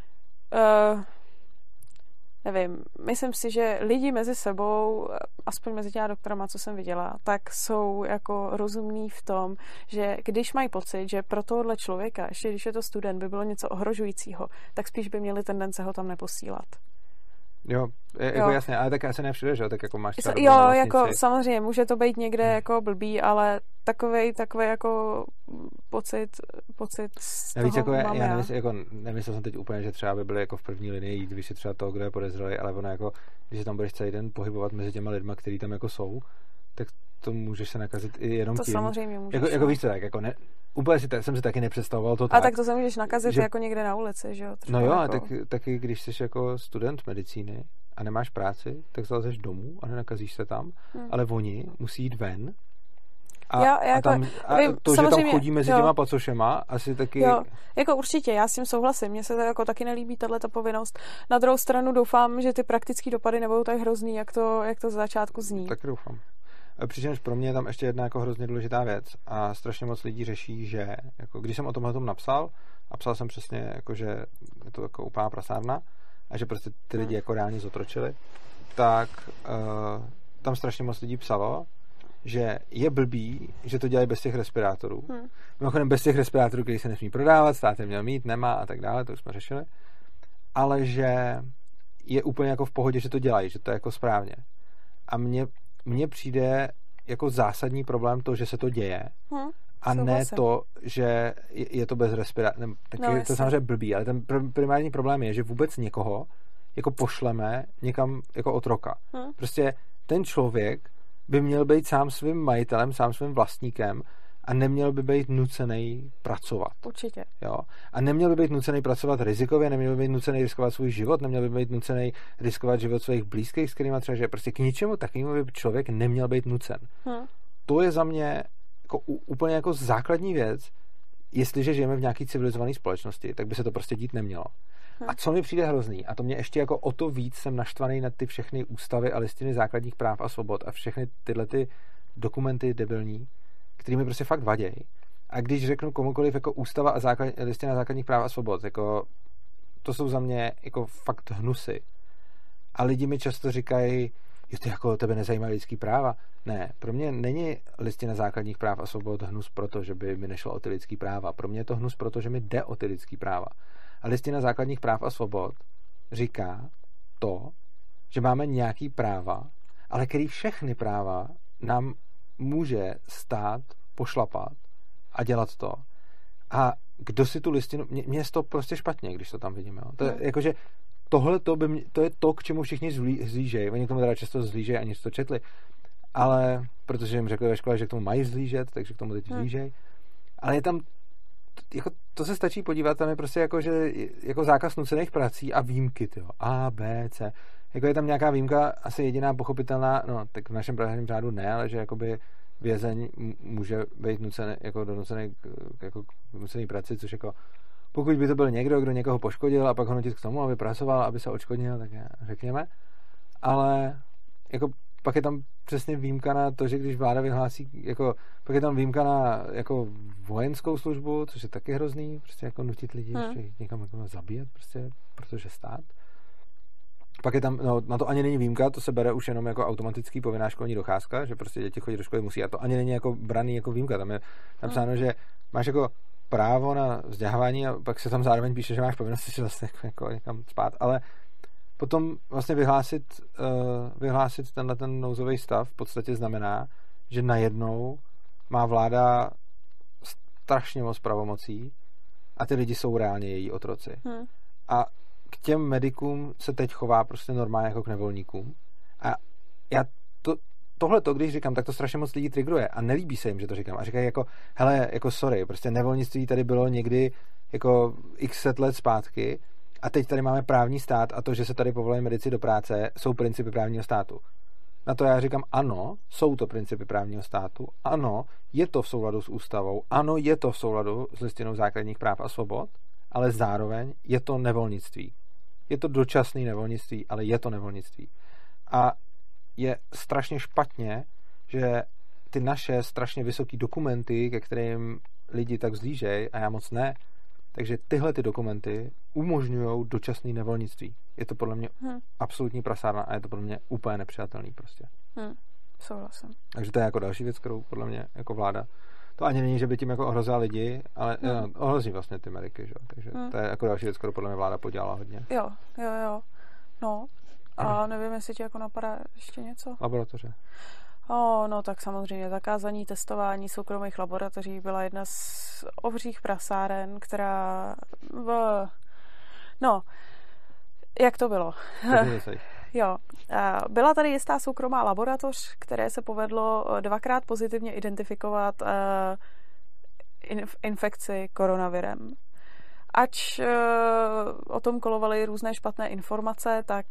nevím, myslím si, že lidi mezi sebou, aspoň mezi těma doktorama, co jsem viděla, tak jsou jako rozumní v tom, že když mají pocit, že pro tohohle člověka, ještě když je to student, by bylo něco ohrožujícího, tak spíš by měli tendence ho tam neposílat. Jo, jako jasně, ale tak asi ne všude, že? Tak jako máš třeba jo, jako samozřejmě, může to být někde jako blbý, ale takovej jako pocit z navíc toho jako mám já nemyslel jsem teď úplně, že třeba by byli jako v první linii jít vyšetřovat toho, kdo je podezřelý, ale ono jako, když se tam budeš celý den pohybovat mezi těma lidma, kteří tam jako jsou, tak to můžeš se nakazit i jenom to tím. To samozřejmě můžeš. Jako víš co, tak jako ne, úplně jsem si taky nepředstavoval to tak. A tak to se můžeš nakazit že, jako někde na ulici, že jo? No jo, jako... a taky když jsi jako student medicíny a nemáš práci, tak zalezeš domů a nenakazíš se tam, ale oni musí jít ven a to, že tam chodí mezi těma pacošema, asi taky... Jo, jako určitě, já s tím souhlasím, mně se to jako taky nelíbí tato povinnost. Na druhou stranu doufám, že ty praktické dopady nebudou tak hrozný, jak to z začátku zní. Tak doufám. Přičemž pro mě je tam ještě jedna jako hrozně důležitá věc a strašně moc lidí řeší, že jako, když jsem o tomhle napsal a psal jsem přesně, jako, že je to jako úplná prasárna a že prostě ty lidi jako reálně zotročili, tak tam strašně moc lidí psalo, že je blbý, že to dělají bez těch respirátorů. Mimochodem bez těch respirátorů, který se nesmí prodávat, stát je měl mít, nemá a tak dále, to už jsme řešili. Ale že je úplně jako v pohodě, že to dělají, že to je jako správně. A mně přijde jako zásadní problém to, že se to děje. A ne to, že je to bez respirátorů. Je to samozřejmě blbý, ale ten primární problém je, že vůbec někoho jako pošleme někam jako otroka. Prostě ten člověk by měl být sám svým majitelem, sám svým vlastníkem a neměl by být nucený pracovat. Určitě. Jo? A neměl by být nucený pracovat rizikově, neměl by být nucený riskovat svůj život, neměl by být nucený riskovat život svých blízkých, s kterými třeba, že prostě k ničemu takovému by člověk neměl být nucen. To je za mě jako úplně jako základní věc. Jestliže žijeme v nějaké civilizované společnosti, tak by se to prostě dít nemělo. A co mi přijde hrozný, a to mě ještě jako o to víc jsem naštvaný na ty všechny ústavy a listiny základních práv a svobod a všechny tyhle ty dokumenty debilní, který mi prostě fakt vadějí. A když řeknu komukoliv jako ústava a listina základních práv a svobod, jako to jsou za mě jako fakt hnusy. A lidi mi často říkají, že to jako tebe nezajímá lidský práva. Ne, pro mě není listina základních práv a svobod hnus proto, že by mi nešlo o ty lidský práva. Pro mě je to hnus proto, že mi jde o ty lidský práva. A listina základních práv a svobod říká to, že máme nějaký práva, ale který všechny práva nám může stát pošlapat a dělat to. A kdo si tu listinu... Mně je to prostě špatně, když to tam vidím. Jo. To je jakože to je to, k čemu všichni zlížejí. Oni k tomu teda často zlížejí, aniž to četli. Ale protože jim řekli ve škole, že k tomu mají zlížet, takže k tomu teď zlížejí. Ale je tam jako to se stačí podívat, tam je prostě jako, že jako zákaz nucených prací a výjimky, tyjo. A, B, C. Jako je tam nějaká výjimka, asi jediná pochopitelná, no, tak v našem právním řádu ne, ale že jakoby vězeň může být nucený, jako donucený jako nucený prací, což jako pokud by to byl někdo, kdo někoho poškodil a pak ho nutit k tomu, aby pracoval, aby se odškodnil, tak řekněme. Ale jako pak je tam přesně výjimka na to, že když vláda vyhlásí, jako, pak je tam výjimka na jako vojenskou službu, což je taky hrozný, prostě jako nutit lidi ještě někam jako zabíjet, prostě, protože stát. Pak je tam, no, na to ani není výjimka, to se bere už jenom jako automatický povinná školní docházka, že prostě děti chodí do školy musí, a to ani není jako braný jako výjimka, tam je napsáno, že máš jako právo na vzdělávání a pak se tam zároveň píše, že máš povinnost si vlastně jako někam spát, ale potom vlastně vyhlásit tenhle ten nouzový stav v podstatě znamená, že najednou má vláda strašně moc pravomocí a ty lidi jsou reálně její otroci. A k těm medikům se teď chová prostě normálně jako k nevolníkům. A já tohleto, když říkám, tak to strašně moc lidí trigruje a nelíbí se jim, že to říkám. A říkají jako, hele, jako sorry, prostě nevolnictví tady bylo někdy jako x set let zpátky a teď tady máme právní stát a to, že se tady povolají medici do práce, jsou principy právního státu. Na to já říkám, ano, jsou to principy právního státu, ano, je to v souladu s ústavou, ano, je to v souladu s listinou základních práv a svobod, ale zároveň je to nevolnictví. Je to dočasné nevolnictví, ale je to nevolnictví. A je strašně špatně, že ty naše strašně vysoké dokumenty, ke kterým lidi tak zlížejí, a já moc ne, takže tyhle ty dokumenty umožňují dočasné nevolnictví. Je to podle mě absolutní prasárna a je to podle mě úplně nepřijatelný prostě. Souhlasím. Takže to je jako další věc, kterou podle mě jako vláda. To ani není, že by tím jako ohrozila lidi, ale ohrozí vlastně ty mediky, že? Takže to je jako další věc, kterou podle mě vláda podělala hodně. Jo. No. A nevím, jestli ti jako napadá ještě něco. Laboratoře. No tak samozřejmě zakázání testování soukromých laboratoří byla jedna z obřích prasáren, která jak to bylo? Jo, byla tady jistá soukromá laboratoř, které se povedlo 2krát pozitivně identifikovat infekci koronavirem. Ač o tom kolovaly různé špatné informace, tak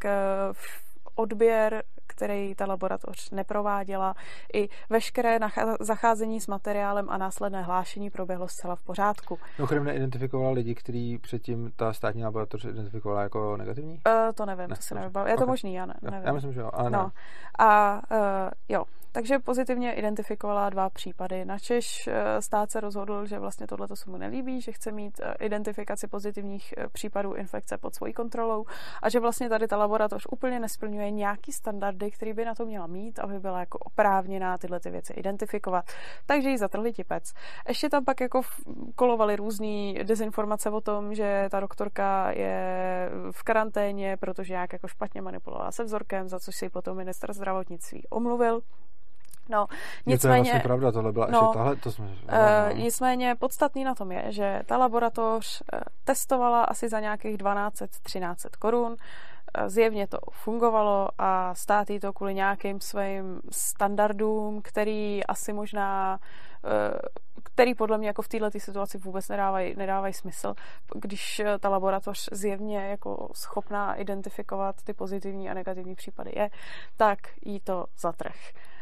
odběr, který ta laboratoř neprováděla, i veškeré zacházení s materiálem a následné hlášení proběhlo zcela v pořádku. Mimochodem neidentifikovala lidi, který předtím ta státní laboratoř identifikovala jako negativní? To nevím, to se nevím. Je to možný, já nevím. Já myslím, že jo, ale no. A jo, takže pozitivně identifikovala 2 případy. Načež stát se rozhodl, že vlastně tohleto se mu nelíbí, že chce mít identifikaci pozitivních případů infekce pod svojí kontrolou a že vlastně tady ta laboratoř úplně nesplňuje nějaký standardy, který by na to měla mít, aby byla jako oprávněná tyhle ty věci identifikovat. Takže jí zatrhli tipec. Ještě tam pak jako kolovaly různý dezinformace o tom, že ta doktorka je v karanténě, protože nějak jako špatně manipulovala se vzorkem, za což si potom ministr zdravotnictví omluvil. No, nicméně, to je vlastně pravda, tohle byla ještě tahle, to jsme... Nicméně podstatný na tom je, že ta laboratoř testovala asi za nějakých 1200-1300 korun. Zjevně to fungovalo a stát jí to kvůli nějakým svým standardům, který asi možná, který podle mě jako v této situaci vůbec nedávají smysl, když ta laboratoř zjevně jako schopná identifikovat ty pozitivní a negativní případy je, tak jí to zatrh.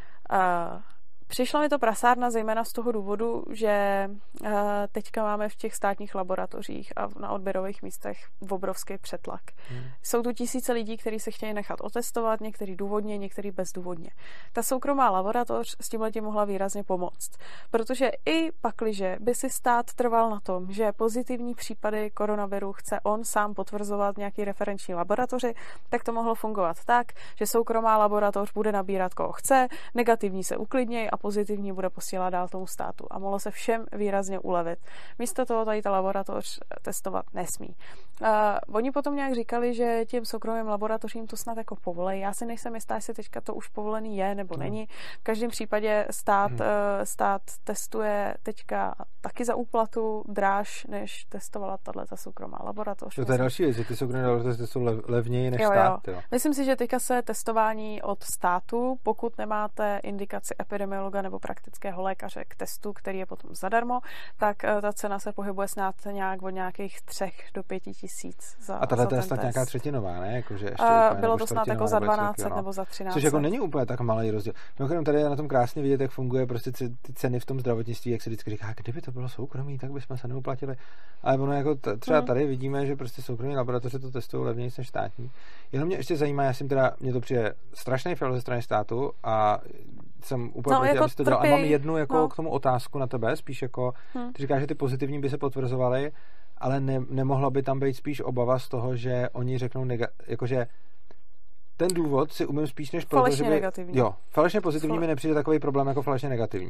Přišla mi to prasárna zejména z toho důvodu, že teďka máme v těch státních laboratořích a na odběrových místech obrovský přetlak. Jsou tu tisíce lidí, kteří se chtějí nechat otestovat, některý důvodně, některý bezdůvodně. Ta soukromá laboratoř s tímhletím mohla výrazně pomoct, protože i pakliže by si stát trval na tom, že pozitivní případy koronaviru chce on sám potvrzovat nějaký referenční laboratoři, tak to mohlo fungovat tak, že soukromá laboratoř bude nabírat koho chce, negativní se uklidnějí a pozitivní bude posílat dál tomu státu a mohlo se všem výrazně ulevit. Místo toho tady ta laboratoř testovat nesmí. Oni potom nějak říkali, že těm soukromým laboratořím to snad jako povolej. Já si nejsem jistá, jestli teďka to už povolený je nebo není. V každém případě stát testuje teďka taky za úplatu dráž, než testovala tato soukromá laboratoř. To je další věc, že ty soukromé laboratoře jsou levněji než stát. Jo. Myslím si, že teďka se testování od státu, pokud nemáte indikaci epidemiologa nebo praktického lékaře k testu, který je potom zadarmo, tak ta cena se pohybuje snad nějak od nějakých 3 do 5 tisíc za a tahle je snad test. Nějaká třetinová, ne? Jakože ještě bylo to snad jako za 1200 nebo za 1300. Což jako není úplně tak malý rozdíl. Mimochodem tady je na tom krásně vidět, jak funguje prostě ty ceny v tom zdravotnictví, jak se vždycky říká, kdyby to bylo soukromí, tak bychom se neuplatili. Ale ono jako třeba tady vidíme, že prostě soukromí laboratoře to testují levněji než státní. Jenom mě ještě zajímá, mě to přijde strašný fail ze strany státu a jsem úplně proti, jako abys to dělal. A mám jednu jako k tomu otázku na tebe, spíš jako ty říkáš, že ty pozitivní by se potvrzovaly, ale nemohla by tam být spíš obava z toho, že oni řeknou jakože ten důvod si umím spíš než proto, že by... negativní. Jo, falešně pozitivní mi nepřijde takový problém jako falešně negativní.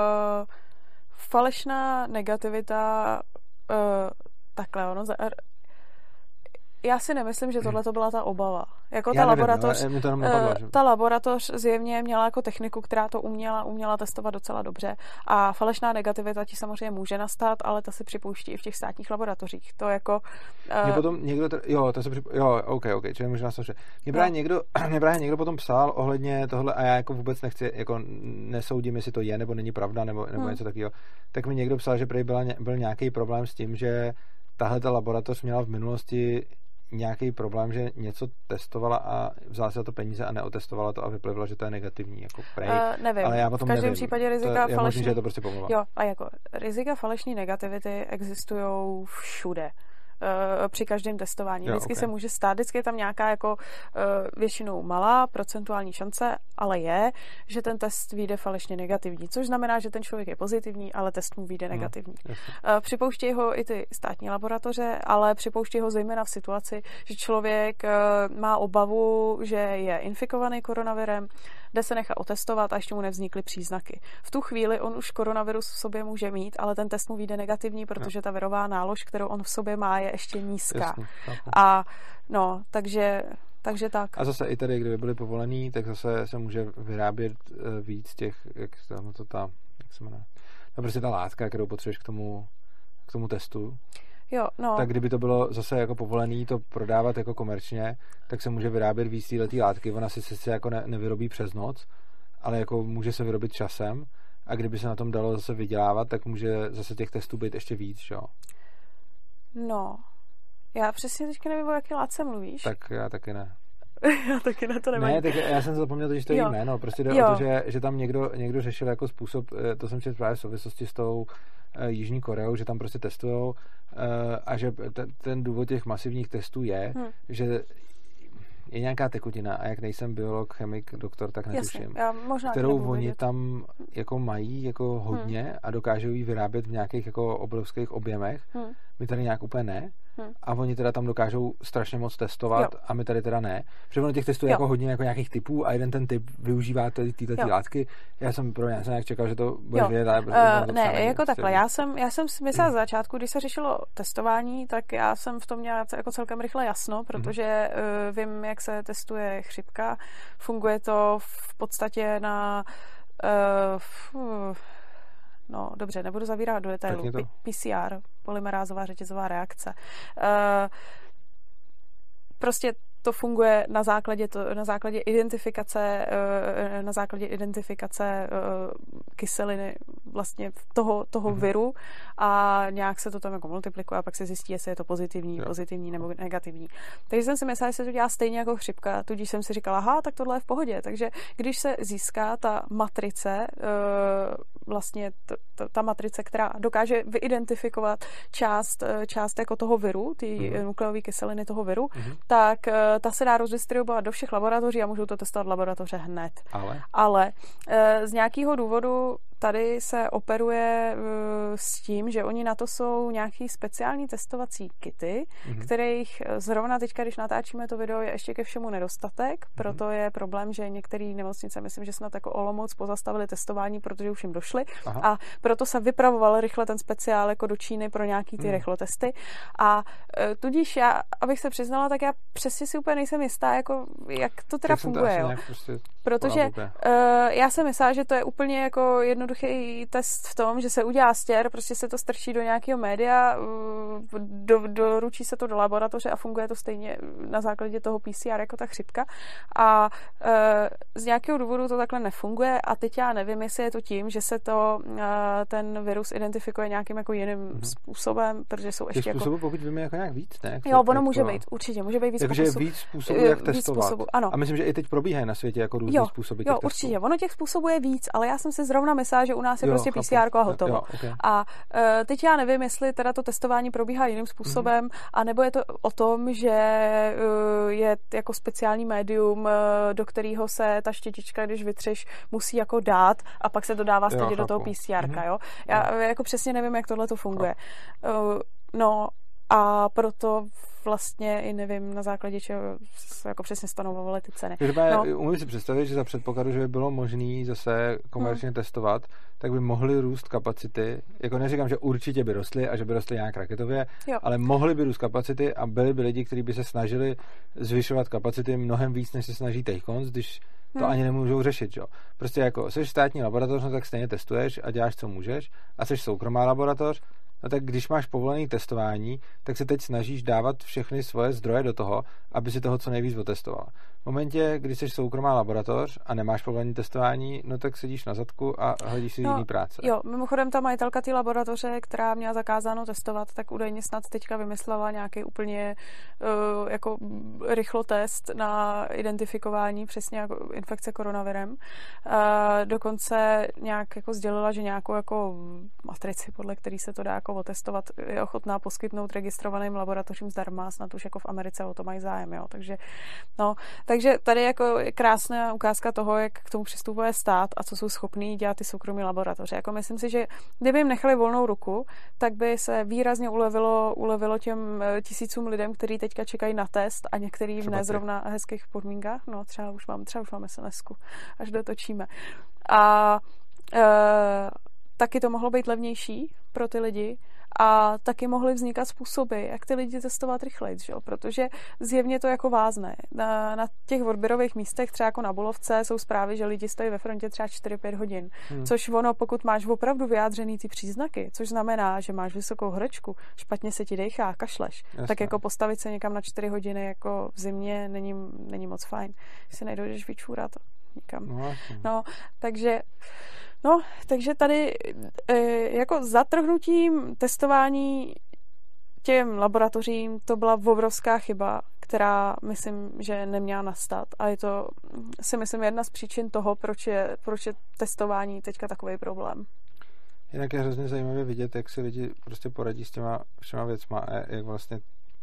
Falešná negativita takhle, ono já si nemyslím, že tohle to byla ta obava. Jako ta laboratoř, ta laboratoř zjevně měla jako techniku, která to uměla testovat docela dobře. A falešná negativita ti samozřejmě může nastat, ale ta se připouští i v těch státních laboratořích. To jako... Mě potom někdo... OK, čili možná se... Mě právě někdo potom psal ohledně tohle a já jako vůbec nechci, jako nesoudím, jestli to je nebo není pravda, nebo něco takového. Tak mi někdo psal, že prý byl nějaký problém s tím, že tahle ta laboratoř měla v minulosti nějaký problém, že něco testovala a vzala si za to peníze a neotestovala to a vyplivila, že to je negativní, jako prej. Nevím. Ale já potom v každém nevím. případě rizika falešní... Možný, že je to prostě pomluva. Jo, a jako rizika falešní negativity existují všude. Při každém testování. Vždycky se může stát, vždycky je tam nějaká jako většinou malá procentuální šance, ale je, že ten test vyjde falešně negativní, což znamená, že ten člověk je pozitivní, ale test mu vyjde negativní. Připouštějí ho i ty státní laboratoře, ale připouštějí ho zejména v situaci, že člověk má obavu, že je infikovaný koronavirem, jde se nechat otestovat a ještě mu nevznikly příznaky. V tu chvíli on už koronavirus v sobě může mít, ale ten test mu vyjde negativní, protože ta virová nálož, kterou on v sobě má, je ještě nízká. Jasně, a takže Takže tak. A zase i tady, kdyby byly povolený, tak zase se může vyrábět víc těch, jak se jmenuje? No prostě ta látka, kterou potřebuješ k tomu testu. Jo, no. Tak kdyby to bylo zase jako povolený to prodávat jako komerčně, tak se může vyrábět víc této látky. Ona si sice jako nevyrobí přes noc, ale jako může se vyrobit časem a kdyby se na tom dalo zase vydělávat, tak může zase těch testů být ještě víc, jo? No. Já přesně teďka nevím, o jaký látce mluvíš. Tak já taky ne. Já taky na to nemám. Ne, tak já jsem zapomněl, že to je jméno. Prostě jde o to, že tam někdo řešil jako způsob, to jsem četl právě v souvislosti s tou Jižní Koreou, že tam prostě testujou a že ten důvod těch masivních testů je, že je nějaká tekutina a jak nejsem biolog, chemik, doktor, tak netuším. Jasně, kterou oni tam jako mají jako hodně a dokážou ji vyrábět v nějakých jako obrovských objemech. My tady nějak úplně ne. A oni teda tam dokážou strašně moc testovat a my tady teda ne. Protože ono těch testů je jako hodně jako nějakých typů a jeden ten typ využívá tyhle látky. Já jsem nějak čekal, že to bude vědět. Ne, jako takhle. Já jsem si myslela z začátku, když se řešilo testování, tak já jsem v tom měla jako celkem rychle jasno, protože vím, jak se testuje chřipka. Funguje to v podstatě na no dobře, nebudu zavírat do detailu. PCR, polymerázová řetězová reakce. Prostě to funguje na základě identifikace kyseliny vlastně toho viru a nějak se to tam jako multiplikuje a pak se zjistí, jestli je to pozitivní nebo negativní. Takže jsem si myslela, že se to dělá stejně jako chřipka, tudíž jsem si říkala, aha, tak tohle je v pohodě. Takže když se získá ta matrice, vlastně ta matrice, která dokáže vyidentifikovat část jako toho viru, ty nukleové kyseliny toho viru, tak ta se dá rozdistribuovat do všech laboratoří a můžou to testovat laboratoře hned. Ale z nějakého důvodu tady se operuje s tím, že oni na to jsou nějaký speciální testovací kity, kterých zrovna teďka, když natáčíme to video, je ještě ke všemu nedostatek, proto je problém, že některé nemocnice, myslím, že snad jako Olomouc pozastavili testování, protože už jim došli a proto se vypravoval rychle ten speciál jako do Číny pro nějaký ty rychlotesty a tudíž já, abych se přiznala, tak já přesně si úplně nejsem jistá, jako jak to teda funguje, jo. Prostě protože já jsem myslela, že to je úplně jako jednoduchý test v tom, že se udělá stěr, prostě se to strčí do nějakého média, doručí se to do laboratoře a funguje to stejně na základě toho PCR jako ta chřipka. A z nějakého důvodu to takhle nefunguje a teď já nevím, jestli je to tím, že se ten virus identifikuje nějakým jako jiným způsobem, protože jsou ještě jako... způsobů, pokud víme, jako nějak víc, ne? Jo, ono může být, určitě, může být víc způsobů. Takže víc způsobů, jak testovat. Ano. A myslím, že i teď probíhají na světě jako různý způsoby těch testů. Určitě, ono těch způsobů je víc, ale já jsem si zrovna myslela, že u nás je prostě PCR a hotovo. A teď já nevím, jestli teda to testování probíhá jiným způsobem, anebo je to o tom, že je jako speciální médium, do kterého se ta štětička, když vytřeš, musí jako dát a pak se to dává stejně do toho PCR, jo. Já jako přesně nevím, jak tohle to funguje. No a proto vlastně i nevím, na základě čeho se jako přesně stanovovaly ty ceny. Umím si představit, že za předpokladu, že by bylo možné zase komerčně testovat, tak by mohly růst kapacity. Jako neříkám, že určitě by rostly a že by rostly nějak raketově, ale mohly by růst kapacity a byli by lidi, kteří by se snažili zvyšovat kapacity mnohem víc, než se snaží teďkonc, když to ani nemůžou řešit, jo. Prostě jako jsi státní laboratoř, no tak stejně testuješ a děláš, co můžeš, a jsi soukromá laboratoř, no tak když máš povolené testování, tak se teď snažíš dávat všechny svoje zdroje do toho, aby si toho co nejvíc otestoval. V momentě, kdy jsi soukromá laboratoř a nemáš povolené testování, no tak sedíš na zadku a hledíš si jiný práce. Jo, mimochodem ta majitelka té laboratoře, která měla zakázáno testovat, tak údajně snad teďka vymyslela nějaký úplně jako rychlotest na identifikování přesně jako infekce koronavirem. Dokonce nějak jako sdělila, že nějakou jako matrici, podle který se to dá jako otestovat, je ochotná poskytnout registrovaným laboratořím zdarma, snad už jako v Americe o to mají zájem, jo. Takže tady jako je krásná ukázka toho, jak k tomu přistupuje stát a co jsou schopní dělat ty soukromí laboratoře. Jako myslím si, že kdyby jim nechali volnou ruku, tak by se výrazně ulevilo těm tisícům lidem, kteří teďka čekají na test a některý v nezrovna hezkých podmínkách. No, třeba už mám SMS-ku, až dotočíme. A taky to mohlo být levnější pro ty lidi a taky mohly vznikat způsoby, jak ty lidi testovat rychleji, protože zjevně to jako vázne. Na těch odběrových místech, třeba jako na Bulovce, jsou zprávy, že lidi stojí ve frontě třeba 4-5 hodin, což ono, pokud máš opravdu vyjádřený ty příznaky, což znamená, že máš vysokou horečku, špatně se ti dejchá, kašleš, tak jako postavit se někam na 4 hodiny jako v zimě není moc fajn. Si nejdeš vyčůrat nikam. Takže tady jako zatrhnutím testování těm laboratořím to byla obrovská chyba, která myslím, že neměla nastat. A je to, si myslím, jedna z příčin toho, proč je testování teďka takový problém. Jinak je hrozně zajímavé vidět, jak si lidi prostě poradí s těma všema věcma a jak vlastně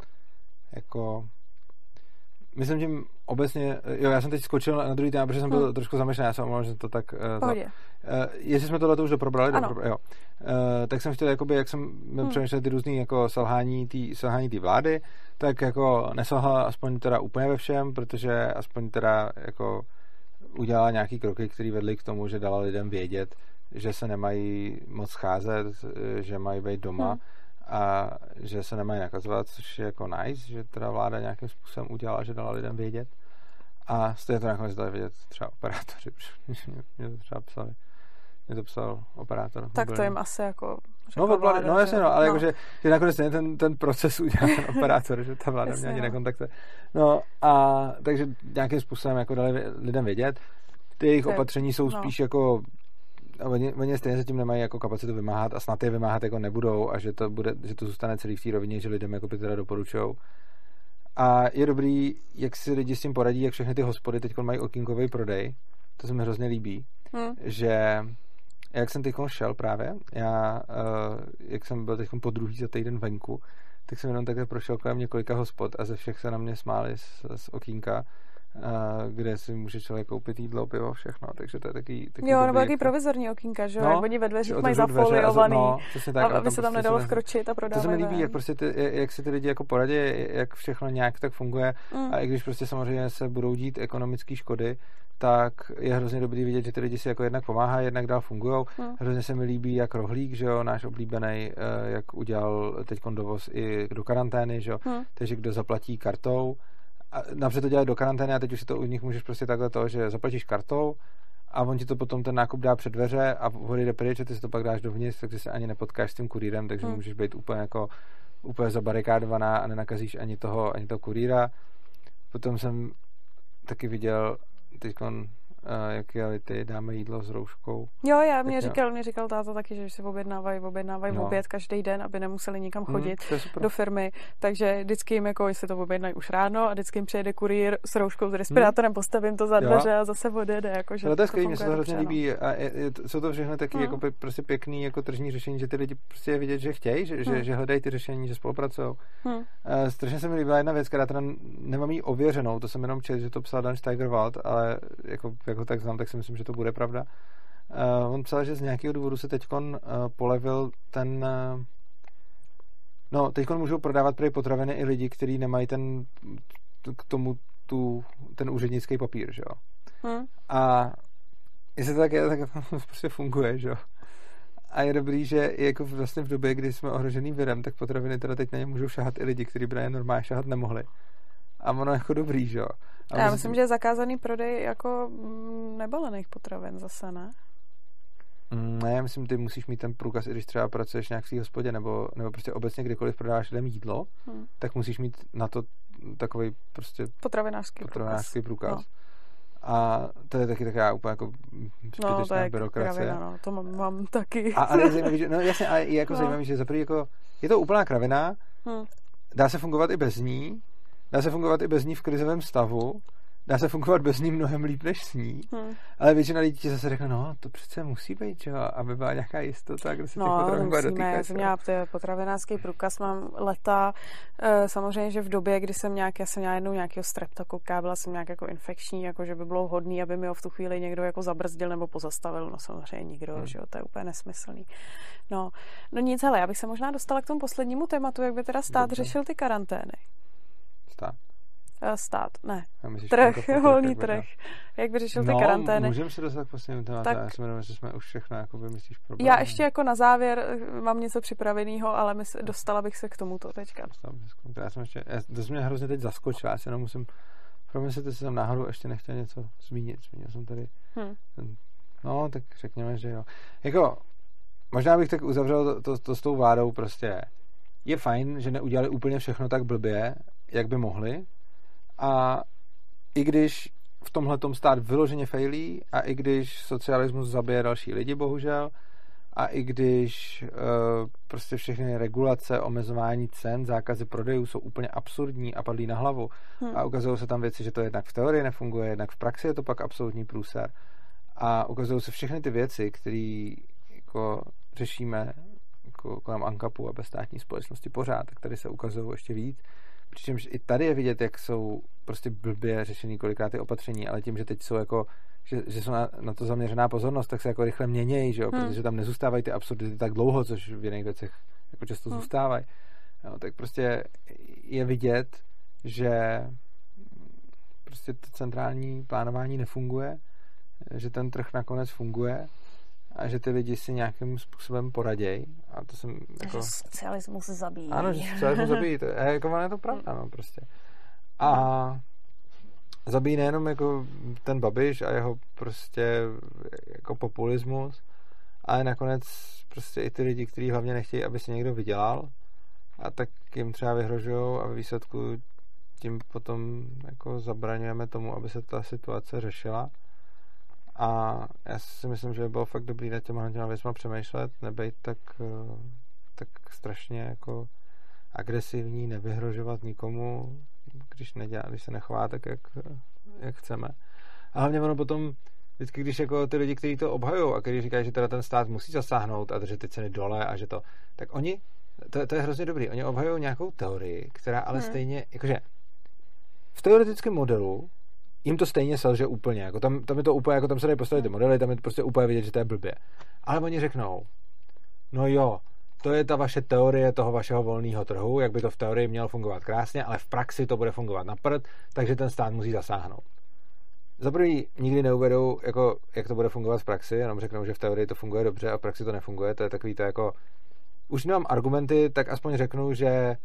jako myslím tím obecně, já jsem teď skočil na druhý téma, protože jsem byl trošku zamešlený, já jsem omlouvám, že to tak... jestli jsme tohle už doprobrali, tak jsem chtěl, jakoby, jak jsem přemýšlel ty různý jako selhání té vlády, tak jako neselhala aspoň teda úplně ve všem, protože aspoň teda jako udělala nějaký kroky, které vedly k tomu, že dala lidem vědět, že se nemají moc scházet, že mají být doma, a že se nemají nakazovat, což je jako nice, že teda vláda nějakým způsobem udělala, že dala lidem vědět. A stejně to nakonec dali vědět třeba operátoři, mě to třeba psali. Mě to psal operátor. Tak to jim asi jako vláda, jasně, ale jakože že nakonec ten proces udělal ten operátor, že ta vláda mě ani nekontaktuje. No a takže nějakým způsobem jako dali lidem vědět. Ty jejich opatření jsou spíš jako oni stejně se tím nemají jako kapacitu vymáhat a snad je vymáhat jako nebudou a že to zůstane celý v té rovině, že lidem jako by teda doporučujou. A je dobrý, jak si lidi s tím poradí, jak všechny ty hospody teď mají okýnkový prodej. To se mi hrozně líbí. Že jak jsem teď šel právě, jak jsem byl teď po druhý za týden venku, tak jsem jenom takhle prošel kolem několika hospod a ze všech se na mě smáli z okýnka, kde si může člověk koupit jídlo, pivo, všechno, takže to je taky jo, nebo jaký provizorní okýnka, že jo, jak oni ve dveřích mají zafoliovaný, aby se tam nedalo vkročit a prodávat. To se mi líbí, jak si ty lidi jako poradí, jak všechno nějak tak funguje a i když prostě samozřejmě se budou dít ekonomické škody, tak je hrozně dobrý vidět, že ty lidi si jako jednak pomáhají, jednak dál fungujou. Hrozně se mi líbí, jak Rohlík, že jo, náš oblíbený, jak udělal teďkon dovoz i do karantény, že jo, takže kdo zaplatí kartou, a napřed to dělají do karantény a teď už si to u nich můžeš prostě takhle to, že zaplatíš kartou a on ti to potom ten nákup dá před dveře a odjde pryč a ty si to pak dáš dovnitř, takže se ani nepotkáš s tím kurýrem, takže můžeš být úplně zabarikádovaná a nenakazíš ani toho kurýra. Potom jsem taky viděl teďkon, jak jeli ty, dáme jídlo s rouškou. Jo, mě říkal táta taky, že si objednávají oběd každý den, aby nemuseli nikam chodit do firmy, takže vždycky jim jako, jestli to objednají už ráno a vždycky jim přijede kurýr s rouškou, s respirátorem, postavím to za dveře a zase odjede. Jako, že to je skvělé, mně se to hrozně líbí a jsou to všechno taky jako prostě pěkný jako tržní řešení, že ty lidi prostě je vidět, že chtějí, že hledají ty řešení, že spolupracují. Strašně se mi líbila jedna věc, která teda nemám jí ověřenou, to jsem jenom četl, že to psal Dan Steigerwald, ale jako ho tak znám, tak si myslím, že to bude pravda. On psal, že z nějakého důvodu se teďkon polevil teďkon můžou prodávat prý potraviny i lidi, kteří nemají ten úřednický papír, že jo. A jestli to tak je, tak to prostě funguje, že jo. A je dobrý, že jako vlastně v době, kdy jsme ohrožený virem, tak potraviny teda teď na ně můžou šahat i lidi, kteří by na ně normálně šahat nemohli. A ono jako dobrý, že jo. Já myslím, že je zakázaný prodej jako nebalených potravin zase, ne? Ne, já myslím, ty musíš mít ten průkaz, i když třeba pracuješ nějak v té hospodě, nebo prostě obecně kdykoliv prodáváš lidem jídlo, tak musíš mít na to takový prostě potravinářský průkaz. No. A to je taky taková úplně jako zbytečná byrokracie. Kravina, to mám taky. Ale je zajímavý, že, jasně, ale je jako zajímavý, že zaprvé jako, je to úplná kravina, dá se fungovat i bez ní, dá se fungovat i bez ní v krizovém stavu, dá se fungovat bez ní mnohem líp než s ní, ale většina lidí ti zase řekne, no, to přece musí být, jo, aby byla nějaká jistota, kde se těch potravin bude dotýkat. Já jsem měla potravinářský průkaz, mám leta, samozřejmě, že v době, kdy jsem měla jednou nějakého streptokoka, byla jsem nějak jako infekční, jako že by bylo vhodný, aby mi ho v tu chvíli někdo jako zabrzdil nebo pozastavil, no samozřejmě nikdo, že jo, to je úplně nesmyslný. No nic, hele, já bych se možná dostala k tomu poslednímu tématu, jak by teda stát řešil ty karantény. Stát. Stát, ne. Trh, volný trh. Jak by řešil ty karantény. Můžeme se dostat k poslednímu tématu. Já si myslím, že jsme už všechno jako vymyslíš problém. Já ještě jako na závěr mám něco připraveného, ale dostala bych se k tomuto teďka. To mě hrozně teď zaskočila. Já si jenom musím promyslet, jestli jsem náhodou ještě nechtěl něco zmínit. Zmínil jsem tady no, tak řekněme, že jo. Jako, možná bych tak uzavřel to s tou vládou prostě. Je fajn, že neudělali úplně všechno tak blbě, jak by mohli. A i když v tomhletom stát vyloženě failí a i když socialismus zabije další lidi, bohužel, a i když prostě všechny regulace, omezování cen, zákazy prodejů jsou úplně absurdní a padlí na hlavu a ukazují se tam věci, že to jednak v teorii nefunguje, jednak v praxi je to pak absolutní průser. A ukazují se všechny ty věci, které jako řešíme jako kolem ANCAPu a bezstátní společnosti pořád, tak tady se ukazují ještě víc. Přičemž i tady je vidět, jak jsou prostě blbě řešený kolikrát ty opatření, ale tím, že teď jsou jako, že jsou na to zaměřená pozornost, tak se jako rychle měnějí, že jo? Protože tam nezůstávají ty absurdity tak dlouho, což v jiných věcech jako často zůstávají. No, tak prostě je vidět, že prostě to centrální plánování nefunguje, že ten trh nakonec funguje a že ty lidi si nějakým způsobem poradějí. A to jsem jako... Že socialismus zabíjí. Ano, že socialismus zabíjí. Jako je to pravda, no prostě. A zabíjí nejenom jako ten Babiš a jeho prostě jako populismus, ale nakonec prostě i ty lidi, kteří hlavně nechtějí, aby se někdo vydělal, a tak jim třeba vyhrožují a ve výsledku tím potom jako zabraňujeme tomu, aby se ta situace řešila. A já si myslím, že by bylo fakt dobrý nad těma věcma přemýšlet, nebejt tak strašně jako agresivní, nevyhrožovat nikomu, když se nechová tak, jak chceme. A hlavně ono potom, vždycky, když jako ty lidi, kteří to obhajují a kteří říkají, že teda ten stát musí zasáhnout a držet ty ceny dole a že to, tak oni, to je hrozně dobrý, oni obhajují nějakou teorii, která ale stejně, jakože v teoretickém modelu jim to stejně selže úplně, jako tam je to úplně, jako tam se dají postavit ty modely, tam je to prostě úplně vidět, že to je blbě. Ale oni řeknou, no jo, to je ta vaše teorie toho vašeho volného trhu, jak by to v teorii mělo fungovat krásně, ale v praxi to bude fungovat na prd, takže ten stát musí zasáhnout. Za první nikdy neuvedou, jako, jak to bude fungovat v praxi, jenom řeknou, že v teorii to funguje dobře a v praxi to nefunguje, to je takový to jako, už nemám argumenty, tak aspoň řeknu, že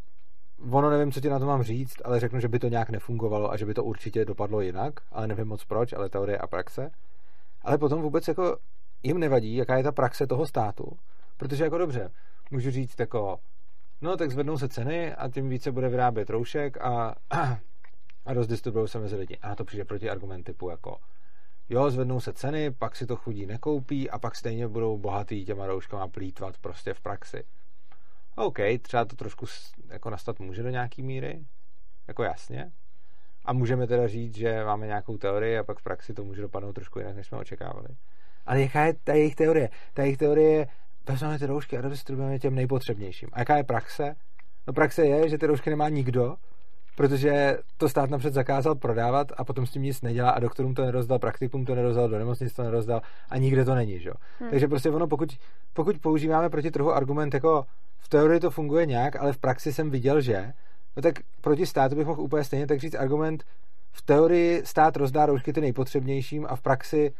ono nevím, co ti na to mám říct, ale řeknu, že by to nějak nefungovalo a že by to určitě dopadlo jinak, ale nevím moc proč, ale teorie a praxe. Ale potom vůbec jako jim nevadí, jaká je ta praxe toho státu, protože jako dobře, můžu říct jako, no tak zvednou se ceny a tím více bude vyrábět roušek a rozdistribují se mezi lidi. A na to přijde proti argument typu jako, jo, zvednou se ceny, pak si to chudí nekoupí a pak stejně budou bohatý těma rouškama plýtvat prostě v praxi. OK, třeba to trošku jako nastat může do nějaký míry, jako jasně. A můžeme teda říct, že máme nějakou teorii a pak v praxi to může dopadnout trošku jinak, než jsme očekávali. Ale jaká je ta jejich teorie? Ta jejich teorie je, vezmeme ty roušky a redistribuujeme těm nejpotřebnějším. A jaká je praxe? No praxe je, že ty roušky nemá nikdo, protože to stát napřed zakázal prodávat a potom s tím nic nedělá a doktorům to nerozdal, praktikům to nerozdal, do nemocnic to nerozdal a nikde to není, že? Takže prostě ono, pokud používáme proti trhu argument jako v teorii to funguje nějak, ale v praxi jsem viděl, že, no tak proti státu bych mohl úplně stejně tak říct argument, v teorii stát rozdá roušky ty nejpotřebnějším a v praxi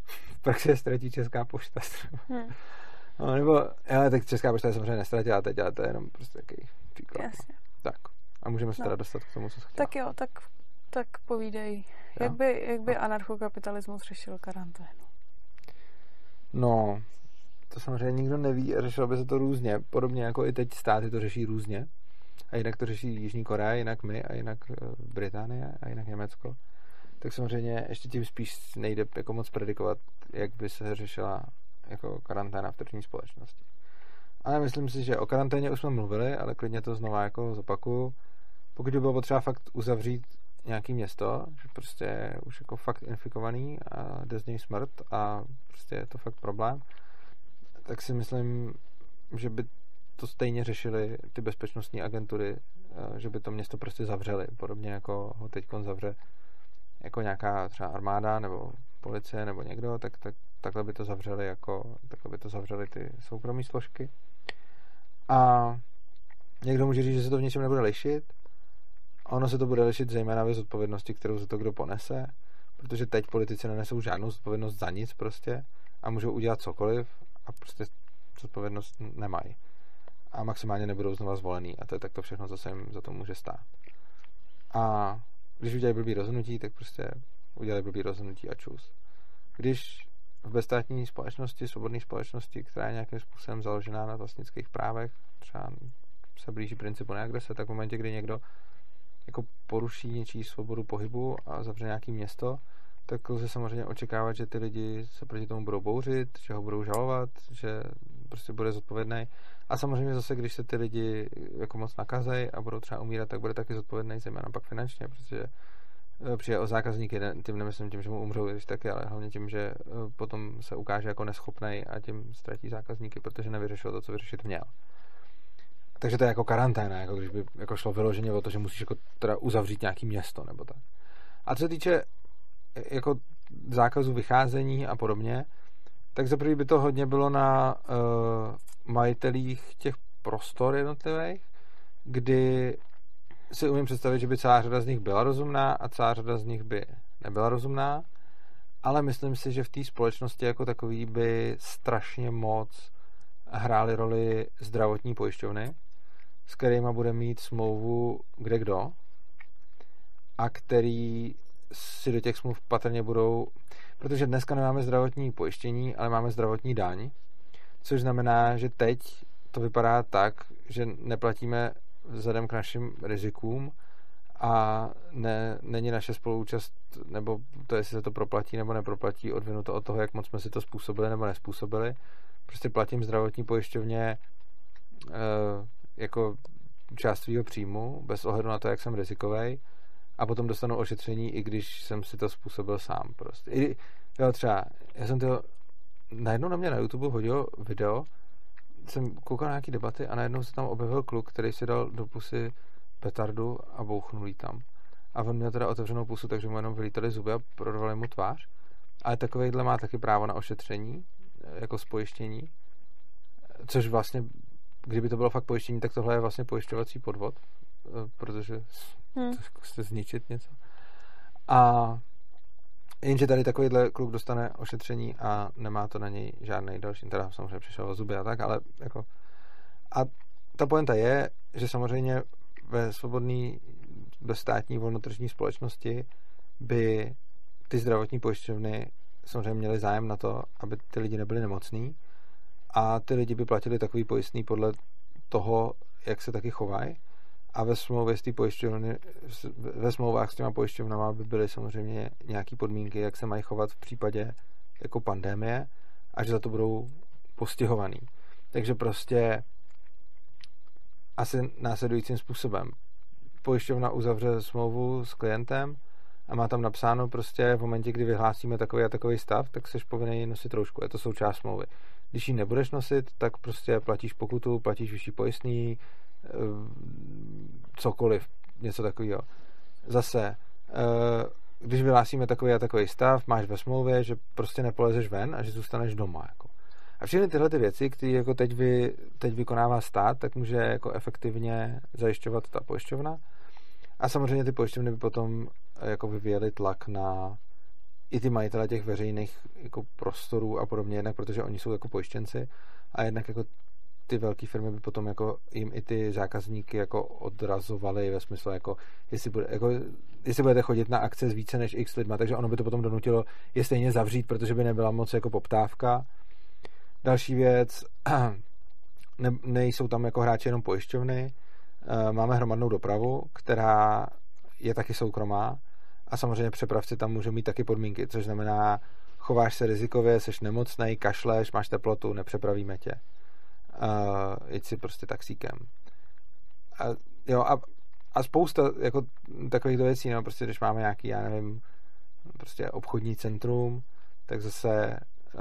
je ztratí Česká pošta. No, nebo, tak Česká pošta je samozřejmě nestratila teď, ale to je jenom prostě takový příklad. Jasně. Tak. A můžeme se teda dostat k tomu, co jsi chtěla. Tak jo, tak povídej. Jak by anarchokapitalismus řešil karanténu? No, to samozřejmě nikdo neví a řešilo by se to různě. Podobně jako i teď státy to řeší různě. A jinak to řeší Jižní Korea, jinak my a jinak Británie a jinak Německo. Tak samozřejmě ještě tím spíš nejde jako moc predikovat, jak by se řešila jako karanténa v tržní společnosti. Ale myslím si, že o karanténě už jsme mluvili, ale klidně to znova jako zopakuju. Pokud by bylo potřeba fakt uzavřít nějaký město, že prostě je už jako fakt infikovaný a jde z něj smrt a prostě je to fakt problém, tak si myslím, že by to stejně řešili ty bezpečnostní agentury, že by to město prostě zavřeli, podobně jako ho teďkon zavře jako nějaká třeba armáda nebo policie nebo někdo, takhle by to zavřeli ty soukromí složky. A někdo může říct, že se to v něčem nebude lišit, Ono se to bude lišit zejména ve zodpovědnosti, kterou za to kdo ponese, protože teď politici nenesou žádnou zodpovědnost za nic prostě a můžou udělat cokoliv a prostě zodpovědnost nemají. A maximálně nebudou znova zvolený a to je takto všechno, co se jim za to může stát. A když udělají blbý rozhodnutí, tak prostě udělají blbý rozhodnutí a čus. Když v bezstátní společnosti, svobodné společnosti, která je nějakým způsobem založená na vlastnických právech, třeba se blíží principu neagrese, tak v momentě, kdy někdo jako poruší něčí svobodu pohybu a zavře nějaký město, tak lze samozřejmě očekávat, že ty lidi se proti tomu budou bouřit, že ho budou žalovat, že prostě bude zodpovědný. A samozřejmě zase, když se ty lidi jako moc nakazejí a budou třeba umírat, tak bude taky zodpovědný, zejména pak finančně, protože přijde o zákazníky, tím nemyslím tím, že mu umřou, když taky, ale hlavně tím, že potom se ukáže jako neschopnej a tím ztratí zákazníky, protože nevyřešil to, co vyřešit měl. Takže to je jako karanténa, jako když by jako šlo vyloženě o to, že musíš jako teda uzavřít nějaký město nebo tak. A co se týče jako zákazu vycházení a podobně, tak za prvý by to hodně bylo na majitelích těch prostor jednotlivých, kdy si umím představit, že by celá řada z nich byla rozumná a celá řada z nich by nebyla rozumná, ale myslím si, že v té společnosti jako takový by strašně moc hrály roli zdravotní pojišťovny, s kterýma bude mít smlouvu kde kdo a který si do těch smluv patrně budou, protože dneska nemáme zdravotní pojištění, ale máme zdravotní daň, což znamená, že teď to vypadá tak, že neplatíme vzhledem k našim rizikům a není naše spoluúčast, nebo to, jestli se to proplatí nebo neproplatí, odvinuto od toho, jak moc jsme si to způsobili nebo nespůsobili. Prostě platím zdravotní pojišťovně jako část svýho příjmu, bez ohledu na to, jak jsem rizikovej, a potom dostanu ošetření, i když jsem si to způsobil sám. Prostě. Jo, třeba, já jsem to najednou na mě na YouTube hodil video, jsem koukal na nějaký debaty a najednou se tam objevil kluk, který si dal do pusy petardu a bouchnul jí tam. A on měl teda otevřenou pusu, takže mu jenom vylítali zuby a prodavali mu tvář. Ale takovejhle má taky právo na ošetření, jako spojištění, což vlastně, kdyby to bylo fakt pojištění, tak tohle je vlastně pojišťovací podvod, protože to chce zničit něco. A jenže tady takovýhle kluk dostane ošetření a nemá to na něj žádnej další, teda samozřejmě přišel o zuby a tak, ale jako a ta pointa je, že samozřejmě ve svobodné, bezstátní, volnotržní společnosti by ty zdravotní pojišťovny samozřejmě měly zájem na to, aby ty lidi nebyli nemocní a ty lidi by platili takový pojistný podle toho, jak se taky chovají. A ve smlouvě ve smlouvách s těma pojišťovnama by byly samozřejmě nějaké podmínky, jak se mají chovat v případě jako pandemie a že za to budou postihovaný. Takže prostě asi následujícím způsobem. Pojišťovna uzavře smlouvu s klientem a má tam napsáno prostě v momentě, kdy vyhlásíme takový a takový stav, tak seš povinný nosit roušku. Je to součást smlouvy. Když ji nebudeš nosit, tak prostě platíš pokutu, platíš vyšší pojistný, cokoliv, něco takového. Zase, když vyhlásíme takový a takový stav, máš ve smlouvě, že prostě nepolezeš ven a že zůstaneš doma. Jako. A všechny tyhle ty věci, které jako teď vykonává stát, tak může jako efektivně zajišťovat ta pojišťovna. A samozřejmě ty pojišťovny by potom jako vyvíjely tlak na i ty majitele těch veřejných jako prostorů a podobně, jednak protože oni jsou jako pojištěnci a jednak jako ty velké firmy by potom jako jim i ty zákazníky jako odrazovaly ve smyslu jako jestli budete chodit na akce s více než x lidma, takže ono by to potom donutilo je stejně zavřít, protože by nebyla moc jako poptávka. Další věc, nejsou tam jako hráči jenom pojišťovny, máme hromadnou dopravu, která je taky soukromá a samozřejmě přepravci tam můžou mít taky podmínky, což znamená, chováš se rizikově, seš nemocnej, kašleš, máš teplotu, nepřepravíme tě. Jeď si prostě taxíkem. A spousta jako takových věcí, no, prostě když máme nějaký, já nevím, prostě obchodní centrum, tak zase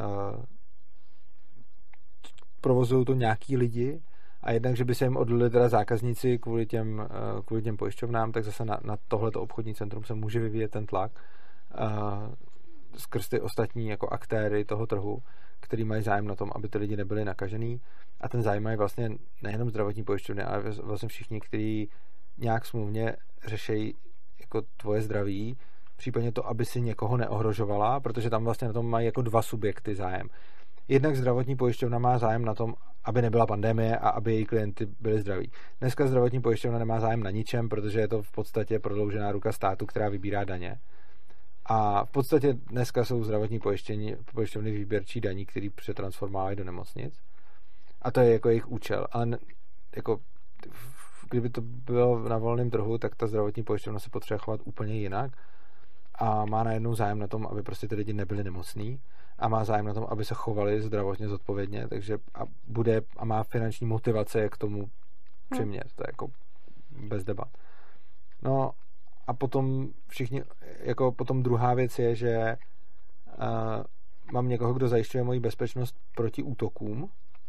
provozují to nějaký lidi a jednak, že by se jim odlili teda zákazníci kvůli těm pojišťovnám, tak zase na tohleto obchodní centrum se může vyvíjet ten tlak skrz ty ostatní jako aktéry toho trhu, který mají zájem na tom, aby ty lidi nebyli nakažený. A ten zájem mají vlastně nejenom zdravotní pojišťovny, ale vlastně všichni, kteří nějak smluvně řešejí jako tvoje zdraví, případně to, aby si někoho neohrožovala, protože tam vlastně na tom mají jako dva subjekty zájem. Jednak zdravotní pojišťovna má zájem na tom, aby nebyla pandemie a aby její klienty byli zdraví. Dneska zdravotní pojišťovna nemá zájem na ničem, protože je to v podstatě prodloužená ruka státu, která vybírá daně. A v podstatě dneska jsou zdravotní pojišťovny výběrčí daní, který přetransformovají do nemocnic. A to je jako jejich účel. Ale jako, kdyby to bylo na volném trhu, tak ta zdravotní pojišťovna se potřebuje chovat úplně jinak a má najednou zájem na tom, aby prostě ty lidi nebyli nemocní a má zájem na tom, aby se chovali zdravotně zodpovědně, takže a má finanční motivace, jak k tomu přimět. To je jako bez debat. No a potom potom druhá věc je, že mám někoho, kdo zajišťuje moji bezpečnost proti útokům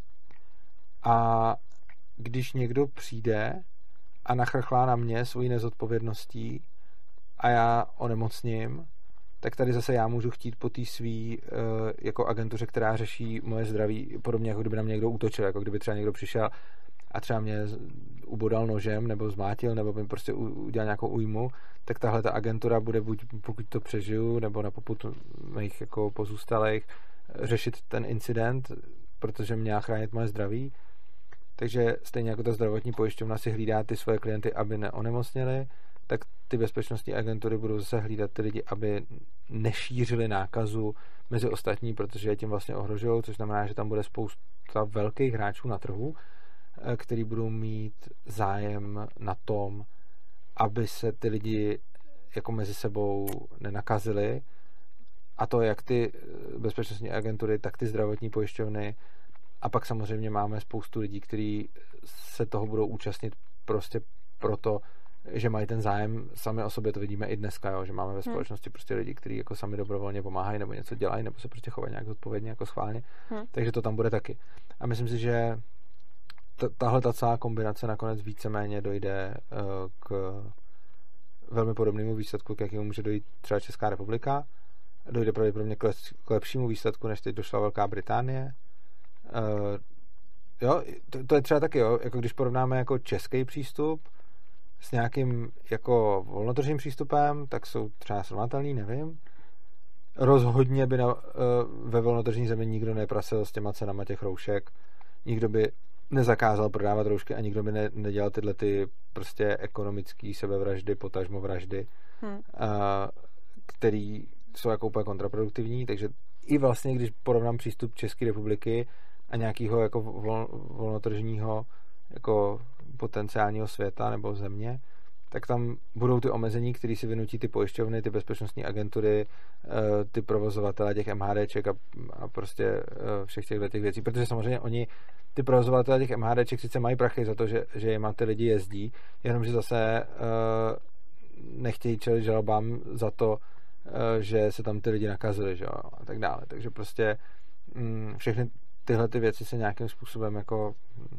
a když někdo přijde a nachrchlá na mě svojí nezodpovědností a já onemocním, tak tady zase já můžu chtít po té svý jako agentuře, která řeší moje zdraví, podobně jako kdyby na mě někdo útočil, jako kdyby třeba někdo přišel a třeba mě ubodal nožem, nebo zmátil, nebo mi prostě udělal nějakou újmu, tak tahle ta agentura bude buď, pokud to přežiju, nebo na popud mých jako pozůstalých řešit ten incident, protože měla chránit moje zdraví. Takže stejně jako ta zdravotní pojišťovna si hlídá ty svoje klienty, aby neonemocněli, tak ty bezpečnostní agentury budou zase hlídat ty lidi, aby nešířili nákazu mezi ostatní, protože je tím vlastně ohrožují, což znamená, že tam bude spousta velkých hráčů na trhu, který budou mít zájem na tom, aby se ty lidi jako mezi sebou nenakazili, a to jak ty bezpečnostní agentury, tak ty zdravotní pojišťovny. A pak samozřejmě máme spoustu lidí, kteří se toho budou účastnit prostě proto, že mají ten zájem sami o sobě. To vidíme i dneska, jo, že máme ve společnosti prostě lidi, kteří jako sami dobrovolně pomáhají nebo něco dělají, nebo se prostě chovají nějak zodpovědně, jako schválně. Takže to tam bude taky. A myslím si, že tahle ta celá kombinace nakonec víceméně dojde k velmi podobnému výsledku, k jakému může dojít třeba Česká republika. Dojde pravděpodobně k lepšímu výsledku, než teď došla Velká Británie. Jo, to je třeba taky, jo, jako když porovnáme jako český přístup s nějakým jako volnotržním přístupem, tak jsou třeba srovnatelný, nevím. Rozhodně by ve volnotržní zemi nikdo neprasil s těma cenama těch roušek, nikdo by nezakázal prodávat roušky a nikdo by nedělal tyhle ty prostě ekonomický sebevraždy, potažmo vraždy, který jsou jako úplně kontraproduktivní, takže i vlastně, když porovnám přístup České republiky a nějakého jako volnotržního jako potenciálního světa nebo země, tak tam budou ty omezení, které si vynutí ty pojišťovny, ty bezpečnostní agentury, ty provozovatele těch MHDček a prostě všech těch věcí, protože samozřejmě oni, ty provozovatele těch MHDček sice mají prachy za to, že jim ty lidi jezdí, jenomže zase nechtějí čelit žalobám za to, že se tam ty lidi nakazili, že jo, a tak dále. Takže prostě všechny tyhle ty věci se nějakým způsobem jako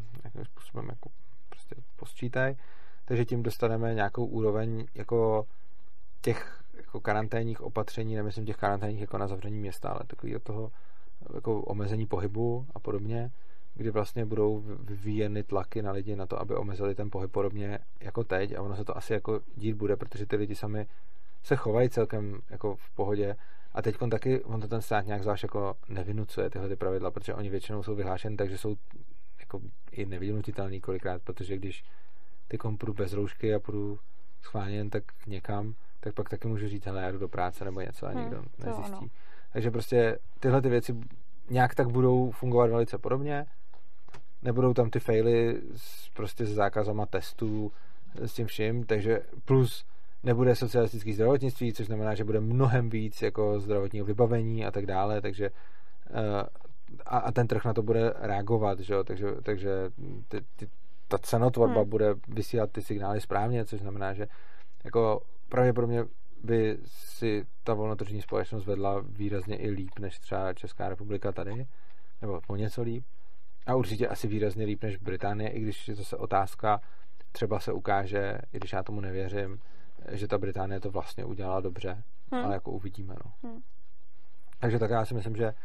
prostě posčítají, takže tím dostaneme nějakou úroveň jako těch jako karanténních opatření, nemyslím těch karanténních jako na zavření města, ale takový od toho jako omezení pohybu a podobně, kdy vlastně budou vyvíjeny tlaky na lidi na to, aby omezili ten pohyb podobně jako teď, a ono se to asi jako dít bude, protože ty lidi sami se chovají celkem jako v pohodě a teď taky on to ten stát nějak zvlášť jako nevynucuje tyhle ty pravidla, protože oni většinou jsou vyhlášeny, takže jsou jako i nevynutitelný kolikrát, protože když ty půjdu bez roušky a půjdu schválně tak někam, tak pak taky můžu říct, hele, já jdu do práce nebo něco a nikdo nezjistí. Takže prostě tyhle ty věci nějak tak budou fungovat velice podobně, nebudou tam ty faily prostě s zákazama testů, s tím vším, takže plus nebude socialistický zdravotnictví, což znamená, že bude mnohem víc jako zdravotního vybavení a tak dále, takže a ten trh na to bude reagovat, že jo? Takže ta cenotvorba bude vysílat ty signály správně, což znamená, že jako pravděpodobně by si ta volnotržní společnost vedla výrazně i líp než třeba Česká republika tady, nebo o něco líp. A určitě asi výrazně líp než Británie, i když je zase otázka, třeba se ukáže, i když já tomu nevěřím, že ta Británie to vlastně udělala dobře, ale jako uvidíme, no. Takže tak já si myslím, že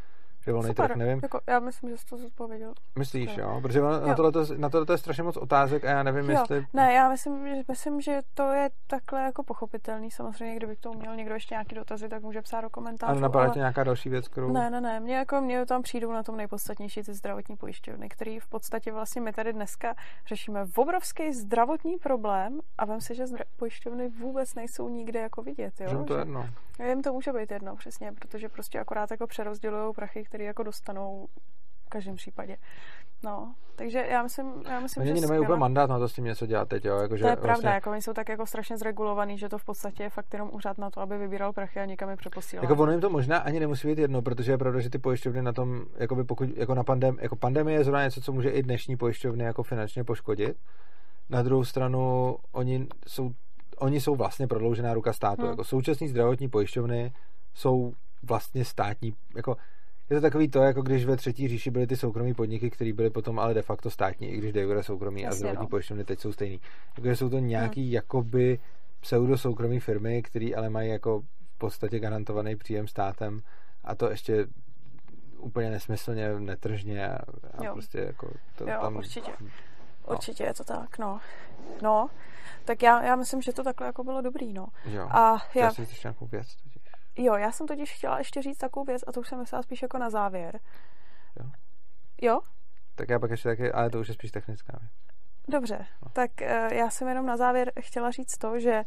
že volný trh, nevím. Jako, já myslím, že jsi to zodpověděl. Myslíš, jo? Protože na tohle je strašně moc otázek a já nevím, jestli... Ne, já myslím, že to je takhle jako pochopitelný. Samozřejmě, kdyby k tomu měl někdo ještě nějaký dotazy, tak může psát do komentářů. Ale napadá tě nějaká další věc, kterou... Ne. Mně tam přijdou na tom nejpodstatnější ty zdravotní pojišťovny, který v podstatě vlastně my tady dneska řešíme obrovský zdravotní problém a vem si, že pojišťovny vůbec nejsou nikde jako vidět, jo? Že to jedno. Jim to může být jedno, přesně, protože prostě akorát jako přerozdělujou prachy, které jako dostanou v každém případě. No, takže já myslím, že nemají úplně mandát na to s tím něco dělat teď, jo? To je pravda, jako oni jsou tak jako strašně zregulovaný, že to v podstatě je fakt jenom úřad na to, aby vybíral prachy a někam je přeposílal. Jako ono jim to možná ani nemusí být jedno, protože je pravda, že ty pojišťovny na tom, jakoby pokud, jako na pandemie je zrovna něco, co může i dnešní pojišťovny jako finančně poškodit. Na druhou stranu oni jsou vlastně prodloužená ruka státu. Jako současní zdravotní pojišťovny jsou vlastně státní, jako je to takový to, jako když ve Třetí říši byly ty soukromí podniky, které byly potom ale de facto státní, i když de jure soukromí a zdravotní pojišťovny teď jsou stejný. Jako jsou to nějaký jakoby pseudosoukromí firmy, které ale mají jako v podstatě garantovaný příjem státem a to ještě úplně nesmyslně, netržně a prostě jako to jo, tam... Určitě je to tak, no. Tak já myslím, že to takhle jako bylo dobrý, no. Jo, a já si ještě nějakou věc totiž. Jo, já jsem totiž chtěla ještě říct takovou věc a to už jsem myslela spíš jako na závěr. Jo? Tak já pak ještě taky, ale to už je spíš technická věc. Dobře, tak já jsem jenom na závěr chtěla říct to, že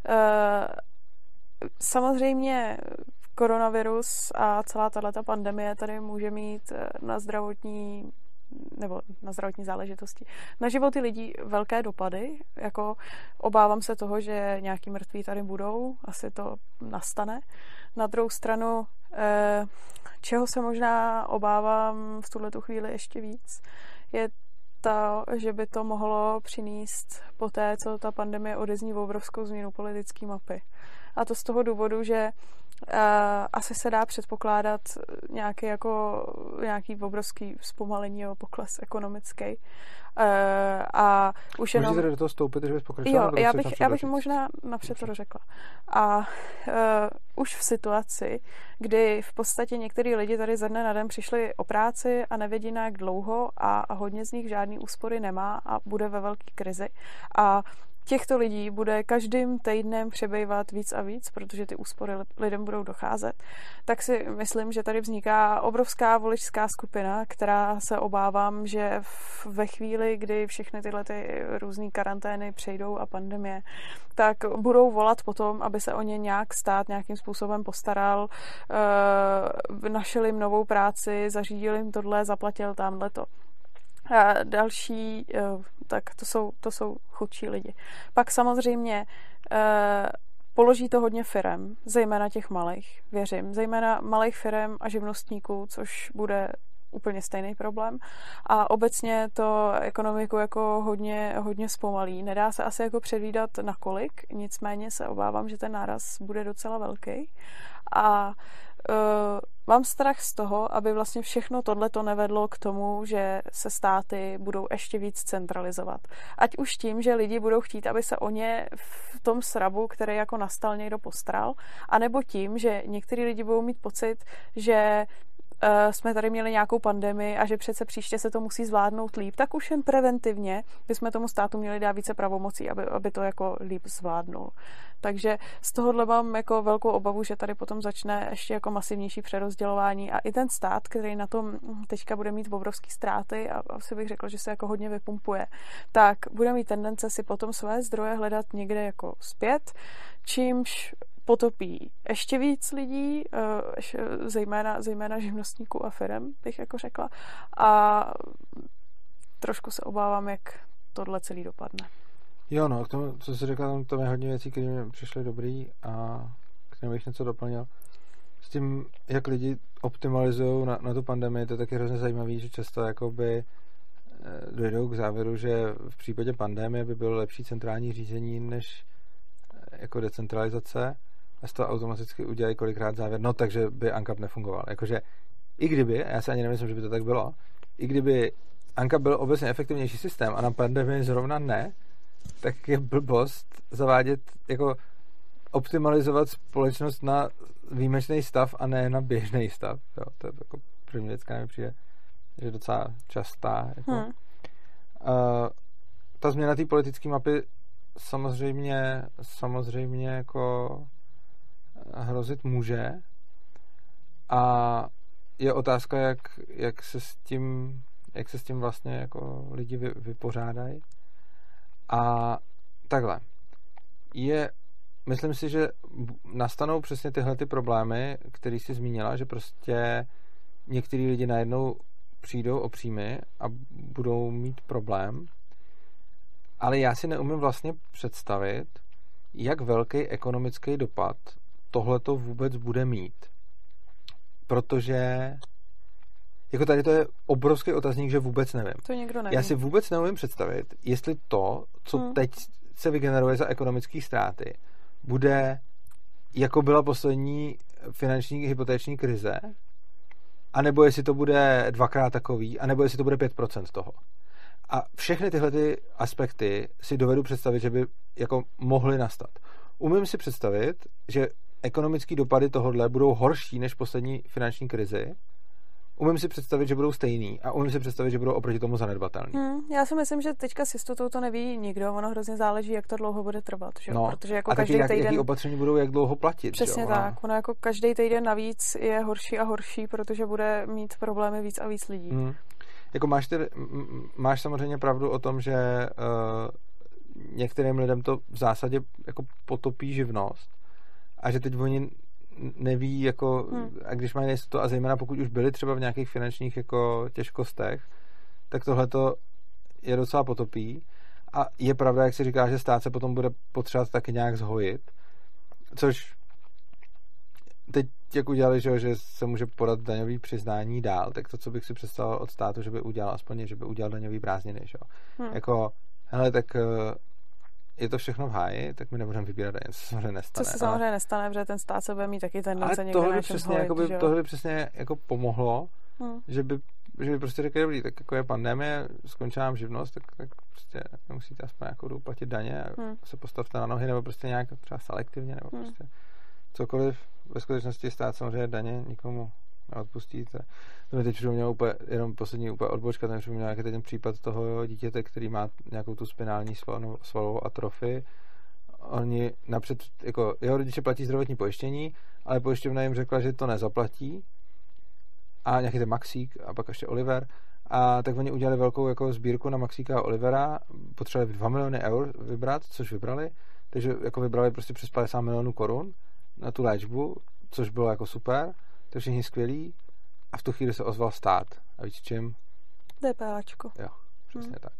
samozřejmě koronavirus a celá tato pandemie tady může mít na zdravotní záležitosti. Na životy lidí velké dopady, jako obávám se toho, že nějaký mrtví tady budou, asi to nastane. Na druhou stranu, čeho se možná obávám v tuhletu chvíli ještě víc, je to, že by to mohlo přinést po té, co ta pandemie odezní obrovskou změnu politické mapy. A to z toho důvodu, že asi se dá předpokládat nějaký obrovský zpomalení a pokles ekonomický. A už jenom... Můžete tady do toho stoupit, že bys pokračovala? Jo, já bych možná napřed to řekla. A už v situaci, kdy v podstatě některý lidi tady ze dne na den přišli o práci a nevědí jak dlouho a hodně z nich žádný úspory nemá a bude ve velké krizi. A těchto lidí bude každým týdnem přebývat víc a víc, protože ty úspory lidem budou docházet, tak si myslím, že tady vzniká obrovská voličská skupina, která se obávám, že ve chvíli, kdy všechny tyhle ty různé karantény přejdou a pandemie, tak budou volat potom, aby se o ně nějak stát nějakým způsobem postaral, našel jim novou práci, zařídil jim tohle, zaplatil tamhleto. A další, tak to jsou chudší lidi. Pak samozřejmě položí to hodně firem, zejména těch malých, věřím, zejména malých firem a živnostníků, což bude úplně stejný problém. A obecně to ekonomiku jako hodně zpomalí. Nedá se asi jako předvídat na kolik, nicméně se obávám, že ten náraz bude docela velký. A mám strach z toho, aby vlastně všechno tohleto nevedlo k tomu, že se státy budou ještě víc centralizovat. Ať už tím, že lidi budou chtít, aby se o ně v tom srabu, který jako nastal, někdo postaral, anebo tím, že některý lidi budou mít pocit, že jsme tady měli nějakou pandemii a že přece příště se to musí zvládnout líp, tak už jen preventivně bychom tomu státu měli dát více pravomocí, aby to jako líp zvládnul. Takže z tohohle mám jako velkou obavu, že tady potom začne ještě jako masivnější přerozdělování a i ten stát, který na tom teďka bude mít obrovský ztráty a asi bych řekla, že se jako hodně vypumpuje, tak bude mít tendence si potom své zdroje hledat někde jako zpět, čímž potopí ještě víc lidí, zejména živnostníků a firem, bych jako řekla. A trošku se obávám, jak tohle celý dopadne. Jo, no, k tomu, co jsi řekla, tam je hodně věcí, které mi přišly dobrý a k tomu bych něco doplnil. S tím, jak lidi optimalizují na tu pandemii, to je taky hrozně zajímavý, že často jakoby dojdou k závěru, že v případě pandemie by bylo lepší centrální řízení než jako decentralizace a z toho automaticky udělají kolikrát závěr, no takže by ANCAP nefungoval. Jakože i kdyby, já si ani nemyslím, že by to tak bylo, i kdyby ANCAP byl obecně efektivnější systém a na pandemii zrovna ne, tak je blbost zavádět, jako optimalizovat společnost na výjimečný stav a ne na běžný stav. Jo, to je jako první věc, která mi přijde, že je docela častá. Jako. Ta změna té politické mapy samozřejmě jako hrozit může a je otázka, jak se s tím vlastně jako lidi vypořádají. A takhle. Myslím si, že nastanou přesně tyhle ty problémy, které jsi zmínila, že prostě některý lidi najednou přijdou o příjmy a budou mít problém. Ale já si neumím vlastně představit, jak velký ekonomický dopad tohleto vůbec bude mít. Protože jako tady to je obrovský otazník, že vůbec nevím. To nikdo neví. Já si vůbec neumím představit, jestli to, co teď se vygeneruje za ekonomické ztráty, bude jako byla poslední finanční hypoteční krize, anebo jestli to bude dvakrát takový, anebo jestli to bude 5% toho. A všechny tyhle ty aspekty si dovedu představit, že by jako mohly nastat. Umím si představit, že ekonomické dopady tohodle budou horší než poslední finanční krizi. Umím si představit, že budou stejný a umím si představit, že budou oproti tomu zanedbatelný. Já si myslím, že teďka s jistotou to neví nikdo. Ono hrozně záleží, jak to dlouho bude trvat. Že? No, protože jako a každý taky týden... jaký opatření budou, jak dlouho platit. Přesně tak. Ono jako každý týden navíc je horší a horší, protože bude mít problémy víc a víc lidí. Jako máš samozřejmě pravdu o tom, že některým lidem to v zásadě jako potopí živnost a že teď oni neví, jako, a když mají nejistotu, a zejména pokud už byli třeba v nějakých finančních jako těžkostech, tak tohleto je docela potopí. A je pravda, jak si říká, že stát se potom bude potřebovat taky nějak zhojit, což teď jak udělali, že se může podat daňový přiznání dál, tak to, co bych si představoval od státu, že by udělal aspoň, že by udělal daňový prázdniny, že jo. Jako, hele, tak je to všechno v háji, tak my nebudeme vybírat daně, co se samozřejmě nestane. Co se samozřejmě nestane, protože ten stát se bude mít taky tendence někde tohle něčem zhojit, tohle by přesně jako pomohlo, že by prostě řekli, dobrý, tak jako je pandemie, skončila nám živnost, tak prostě nemusíte aspoň jako platit daně a se postavte na nohy, nebo prostě nějak třeba selektivně, nebo prostě cokoliv. Ve skutečnosti stát samozřejmě daně nikomu neodpustí. To mi teď připomněl úplně, jenom poslední úplně odbočka, tam připomněl nějaký ten případ toho dítěte, který má nějakou tu spinální svalovou atrofii. Oni napřed, jako jeho rodiče platí zdravotní pojištění, ale pojišťovna jim řekla, že to nezaplatí. A nějaký ten Maxík a pak ještě Oliver. A tak oni udělali velkou jako sbírku na Maxíka a Olivera, potřebovali 2 miliony eur vybrat, což vybrali, takže jako vybrali prostě přes 50 milionů korun na tu léčbu, což bylo jako super, to všichni skvělí a v tu chvíli se ozval stát. A víš čím? DPAčko. Jo, přesně tak.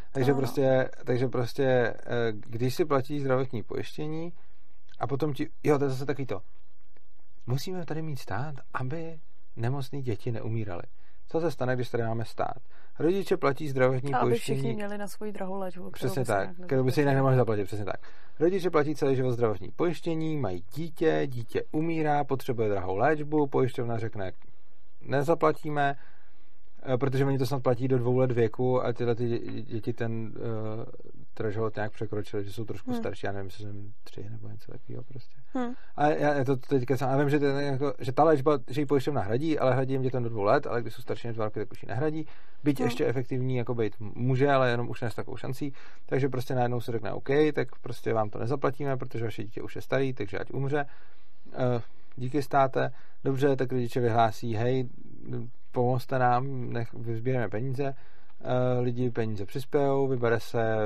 Takže prostě, když si platí zdravotní pojištění a potom to je zase taky to. Musíme tady mít stát, aby nemocný děti neumíraly. Co se stane, když tady máme stát? Rodiče platí zdravotní pojištění. Aby všichni měli na svoji drahou léčbu. Přesně tak, kterou by se jinak nemohli zaplatit. Přesně tak. Rodiče platí celý život zdravotní pojištění, mají dítě umírá, potřebuje drahou léčbu, pojišťovna řekne, nezaplatíme, protože oni to snad platí do 2 let věku a tyhle ty děti ten threshold nějak překročili, že jsou trošku starší, já nevím, jestli jsem 3 nebo něco takového prostě. A já to teďka sám, já vím, že ta léčba, že ji pojišťovna hradí, ale hradí jim dětem do 2 let, ale když jsou starší než 2 roky, tak už ji nehradí. Byť ještě efektivní jako být může, ale jenom už ne s takovou šancí. Takže prostě najednou se řekne OK, tak prostě vám to nezaplatíme, protože vaše dítě už je starý, takže ať umře. Díky státe. Dobře, tak rodiče vyhlásí, hej, pomozte nám, vyzbíráme peníze, lidi peníze přispějou, vybere se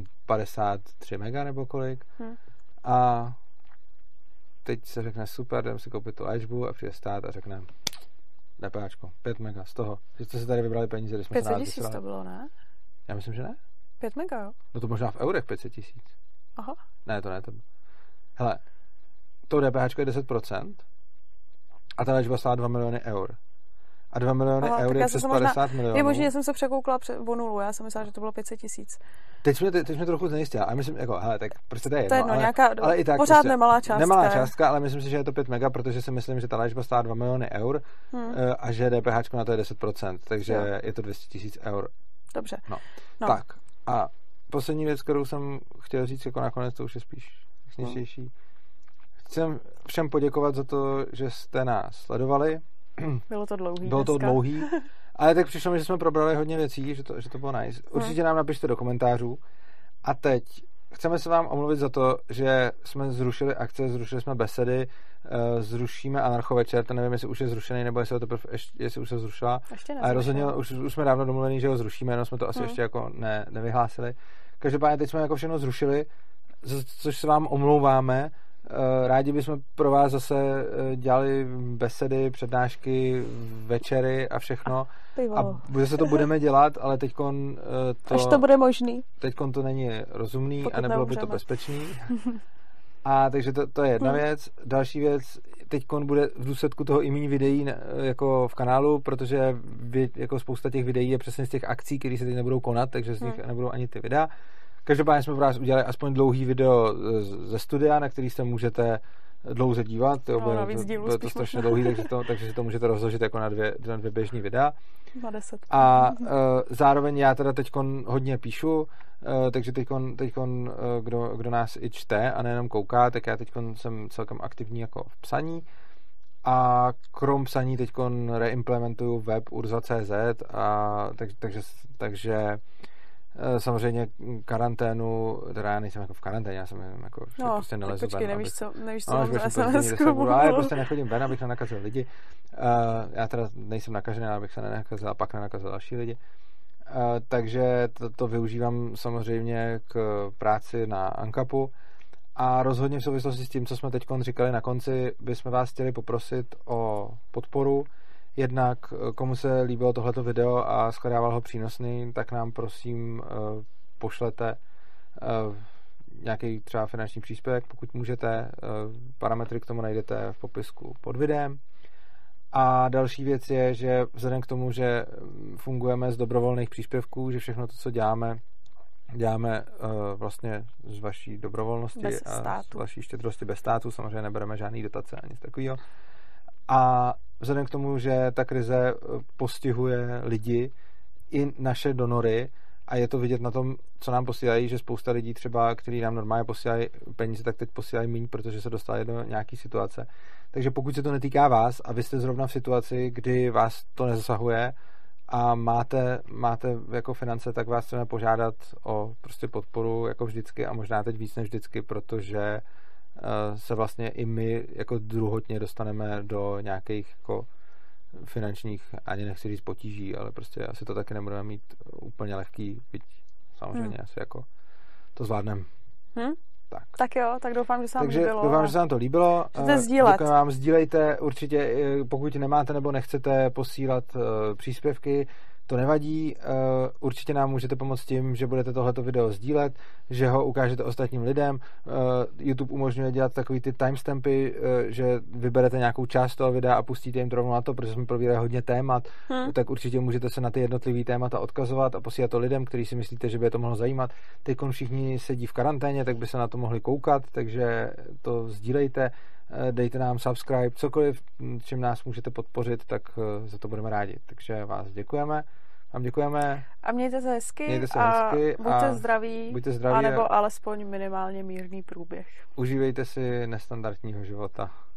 53 mega nebo kolik a teď se řekne super, jdem si koupit tu léčbu a přijde stát a řekne DPAčko, 5 mega z toho. Že jste se tady vybrali peníze, když jsme 500 000 to bylo, ne? Já myslím, že ne. 5 mega, jo? No to možná v eurech 500 000. Aha. Ne, to ne. Hele, to DPAčko je 10% a ta léčba stála 2 miliony eur. A 2 miliony eur je přes 50 milionů. Je možná, že jsem se překoukla o nulu, já jsem myslela, že to bylo 500 000. Teď mě trochu znejistila, ale myslím, jako, hele, tak prostě to je jedno. To je jedno, ale i tak, pořád prostě, nemalá částka. Nemalá částka, ale myslím si, že je to 5 mega, protože si myslím, že ta léčba stála 2 miliony eur a že DPH na to je 10%, takže je to 200 000 eur. Dobře. No. Tak a poslední věc, kterou jsem chtěl říct, jako nakonec to už je spíš sněžnější. Chci všem poděkovat za to, že jste nás sledovali, Bylo to dlouhý, ale tak přišlo mi, že jsme probrali hodně věcí, že to bylo nice. Určitě nám napište do komentářů. A teď chceme se vám omluvit za to, že jsme zrušili akce, zrušili jsme besedy, zrušíme Anarchovečer, to nevím, jestli už je zrušený, nebo jestli už se zrušila. Ale rozhodně už jsme dávno domluvení, že ho zrušíme, jenom jsme to asi ještě jako nevyhlásili. Každopádně teď jsme jako všechno zrušili, což se vám omlouváme. Rádi bychom pro vás zase dělali besedy, přednášky, večery a všechno. A zase to budeme dělat, ale teďkon až to bude možný. Teďkon to není rozumný a nebylo by to bezpečný. A takže to je jedna věc. Další věc, teďkon bude v důsledku toho i méně videí jako v kanálu, protože jako spousta těch videí je přesně z těch akcí, které se teď nebudou konat, takže z nich nebudou ani ty videa. Každopádně jsme pro vás udělali aspoň dlouhý video ze studia, na který se můžete dlouze dívat. Bude to strašně dlouhý, takže si to můžete rozložit jako na dvě běžný videa. Na 10. A zároveň já teda teďkon hodně píšu, takže teďkon kdo nás i čte a nejenom kouká, tak já teďkon jsem celkem aktivní jako v psaní. A krom psaní teďkon reimplementuju web urza.cz a takže samozřejmě karanténu, teda já nejsem jako v karanténě, já jsem jako prostě nelezu ven. Nevíš, co mám za SMS-ku. Ale prostě nechodím ven, abych nenakazil lidi. Já teda nejsem nakažený, abych se nenakazil a pak nenakazil další lidi. Takže to využívám samozřejmě k práci na Ankapu. A rozhodně v souvislosti s tím, co jsme teď říkali na konci, bychom vás chtěli poprosit o podporu. Jednak, komu se líbilo tohleto video a shledával ho přínosný, tak nám prosím pošlete nějaký třeba finanční příspěvek, pokud můžete. Parametry k tomu najdete v popisku pod videem. A další věc je, že vzhledem k tomu, že fungujeme z dobrovolných příspěvků, že všechno to, co děláme vlastně z vaší dobrovolnosti a z vaší štědrosti bez státu, samozřejmě nebereme žádný dotace ani nic takového. A vzhledem k tomu, že ta krize postihuje lidi i naše donory a je to vidět na tom, co nám posílají, že spousta lidí třeba, kteří nám normálně posílají peníze, tak teď posílají méně, protože se dostali do nějaké situace. Takže pokud se to netýká vás a vy jste zrovna v situaci, kdy vás to nezasahuje a máte jako finance, tak vás chceme požádat o prostě podporu jako vždycky a možná teď víc než vždycky, protože se vlastně i my jako druhotně dostaneme do nějakých jako finančních, ani nechci říct potíží, ale prostě asi to taky nebudeme mít úplně lehký, byť samozřejmě asi jako to zvládneme. Tak jo, tak doufám, že se vám líbilo. Doufám, že se vám to líbilo. Děkujeme vám, sdílejte určitě, pokud nemáte nebo nechcete posílat příspěvky, to nevadí, určitě nám můžete pomoct tím, že budete tohleto video sdílet, že ho ukážete ostatním lidem. YouTube umožňuje dělat takový ty timestampy, že vyberete nějakou část toho videa a pustíte jim to rovnou na to, protože jsme probírali hodně témat, tak určitě můžete se na ty jednotlivý témata odkazovat a posílat to lidem, kteří si myslíte, že by je to mohlo zajímat. Teď všichni sedí v karanténě, tak by se na to mohli koukat, takže to sdílejte, dejte nám subscribe, cokoliv, čím nás můžete podpořit, tak za to budeme rádi. Takže vás děkujeme. Vám děkujeme. A mějte se hezky a buďte zdraví, anebo alespoň minimálně mírný průběh. Užívejte si nestandardního života.